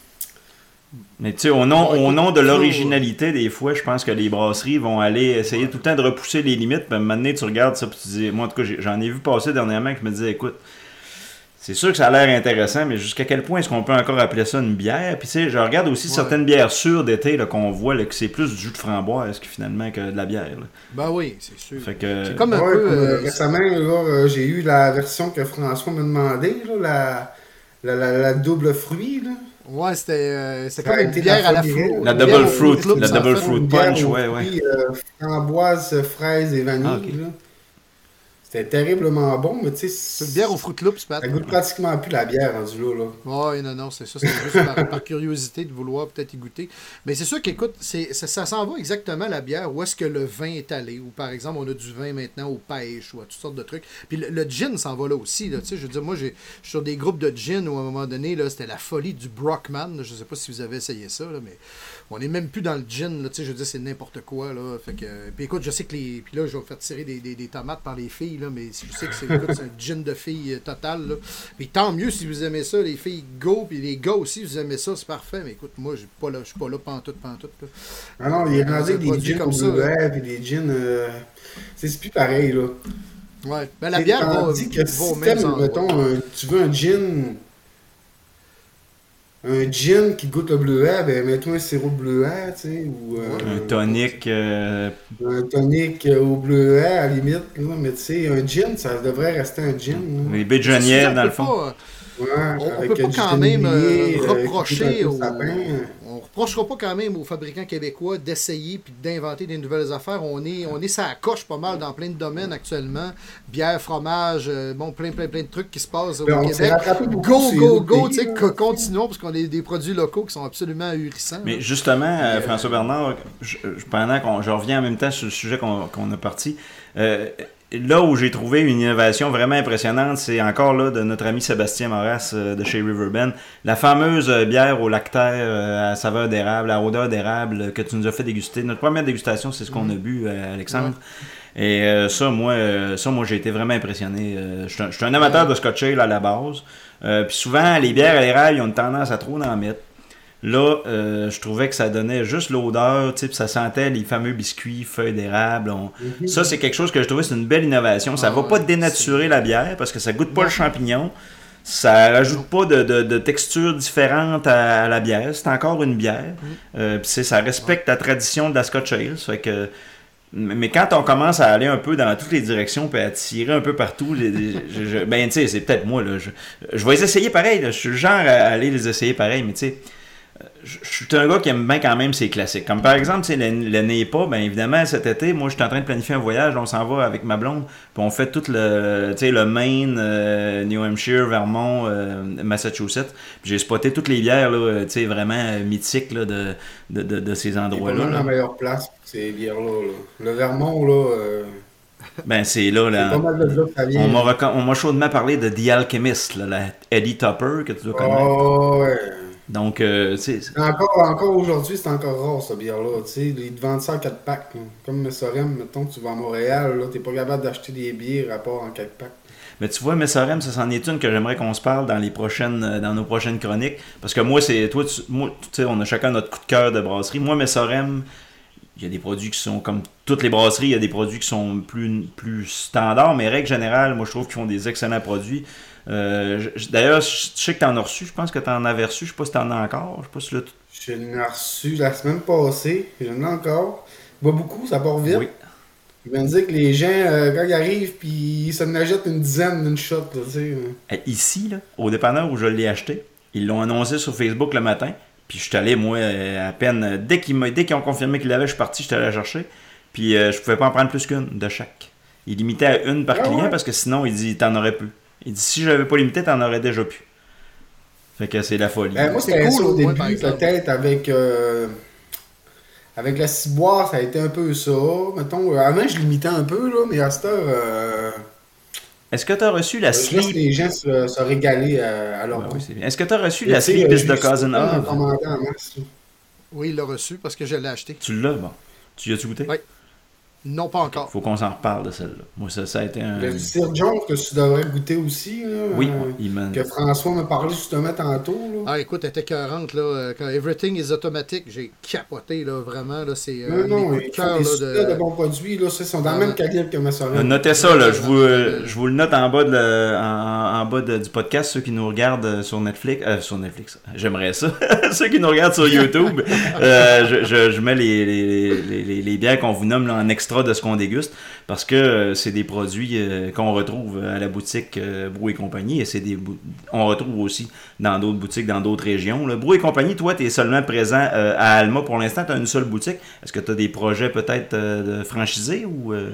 Mais tu sais, au nom, Ouais, au nom de écoute, l'originalité, des fois, je pense que les brasseries vont aller essayer tout le temps de repousser les limites. Puis à un moment donné, tu regardes ça, puis tu dis, moi, en tout cas, j'ai- j'en ai vu passer dernièrement, que je me disais, écoute, c'est sûr que ça a l'air intéressant, mais jusqu'à quel point est-ce qu'on peut encore appeler ça une bière? Puis tu sais, je regarde aussi Ouais. certaines bières sûres d'été là, qu'on voit là, que c'est plus du jus de framboise que finalement que de la bière. là. Ben oui, c'est sûr. Fait que... C'est comme un ouais, peu. comme, euh, euh, récemment, là, euh, j'ai eu la version que François m'a demandé, là, la, la, la, la double fruit, là. Ouais, c'était euh, c'était Ça a comme une été bière la à la première. fruit. La une double bière au fruit, Loops, la en double fait. fruit. Une punch, bière aux ouais, ouais. fruits, euh, framboise, fraise et vanille, Ah, ok. là. C'était terriblement bon, mais tu sais, C'est une bière au Fruit Loops, Pat. ça goûte pratiquement plus la bière rendu là, là. Ouais, non, non, c'est ça. C'est juste par, par curiosité de vouloir peut-être y goûter. Mais c'est sûr qu'écoute, c'est, ça, ça s'en va exactement la bière où est-ce que le vin est allé. Ou par exemple, on a du vin maintenant aux pêches ou à toutes sortes de trucs. Puis le, le gin s'en va là aussi. Là, tu sais, je veux dire, moi, j'ai, je suis sur des groupes de gin où à un moment donné, là, c'était la folie du Brockman. Là. Je sais pas si vous avez essayé ça, là, mais on n'est même plus dans le gin. Là, tu sais, je veux dire, c'est n'importe quoi. Là, fait que, puis écoute, je sais que les. Puis là, je vais faire tirer des, des, des tomates par les filles, là, mais je sais que c'est, écoute, c'est un gin de filles euh, total. Là. Puis tant mieux si vous aimez ça, les filles go, puis les gars aussi, vous aimez ça, c'est parfait. Mais écoute, moi, j'ai pas là, je suis pas là pantoute, pantoute. Là. Ah non, il est Euh, rendu avec un des produit gins comme au ça, bleuet, puis des gins... euh, c'est c'est plus pareil, là. Ouais. Ben, la Et bière va, tandis que va si au même t'aimes, endroit. mettons, un- tu veux un gin... Un gin qui goûte le bleuet, ben mets-toi un sirop de bleuet, tu sais, ou... euh, Un tonic. euh, Un tonic au bleuet, à la limite, là, mais tu sais, un gin, ça devrait rester un gin, là. les baies de C'est sûr, genièvre, on dans peut le fond. pas, Ouais, On, on avec peut pas du quand même euh, génélier, euh, reprocher qui goûte un peu aux, le sapin. on reprochera pas quand même aux fabricants québécois d'essayer puis d'inventer des nouvelles affaires. On est on est ça coche pas mal dans plein de domaines actuellement. Bière, fromage, euh, bon plein plein plein de trucs qui se passent Ben, au on s'est Québec. rattrapé beaucoup Go sur les go autres go, pays, tu sais, là. co- continuons parce qu'on a des produits locaux qui sont absolument ahurissants. Mais là. justement, euh, euh, François Bernard, je- je- pendant qu'on je reviens en même temps sur le sujet qu'on qu'on a parti, euh, là où j'ai trouvé une innovation vraiment impressionnante, c'est encore là de notre ami Sébastien Moras euh, de chez Riverbend. La fameuse euh, bière au lactaire euh, à saveur d'érable, à odeur d'érable euh, que tu nous as fait déguster. Notre première dégustation, c'est ce qu'on a bu, euh, Alexandre. Et euh, ça, moi, euh, ça, moi, j'ai été vraiment impressionné. Euh, je suis un- je suis un amateur de Scotch Ale à la base. Euh, Puis souvent, les bières à l'érable, ils ont une tendance à trop en mettre. Là, euh, je trouvais que ça donnait juste l'odeur, tu sais, puis ça sentait les fameux biscuits, feuilles d'érable. On- Mhm. Ça, c'est quelque chose que je trouvais c'est une belle innovation. Ça Ah va pas ouais, dénaturer c'est- la bière parce que ça goûte pas Non. le champignon. Ça rajoute pas de, de, de texture différente à, à la bière. C'est encore une bière. Euh, puis c'est- ça respecte la tradition de la Scotch Ale. Ça fait que mais quand on commence à aller un peu dans toutes les directions puis à tirer un peu partout, les, les- je- je- ben tu sais, c'est peut-être moi là. Je, je vais les essayer pareil. Là. Je suis le genre à aller les essayer pareil, mais tu sais, je, je suis un gars qui aime bien quand même ces classiques. Comme par exemple, tu sais, le, le N E P A, ben évidemment cet été, moi je suis en train de planifier un voyage, on s'en va avec ma blonde, puis on fait tout le, tu sais, le Maine, euh, New Hampshire, Vermont, euh, Massachusetts. Puis j'ai spoté toutes les bières là, tu sais, vraiment euh, mythiques là, de, de, de, de ces C'est pas endroits-là. mal là. la meilleure place pour ces bières-là, là. Le Vermont, là, euh, Ben, c'est là, là. C'est pas mal de là que ça vient. On m'a, recom- on m'a chaudement parlé de The Alchemist, là, la Eddie Topper, que tu dois connaître. Oh, ouais. Donc, euh, tu sais, Encore, encore aujourd'hui, c'est encore rare, cette bière-là. Tu sais, ils te vendent ça en quatre packs. Là. Comme Messorem, mettons, tu vas à Montréal, là, t'es pas capable d'acheter des bières à part en quatre packs. mais tu vois, Messorem, ça c'en est une que j'aimerais qu'on se parle dans les prochaines, euh, dans nos prochaines chroniques. Parce que moi, c'est toi, tu, moi, tu sais, on a chacun notre coup de cœur de brasserie. Moi, Messorem, il y a des produits qui sont comme toutes les brasseries, il y a des produits qui sont plus, plus standards, mais règle générale, moi, je trouve qu'ils font des excellents produits. Euh, je- d'ailleurs, je je sais que tu en as reçu, je pense que tu en avais reçu, je sais pas si tu en as encore, je sais pas si là, tu- Je l'ai reçu la semaine passée, j'en ai encore. Pas beaucoup, ça part vite. Oui. Il vient de dire que les gens, euh, quand ils arrivent, puis ils se n'achètent une dizaine d'une shot, là, tu sais. Euh, Ici, là, au dépanneur où je l'ai acheté, ils l'ont annoncé sur Facebook le matin. Puis je suis allé, moi, euh, à peine. euh, Dès qu'ils, m'a- dès qu'ils ont confirmé qu'il l'avait, je suis parti, je suis allé la chercher. Puis euh, je pouvais pas en prendre plus qu'une de chaque. Il limitait à une par Ah client ouais? parce que sinon, il dit t'en aurais plus. Il dit si j'avais pas limité, t'en aurais déjà plus. Fait que c'est la folie. Ben, moi, C'est c'était cool, ça au ouais, début, par exemple. peut-être, avec, euh, avec la ciboire, ça a été un peu ça. Mettons, euh, avant, je limitais un peu, là, mais à cette heure, euh, Est-ce que tu as reçu la je laisse sleep? les gens se, se régaler à, à leur Ouais, goût. oui, c'est bien. Est-ce que tu as reçu Et la tu sais, sleep euh, is j'ai the eu cousin ça en of? commandant en masse, là. Oui, il l'a reçu parce que je l'ai acheté. Tu l'as, bon. Tu y as-tu goûté? Oui. Non, pas encore. Faut qu'on s'en reparle de celle-là. Moi, ça, ça a été un. Le Sir John que tu devrais goûter aussi, là, Oui, euh, il m'a. que François m'a parlé justement tantôt. Là. Ah, écoute, elle était écœurante, là. euh, Quand Everything is Automatic, j'ai capoté, là, vraiment, là. C'est euh, non, non, un de mes ils coups de font cœur, des là. super de... De... bons produits. Là, ça, ils sont dans le Ah, même calibre que ma soeur. Notez ça, là, je vous, euh, je vous le note en bas, de le- en, en bas de- du podcast, ceux qui nous regardent euh, sur Netflix. Euh, sur Netflix, j'aimerais ça. Ceux qui nous regardent sur YouTube, euh, je, je, je mets les, les, les, les, les bières qu'on vous nomme là, en extra de ce qu'on déguste, parce que euh, c'est des produits euh, qu'on retrouve à la boutique euh, Brou et compagnie, et c'est des bou- on retrouve aussi dans d'autres boutiques, dans d'autres régions. Là. Brou et compagnie, toi, tu es seulement présent euh, à Alma pour l'instant, tu as une seule boutique. Est-ce que tu as des projets peut-être euh, de franchisés ou... euh,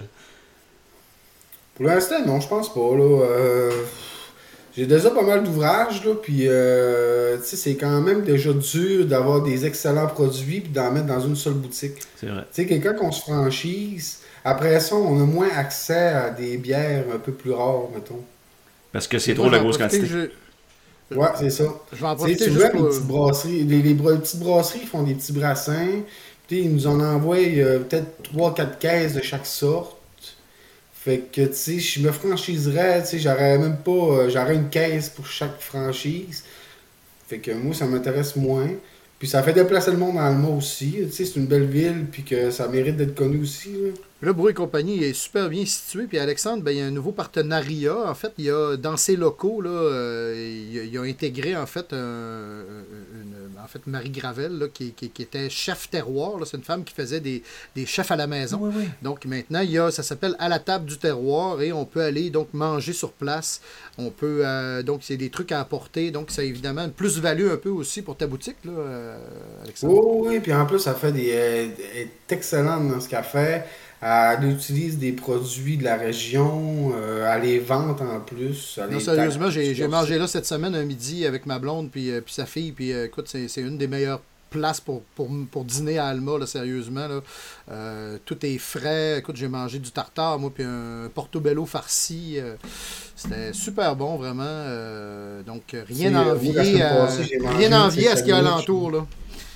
Pour l'instant, non, je pense pas. Là. Euh, j'ai déjà pas mal d'ouvrages, là, puis euh, tu sais, c'est quand même déjà dur d'avoir des excellents produits puis d'en mettre dans une seule boutique. C'est vrai. Tu sais, quelqu'un qu'on se franchise, après ça, on a moins accès à des bières un peu plus rares, mettons. Parce que c'est Moi, trop je la vais en grosse profiter, quantité. je- Ouais, c'est ça. Je vais en Tu sais, profiter tu juste vois, pour... les petites brasseries, les, les bra- petites brasseries ils font des petits brassins. Tu sais, ils nous en envoient euh, peut-être trois quatre caisses de chaque sorte. Fait que, tu sais, je me franchiserais, tu sais, j'aurais même pas, euh, j'aurais une caisse pour chaque franchise. Fait que moi, ça m'intéresse moins. Puis ça fait déplacer le monde dans le mot aussi. Tu sais, c'est une belle ville, puis que ça mérite d'être connu aussi, là. Le Brou et compagnie est super bien situé. Puis Alexandre, ben, il y a un nouveau partenariat. En fait, il y a dans ses locaux, là, euh, il, a, il a intégré en fait, un, une, en fait Marie Gravel, là, qui, qui, qui était chef terroir. Là. C'est une femme qui faisait des, des chefs à la maison. Oui, oui. Donc maintenant, il y a, ça s'appelle À la table du terroir et on peut aller donc manger sur place. On peut euh, donc c'est des trucs à apporter. Donc c'est évidemment une plus-value un peu aussi pour ta boutique, là, euh, Alexandre. Oh, oui, puis en plus, ça fait des. euh, Elle est excellente dans ce qu'elle fait. Elle utilise des produits de la région. euh, elle les vend en plus. Elle Non, les sérieusement, tape. j'ai j'ai mangé là cette semaine un midi avec ma blonde puis, euh, puis sa fille. Puis euh, écoute, c'est c'est une des meilleures places pour, pour, pour dîner à Alma, là, sérieusement. Là. Euh, tout est frais. Écoute, j'ai mangé du tartare, moi, puis un portobello farci. euh, C'était super bon, vraiment. euh, donc, rien C'est, à euh, moi, la envier, semaine euh, passée, j'ai mangé rien à un de envier ces à ce qu'il y a sandwichs. alentour. Là.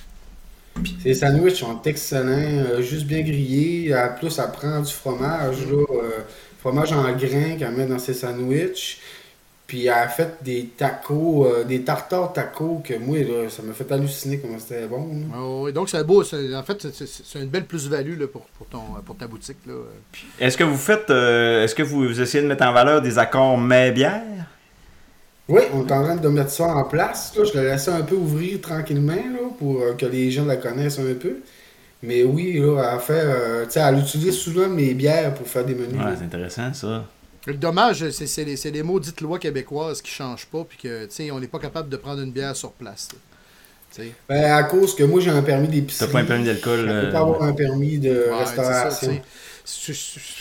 Ces sandwichs sont excellents, euh, juste bien grillés. En plus, ça prend du fromage, là, euh, fromage en grains qu'elle met dans ses sandwichs. Puis elle a fait des tacos, euh, des tartares tacos que moi, là, ça m'a fait halluciner comment c'était bon. Là. Ah ouais, donc, c'est beau. c'est- En fait, c'est- c'est c'est une belle plus-value là, pour, pour, ton, pour ta boutique. Là. Est-ce que vous faites, euh, est-ce que vous, vous essayez de mettre en valeur des accords mets-bières? Oui, on est en train de mettre ça en place. Là. Je l'ai laissé un peu ouvrir tranquillement là, pour euh, que les gens la connaissent un peu. Mais oui, là, elle fait, euh, tu sais, elle utilise souvent mes bières pour faire des menus. Ouais, là. c'est intéressant ça. Le dommage, c'est c'est les, c'est les maudites lois québécoises qui ne changent pas, puis que, tu sais, on n'est pas capable de prendre une bière sur place. là. Tu sais. Ben, à cause que moi, j'ai un permis T'as d'épicerie. pas un permis d'alcool? Je peux euh, pas avoir un permis de Ouais, c'est ça, restauration. tu sais. C'est-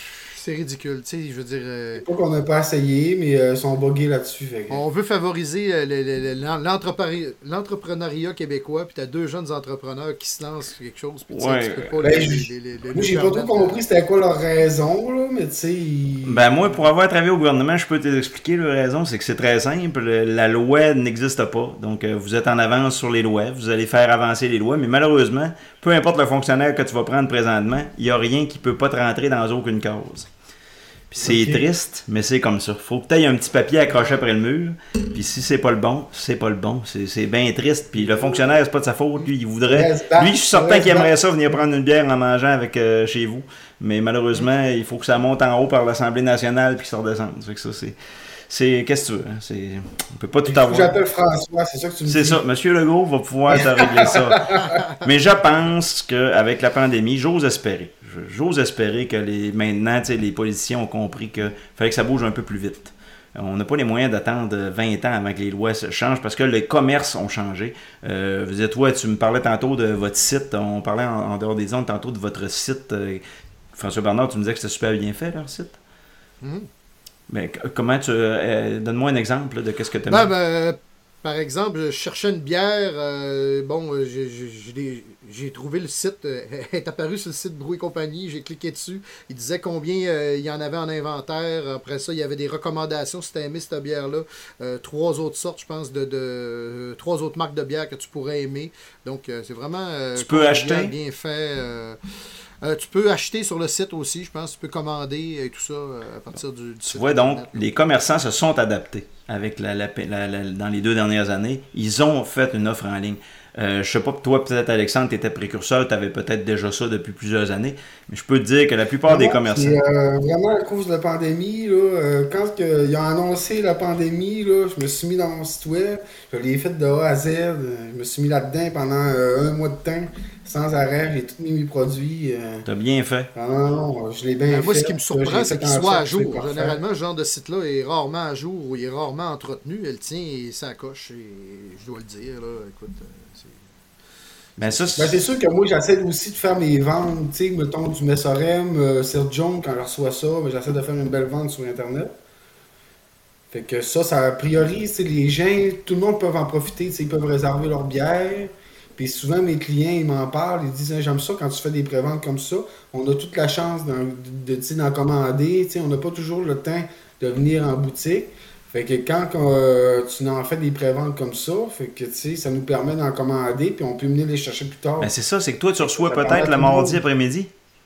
C'est ridicule, tu sais, je veux dire... euh, Pas qu'on n'a pas essayé, mais euh, ils sont buggés là-dessus. Fait que- On veut favoriser euh, le- le- le- l'en- l'entrepreneur- l'entrepreneuriat québécois, puis t'as deux jeunes entrepreneurs qui se lancent sur quelque chose, puis tu sais, Ouais. tu peux pas Ben, les- je- les- les- les- Moi, j'ai les pas trop permettre, compris c'était quoi leur raison, là, mais tu sais. ils- Ben moi, pour avoir travaillé au gouvernement, je peux t'expliquer la raison, c'est que c'est très simple. La loi n'existe pas. Donc, euh, vous êtes en avance sur les lois, vous allez faire avancer les lois, mais malheureusement, peu importe le fonctionnaire que tu vas prendre présentement, il n'y a rien qui peut pas te rentrer dans aucune cause. Puis c'est Ok. triste, mais c'est comme ça. Faut que tu aies un petit papier accroché après le mur, puis si c'est pas le bon, c'est pas le bon. C'est c'est bien triste. Puis le fonctionnaire, c'est pas de sa faute. Lui, il voudrait... Reste back, Lui, je suis certain reste qu'il aimerait back. ça, venir prendre une bière en mangeant avec euh, chez vous. Mais malheureusement, il faut que ça monte en haut par l'Assemblée nationale puis que ça redescende. Ça fait que ça, c'est... c'est qu'est-ce que tu veux? Hein? C'est... On peut pas tout Faut que avoir. j'appelle François, c'est ça que tu me C'est dis. ça. Monsieur Legault va pouvoir te régler ça. Mais je pense qu'avec la pandémie, j'ose espérer. Je- J'ose espérer que les, maintenant, tu sais, les politiciens ont compris qu'il fallait que ça bouge un peu plus vite. On n'a pas les moyens d'attendre vingt ans avant que les lois se changent parce que les commerces ont changé. Euh, vous êtes, toi, tu me parlais tantôt de votre site. On parlait en, en dehors des ondes tantôt de votre site. Euh, François Bernard, tu me disais que c'était super bien fait, leur site. Mhm. Mais c- comment tu. Euh, donne-moi un exemple là, de qu'est-ce que tu as Ben, ben, par exemple, je cherchais une bière. euh, bon, euh, j'ai- j'ai j'ai- j'ai trouvé le site. euh, elle est apparue sur le site Brou et compagnie. J'ai cliqué dessus. Il disait combien euh, il y en avait en inventaire. Après ça, il y avait des recommandations si tu aimé cette bière-là. Euh, trois autres sortes, je pense, de, de euh, trois autres marques de bière que tu pourrais aimer. Donc, euh, c'est vraiment. euh, Tu peux convivial, acheter? Bien fait. euh, euh, tu peux acheter sur le site aussi, je pense. Tu peux commander et tout ça euh, à partir du, du Tu site vois, donc, Internet. les commerçants se sont adaptés avec la, la- la- la- dans les deux dernières années. Ils ont fait une offre en ligne. Euh, je sais pas, toi, peut-être, Alexandre, tu étais précurseur, tu avais peut-être déjà ça depuis plusieurs années, mais je peux te dire que la plupart des Moi, commerçants... c'est, euh, vraiment à cause de la pandémie, là, euh, quand que, ils ont annoncé la pandémie, là, je me suis mis dans mon site web, je l'ai fait de A à Z, euh, je me suis mis là-dedans pendant euh, un mois de temps, sans arrêt, j'ai tout mis mes produits. euh, T'as bien fait. Ah non, non, je l'ai bien Ben, fait. moi, ce qui me là, surprend, j'ai c'est fait qu'il en soit à sorte que c'est jour. parfait. Généralement, ce genre de site-là est rarement à jour ou il est rarement entretenu. Elle tient et ça coche. Et je dois le dire, là. Écoute, euh, c'est... Ben ça, Ben, c'est c'est... sûr que moi, j'essaie aussi de faire mes ventes, tu sais, mettons du Messorem, euh, Sir John, quand je reçois ça, ben, j'essaie de faire une belle vente sur Internet. Fait que ça, ça a priori, tu sais, les gens, tout le monde peut en profiter, tu sais, ils peuvent réserver leur bière. Puis souvent, mes clients, ils m'en parlent, ils disent, ah, j'aime ça quand tu fais des préventes comme ça. On a toute la chance d'en, de, tu sais, d'en commander, tu sais, on n'a pas toujours le temps de venir en boutique. Fait que quand euh, tu en fais des préventes comme ça, fait que tu sais, ça nous permet d'en commander, puis on peut venir les chercher plus tard. Ben c'est ça, c'est que toi, tu reçois Ça peut-être permet à le tout le mardi monde. après-midi.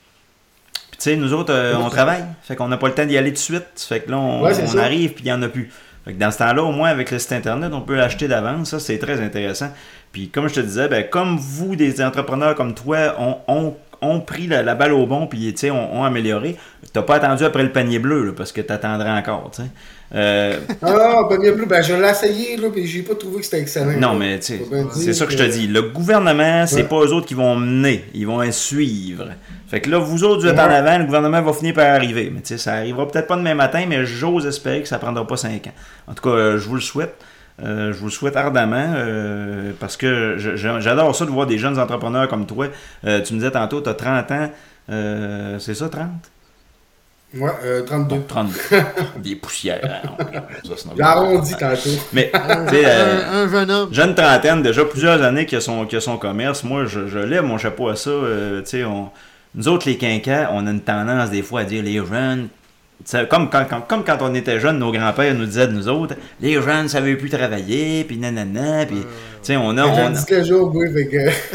Puis tu sais, nous autres, euh, on travaille. Fait qu'on n'a pas le temps d'y aller tout de suite. Fait que là, on, Ouais, c'est on ça. arrive, puis il n'y en a plus. Fait que dans ce temps-là, au moins, avec le site Internet, on peut l'acheter d'avance. Ça, c'est très intéressant. Puis comme je te disais, ben, comme vous, des entrepreneurs comme toi, ont, ont, ont pris la, la balle au bon, puis tu sais, ont, ont amélioré, t'as pas attendu après le panier bleu, là, parce que t'attendrais encore, tu sais. Euh, Ah, panier bleu, ben je l'ai essayé, là, puis j'ai pas trouvé que c'était excellent. Non, là. mais tu sais, Faut bien c'est dire ça que je te dis. Le gouvernement, c'est Ouais. pas eux autres qui vont mener, ils vont les suivre. Fait que là, vous autres, vous êtes en Ouais. avant, le gouvernement va finir par arriver. Mais tu sais, ça arrivera peut-être pas demain matin, mais j'ose espérer que ça prendra pas cinq ans. En tout cas, euh, je vous le souhaite. Euh, je vous le souhaite ardemment euh, parce que je- je- j'adore ça de voir des jeunes entrepreneurs comme toi. Euh, tu me disais tantôt, tu as trente ans. Euh, c'est ça, trente? Ouais, euh, trente-deux. Bon, trente. Des poussières. hein. Ça, c'est J'ai arrondi tantôt. Mais, Un, tu sais, euh, un- un jeune homme. jeune trentaine, déjà plusieurs années qu'il a son, qu'il a son commerce. Moi, je, je lève mon chapeau à ça. euh, tu sais, on, nous autres, les quinquants, on a une tendance des fois à dire les jeunes. Tu sais, Comme quand, quand- comme quand on était jeunes, nos grands-pères nous disaient de nous autres, les jeunes ne savaient plus travailler, puis nanana, puis tu sais, on a. J'ai On a- dit le jour, oui, fait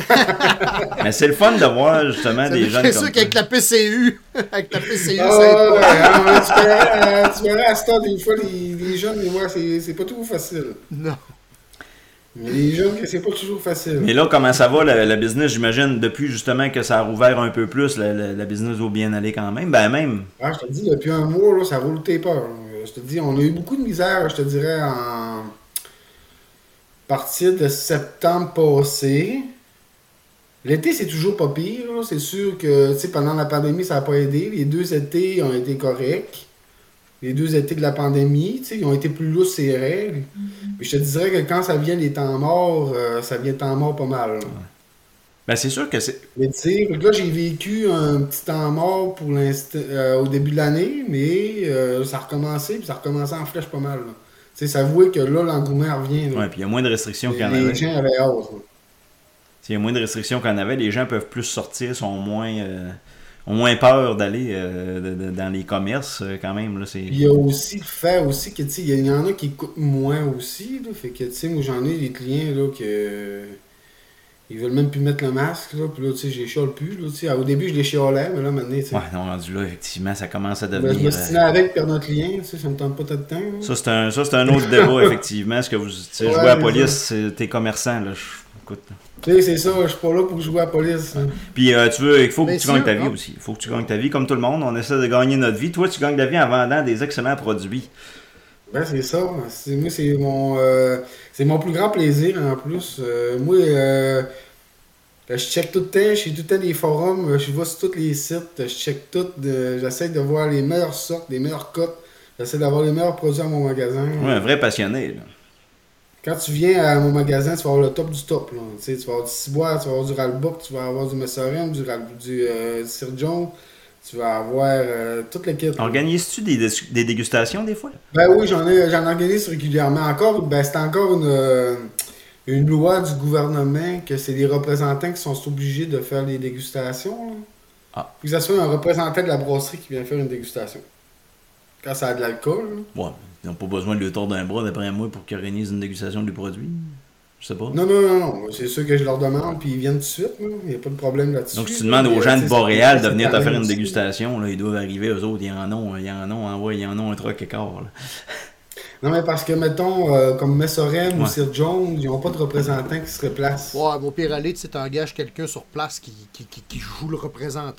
que. mais c'est le fun de voir justement des jeunes C'est comme sûr qu'avec toi. la P C U, avec la P C U, Ah, ça aide ouais, pas. hein, mais tu verras, euh, tu verras à ce temps, des fois, les, les jeunes, mais ouais, c'est c'est pas toujours facile. Non. Mais les jeunes, c'est pas toujours facile. Mais là, comment ça va, la, la business, j'imagine, depuis justement que ça a rouvert un peu plus, la, la- la business doit bien aller quand même. Ben même, Ah, je te dis, depuis un mois, là, ça roule tes peurs. Je te dis, on a eu beaucoup de misère, je te dirais, en partir de septembre passé. L'été, c'est toujours pas pire. là. C'est sûr que, tu sais, pendant la pandémie, ça n'a pas aidé. Les deux étés ont été corrects. Les deux étés de la pandémie, tu sais, ils ont été plus lousses ces règles. Mais je te dirais que quand ça vient des temps morts, euh, ça vient de temps morts pas mal. là. Ben, c'est sûr que c'est... Mais tu sais, là, j'ai vécu un petit temps mort pour l'instant, euh, au début de l'annannée, mais euh, ça a recommencé, puis ça a recommencé en flèche pas mal. Tu sais, ça avouait que là, l'engouement revient. Là. Ouais, puis il y a moins de restrictions qu'il y en Les avait. gens avaient hâte. là. S'il y a moins de restrictions qu'on avait, les gens peuvent plus sortir, sont moins, euh, ont moins peur d'aller euh, de- de- dans les commerces euh, quand même. Là, c'est... Puis il y a aussi le fait aussi que, tu sais, il y en a qui coûtent moins aussi, là. Fait que, tu sais, moi, j'en ai des clients, là, que... Ils veulent même plus mettre le masque, là. Puis là, tu sais, je les chiale plus, là. Tu sais, au début, je les chialais, mais là, maintenant, tu sais... Ouais, non, rendu là, effectivement, ça commence à Ben, je devenir... me euh, stinais avec perdre un client, tu sais, ça me tente pas tout le temps. là. Ça, c'est un, ça, c'est un autre débat, effectivement. Est-ce que vous... Tu sais, Ouais, jouer à la c'est police, ça. c'est- t'es commerçant, là. je- Écoute... Tu sais, c'est ça, je suis pas là pour jouer à la police. hein. Puis euh, tu veux, il faut que Bien tu gagnes sûr, ta vie hein. aussi. Il faut que tu gagnes ta vie comme tout le monde. On essaie de gagner notre vie. Toi, tu gagnes ta vie en vendant des excellents produits. Ben, c'est ça. C'est, moi, c'est mon, euh, c'est mon plus grand plaisir, en plus. Euh, moi, euh, je check tout le temps, je suis tout le temps des forums, je vais sur tous les sites, je check tout, de- j'essaie de voir les meilleures sortes, les meilleures cotes, j'essaie d'avoir les meilleurs produits à mon magasin. Ouais, un vrai passionné, là. Quand tu viens à mon magasin, tu vas avoir le top du top. Là. Tu sais, tu vas avoir du ciboire, tu vas avoir du ralbook, tu vas avoir du messorem, du, ral- du euh, Sir John, tu vas avoir euh, toute l'équipe. Organises-tu des, des, des dégustations des fois? Ben oui, j'en ai, j'en organise régulièrement. Encore, ben c'est encore une, euh, une loi du gouvernement que c'est les représentants qui sont obligés de faire les dégustations. Là. Ah. Faut que ça soit un représentant de la brasserie qui vient faire une dégustation. Quand ça a de l'alcool. là. Ouais, ils n'ont pas besoin de le tour d'un bras, d'après moi, pour qu'ils organisent une dégustation du produit. Je sais pas. Non, non, non, non. C'est sûr que je leur demande, puis ils viennent tout de suite. là. Il n'y a pas de problème là-dessus. Donc, si tu demandes aux Mais, gens euh, de c'est- Boréal c'est- de venir te c'est faire une aussi. dégustation, là, ils doivent arriver, eux autres, ils en ont, ils en ont, envoie, ils en ont un truc écart. Là. Non, mais parce que, mettons, euh, comme Messorem ou Ouais. Sir John, ils n'ont pas de représentant qui se replace. Ouais, mon pire aller, tu sais, t'engages quelqu'un sur place qui, qui, qui, qui joue le représentant.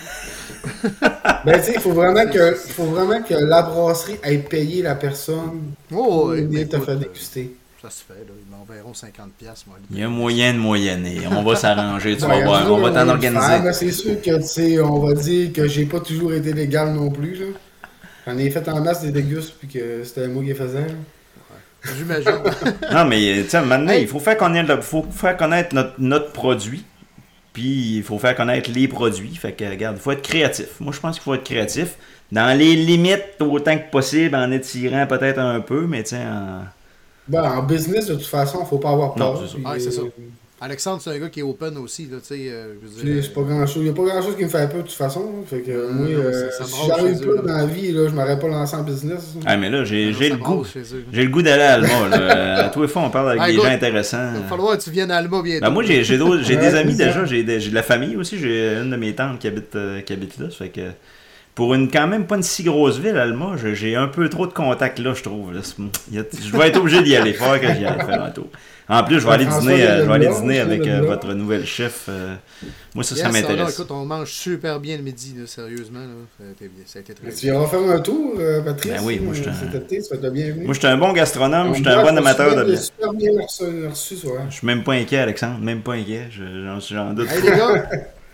là. Ben, tu sais, il faut vraiment que, il faut vraiment que la brasserie ait payé la personne Oh, pour ouais, venir te écoute, faire euh, déguster. Ça se fait, là. Ils m'enverront cinquante piastres, moi. Il y a moyen de moyenner. On va s'arranger, tu vas Ouais, voir. nous, On va t'en le organiser. faire, mais c'est sûr que, tu sais, on va dire que j'ai pas toujours été légal non plus, là. J'en ai fait en masse des dégustes, puis que c'était moi qui les faisais, là. J'imagine. Non, mais tu sais, maintenant, Hey. il faut faire connaître, le- faut faire connaître notre, notre produit. Puis il faut faire connaître les produits. Fait que, regarde, il faut être créatif. Moi, je pense qu'il faut être créatif. Dans les limites, autant que possible, en étirant peut-être un peu, mais tu sais, en... Ben, en business, de toute façon, faut pas avoir peur. Non, c'est ça. puis, Ouais, c'est ça. euh, Alexandre, c'est un gars qui est open aussi, là, tu sais. euh, je veux Tu dire, sais, c'est pas grand chose. Il n'y a pas grand chose qui me fait peur de toute façon. là. Fait que Non, moi, non, euh, ça- ça si brasse j'arrive chez pas eux, là. dans la vie, là, je m'aurais pas lancé en business. là. Ah, mais là, j'ai j'ai ça le goût. brasse chez eux. J'ai le goût d'aller à Alma. Là. À tous les fois, on parle avec Ah, des écoute, gens intéressants. Il va falloir que tu viennes à Alma bientôt. Ben, moi, j'ai j'ai d'autres- j'ai Ouais, des amis c'est ça. déjà. J'ai des- j'ai de la famille aussi. J'ai une de mes tantes qui habite, euh, qui habite là. Ça fait que pour une quand même pas une si grosse ville, Alma, j'ai- j'ai un peu trop de contacts là, je trouve. Là. C'est- il y a- Je vais être obligé d'y aller faire que j'y aille faire un tour. En plus, je vais aller François dîner, euh, je vais aller Leblanc, dîner avec François euh, Leblanc. votre nouvelle chef. euh, moi, ça, ça Yes, ah, non, m'intéresse. écoute, on mange super bien le midi, là, sérieusement. Là. Ça, a été bien, ça a été très Mais tu bien. viendras faire un tour, euh, Patrice. Ben oui, moi, je euh, suis un- Cet été, tu vas être bienvenu. Moi, je suis un bon gastronome, je suis Ah, un bon je me amateur souviens de bière. super bien reçu, reçu ça. Je suis même pas inquiet, Alexandre, même pas inquiet. Je- J'en j'en doute Hey, pas. les gars,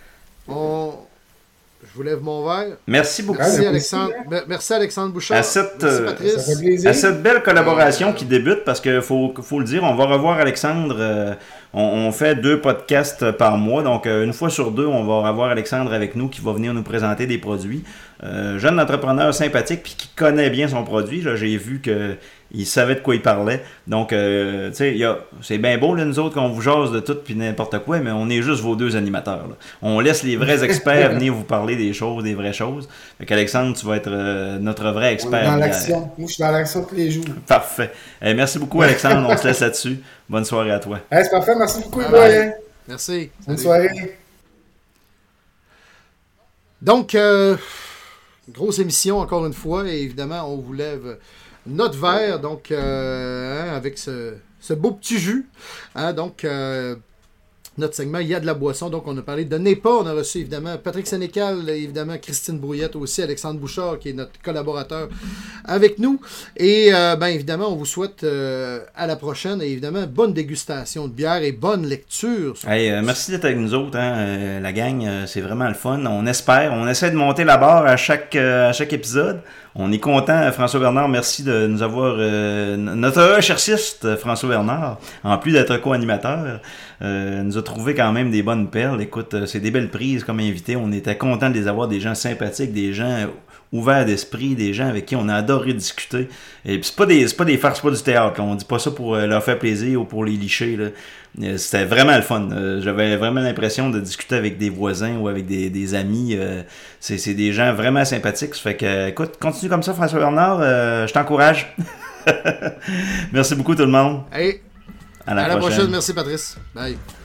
on... je vous lève mon verre. Merci beaucoup. Merci, merci, Alexandre. hein. Mer- Merci, Alexandre Bouchard. À cette, Merci, euh, Patrice. Ça fait plaisir. À cette belle collaboration qui débute, parce qu'il faut, faut le dire, on va revoir Alexandre. euh, on, on fait deux podcasts par mois, donc euh, une fois sur deux, on va avoir Alexandre avec nous qui va venir nous présenter des produits. Euh, jeune entrepreneur sympathique puis qui connaît bien son produit. Là, j'ai vu que il savait de quoi il parlait. Donc, euh, tu sais, il y a- c'est bien beau, là, nous autres, qu'on vous jase de tout puis n'importe quoi, mais on est juste vos deux animateurs. Là. On laisse les vrais experts venir vous parler des choses, des vraies choses. Fait qu'Alexandre, tu vas être euh, notre vrai On est expert. dans bière. l'action. Moi, je suis dans l'action tous les jours. Parfait. Eh, merci beaucoup, Alexandre. On se laisse là-dessus. Bonne soirée à toi. Hey, c'est parfait. Merci beaucoup, Bye les bye. boys, hein. Merci. Bonne Salut. soirée. Donc, euh, grosse émission encore une fois, et évidemment, on vous lève notre verre, donc, euh, hein, avec ce, ce beau petit jus. Hein, donc, euh, notre segment, il y a de la boisson, donc on a parlé de N E P A, on a reçu évidemment Patrick Sénécal, évidemment Christine Brouillette aussi, Alexandre Bouchard, qui est notre collaborateur avec nous. Et euh, bien évidemment, on vous souhaite euh, à la prochaine, et évidemment, bonne dégustation de bière et bonne lecture. Hey, euh, merci d'être avec nous autres, hein, euh, la gang. Euh, c'est vraiment le fun. On espère, on essaie de monter la barre à chaque, euh, à chaque épisode. On est content, François Bernard, merci de nous avoir... Euh, notre recherchiste, François Bernard, en plus d'être co-animateur, euh, nous a trouvé quand même des bonnes perles. Écoute, c'est des belles prises comme invités. On était content de les avoir, des gens sympathiques, des gens ouverts d'esprit, des gens avec qui on a adoré discuter. Et puis c'est pas des, c'est pas des farces, c'est pas du théâtre. Là. On dit pas ça pour leur faire plaisir ou pour les licher. Là. C'était vraiment le fun. J'avais vraiment l'impression de discuter avec des voisins ou avec des, des amis. C'est, c'est des gens vraiment sympathiques. Ça fait que, écoute, continue comme ça, François Bernard. Euh, je t'encourage. Merci beaucoup, tout le monde. Hey, à la, à prochaine. la prochaine. Merci, Patrice. Bye.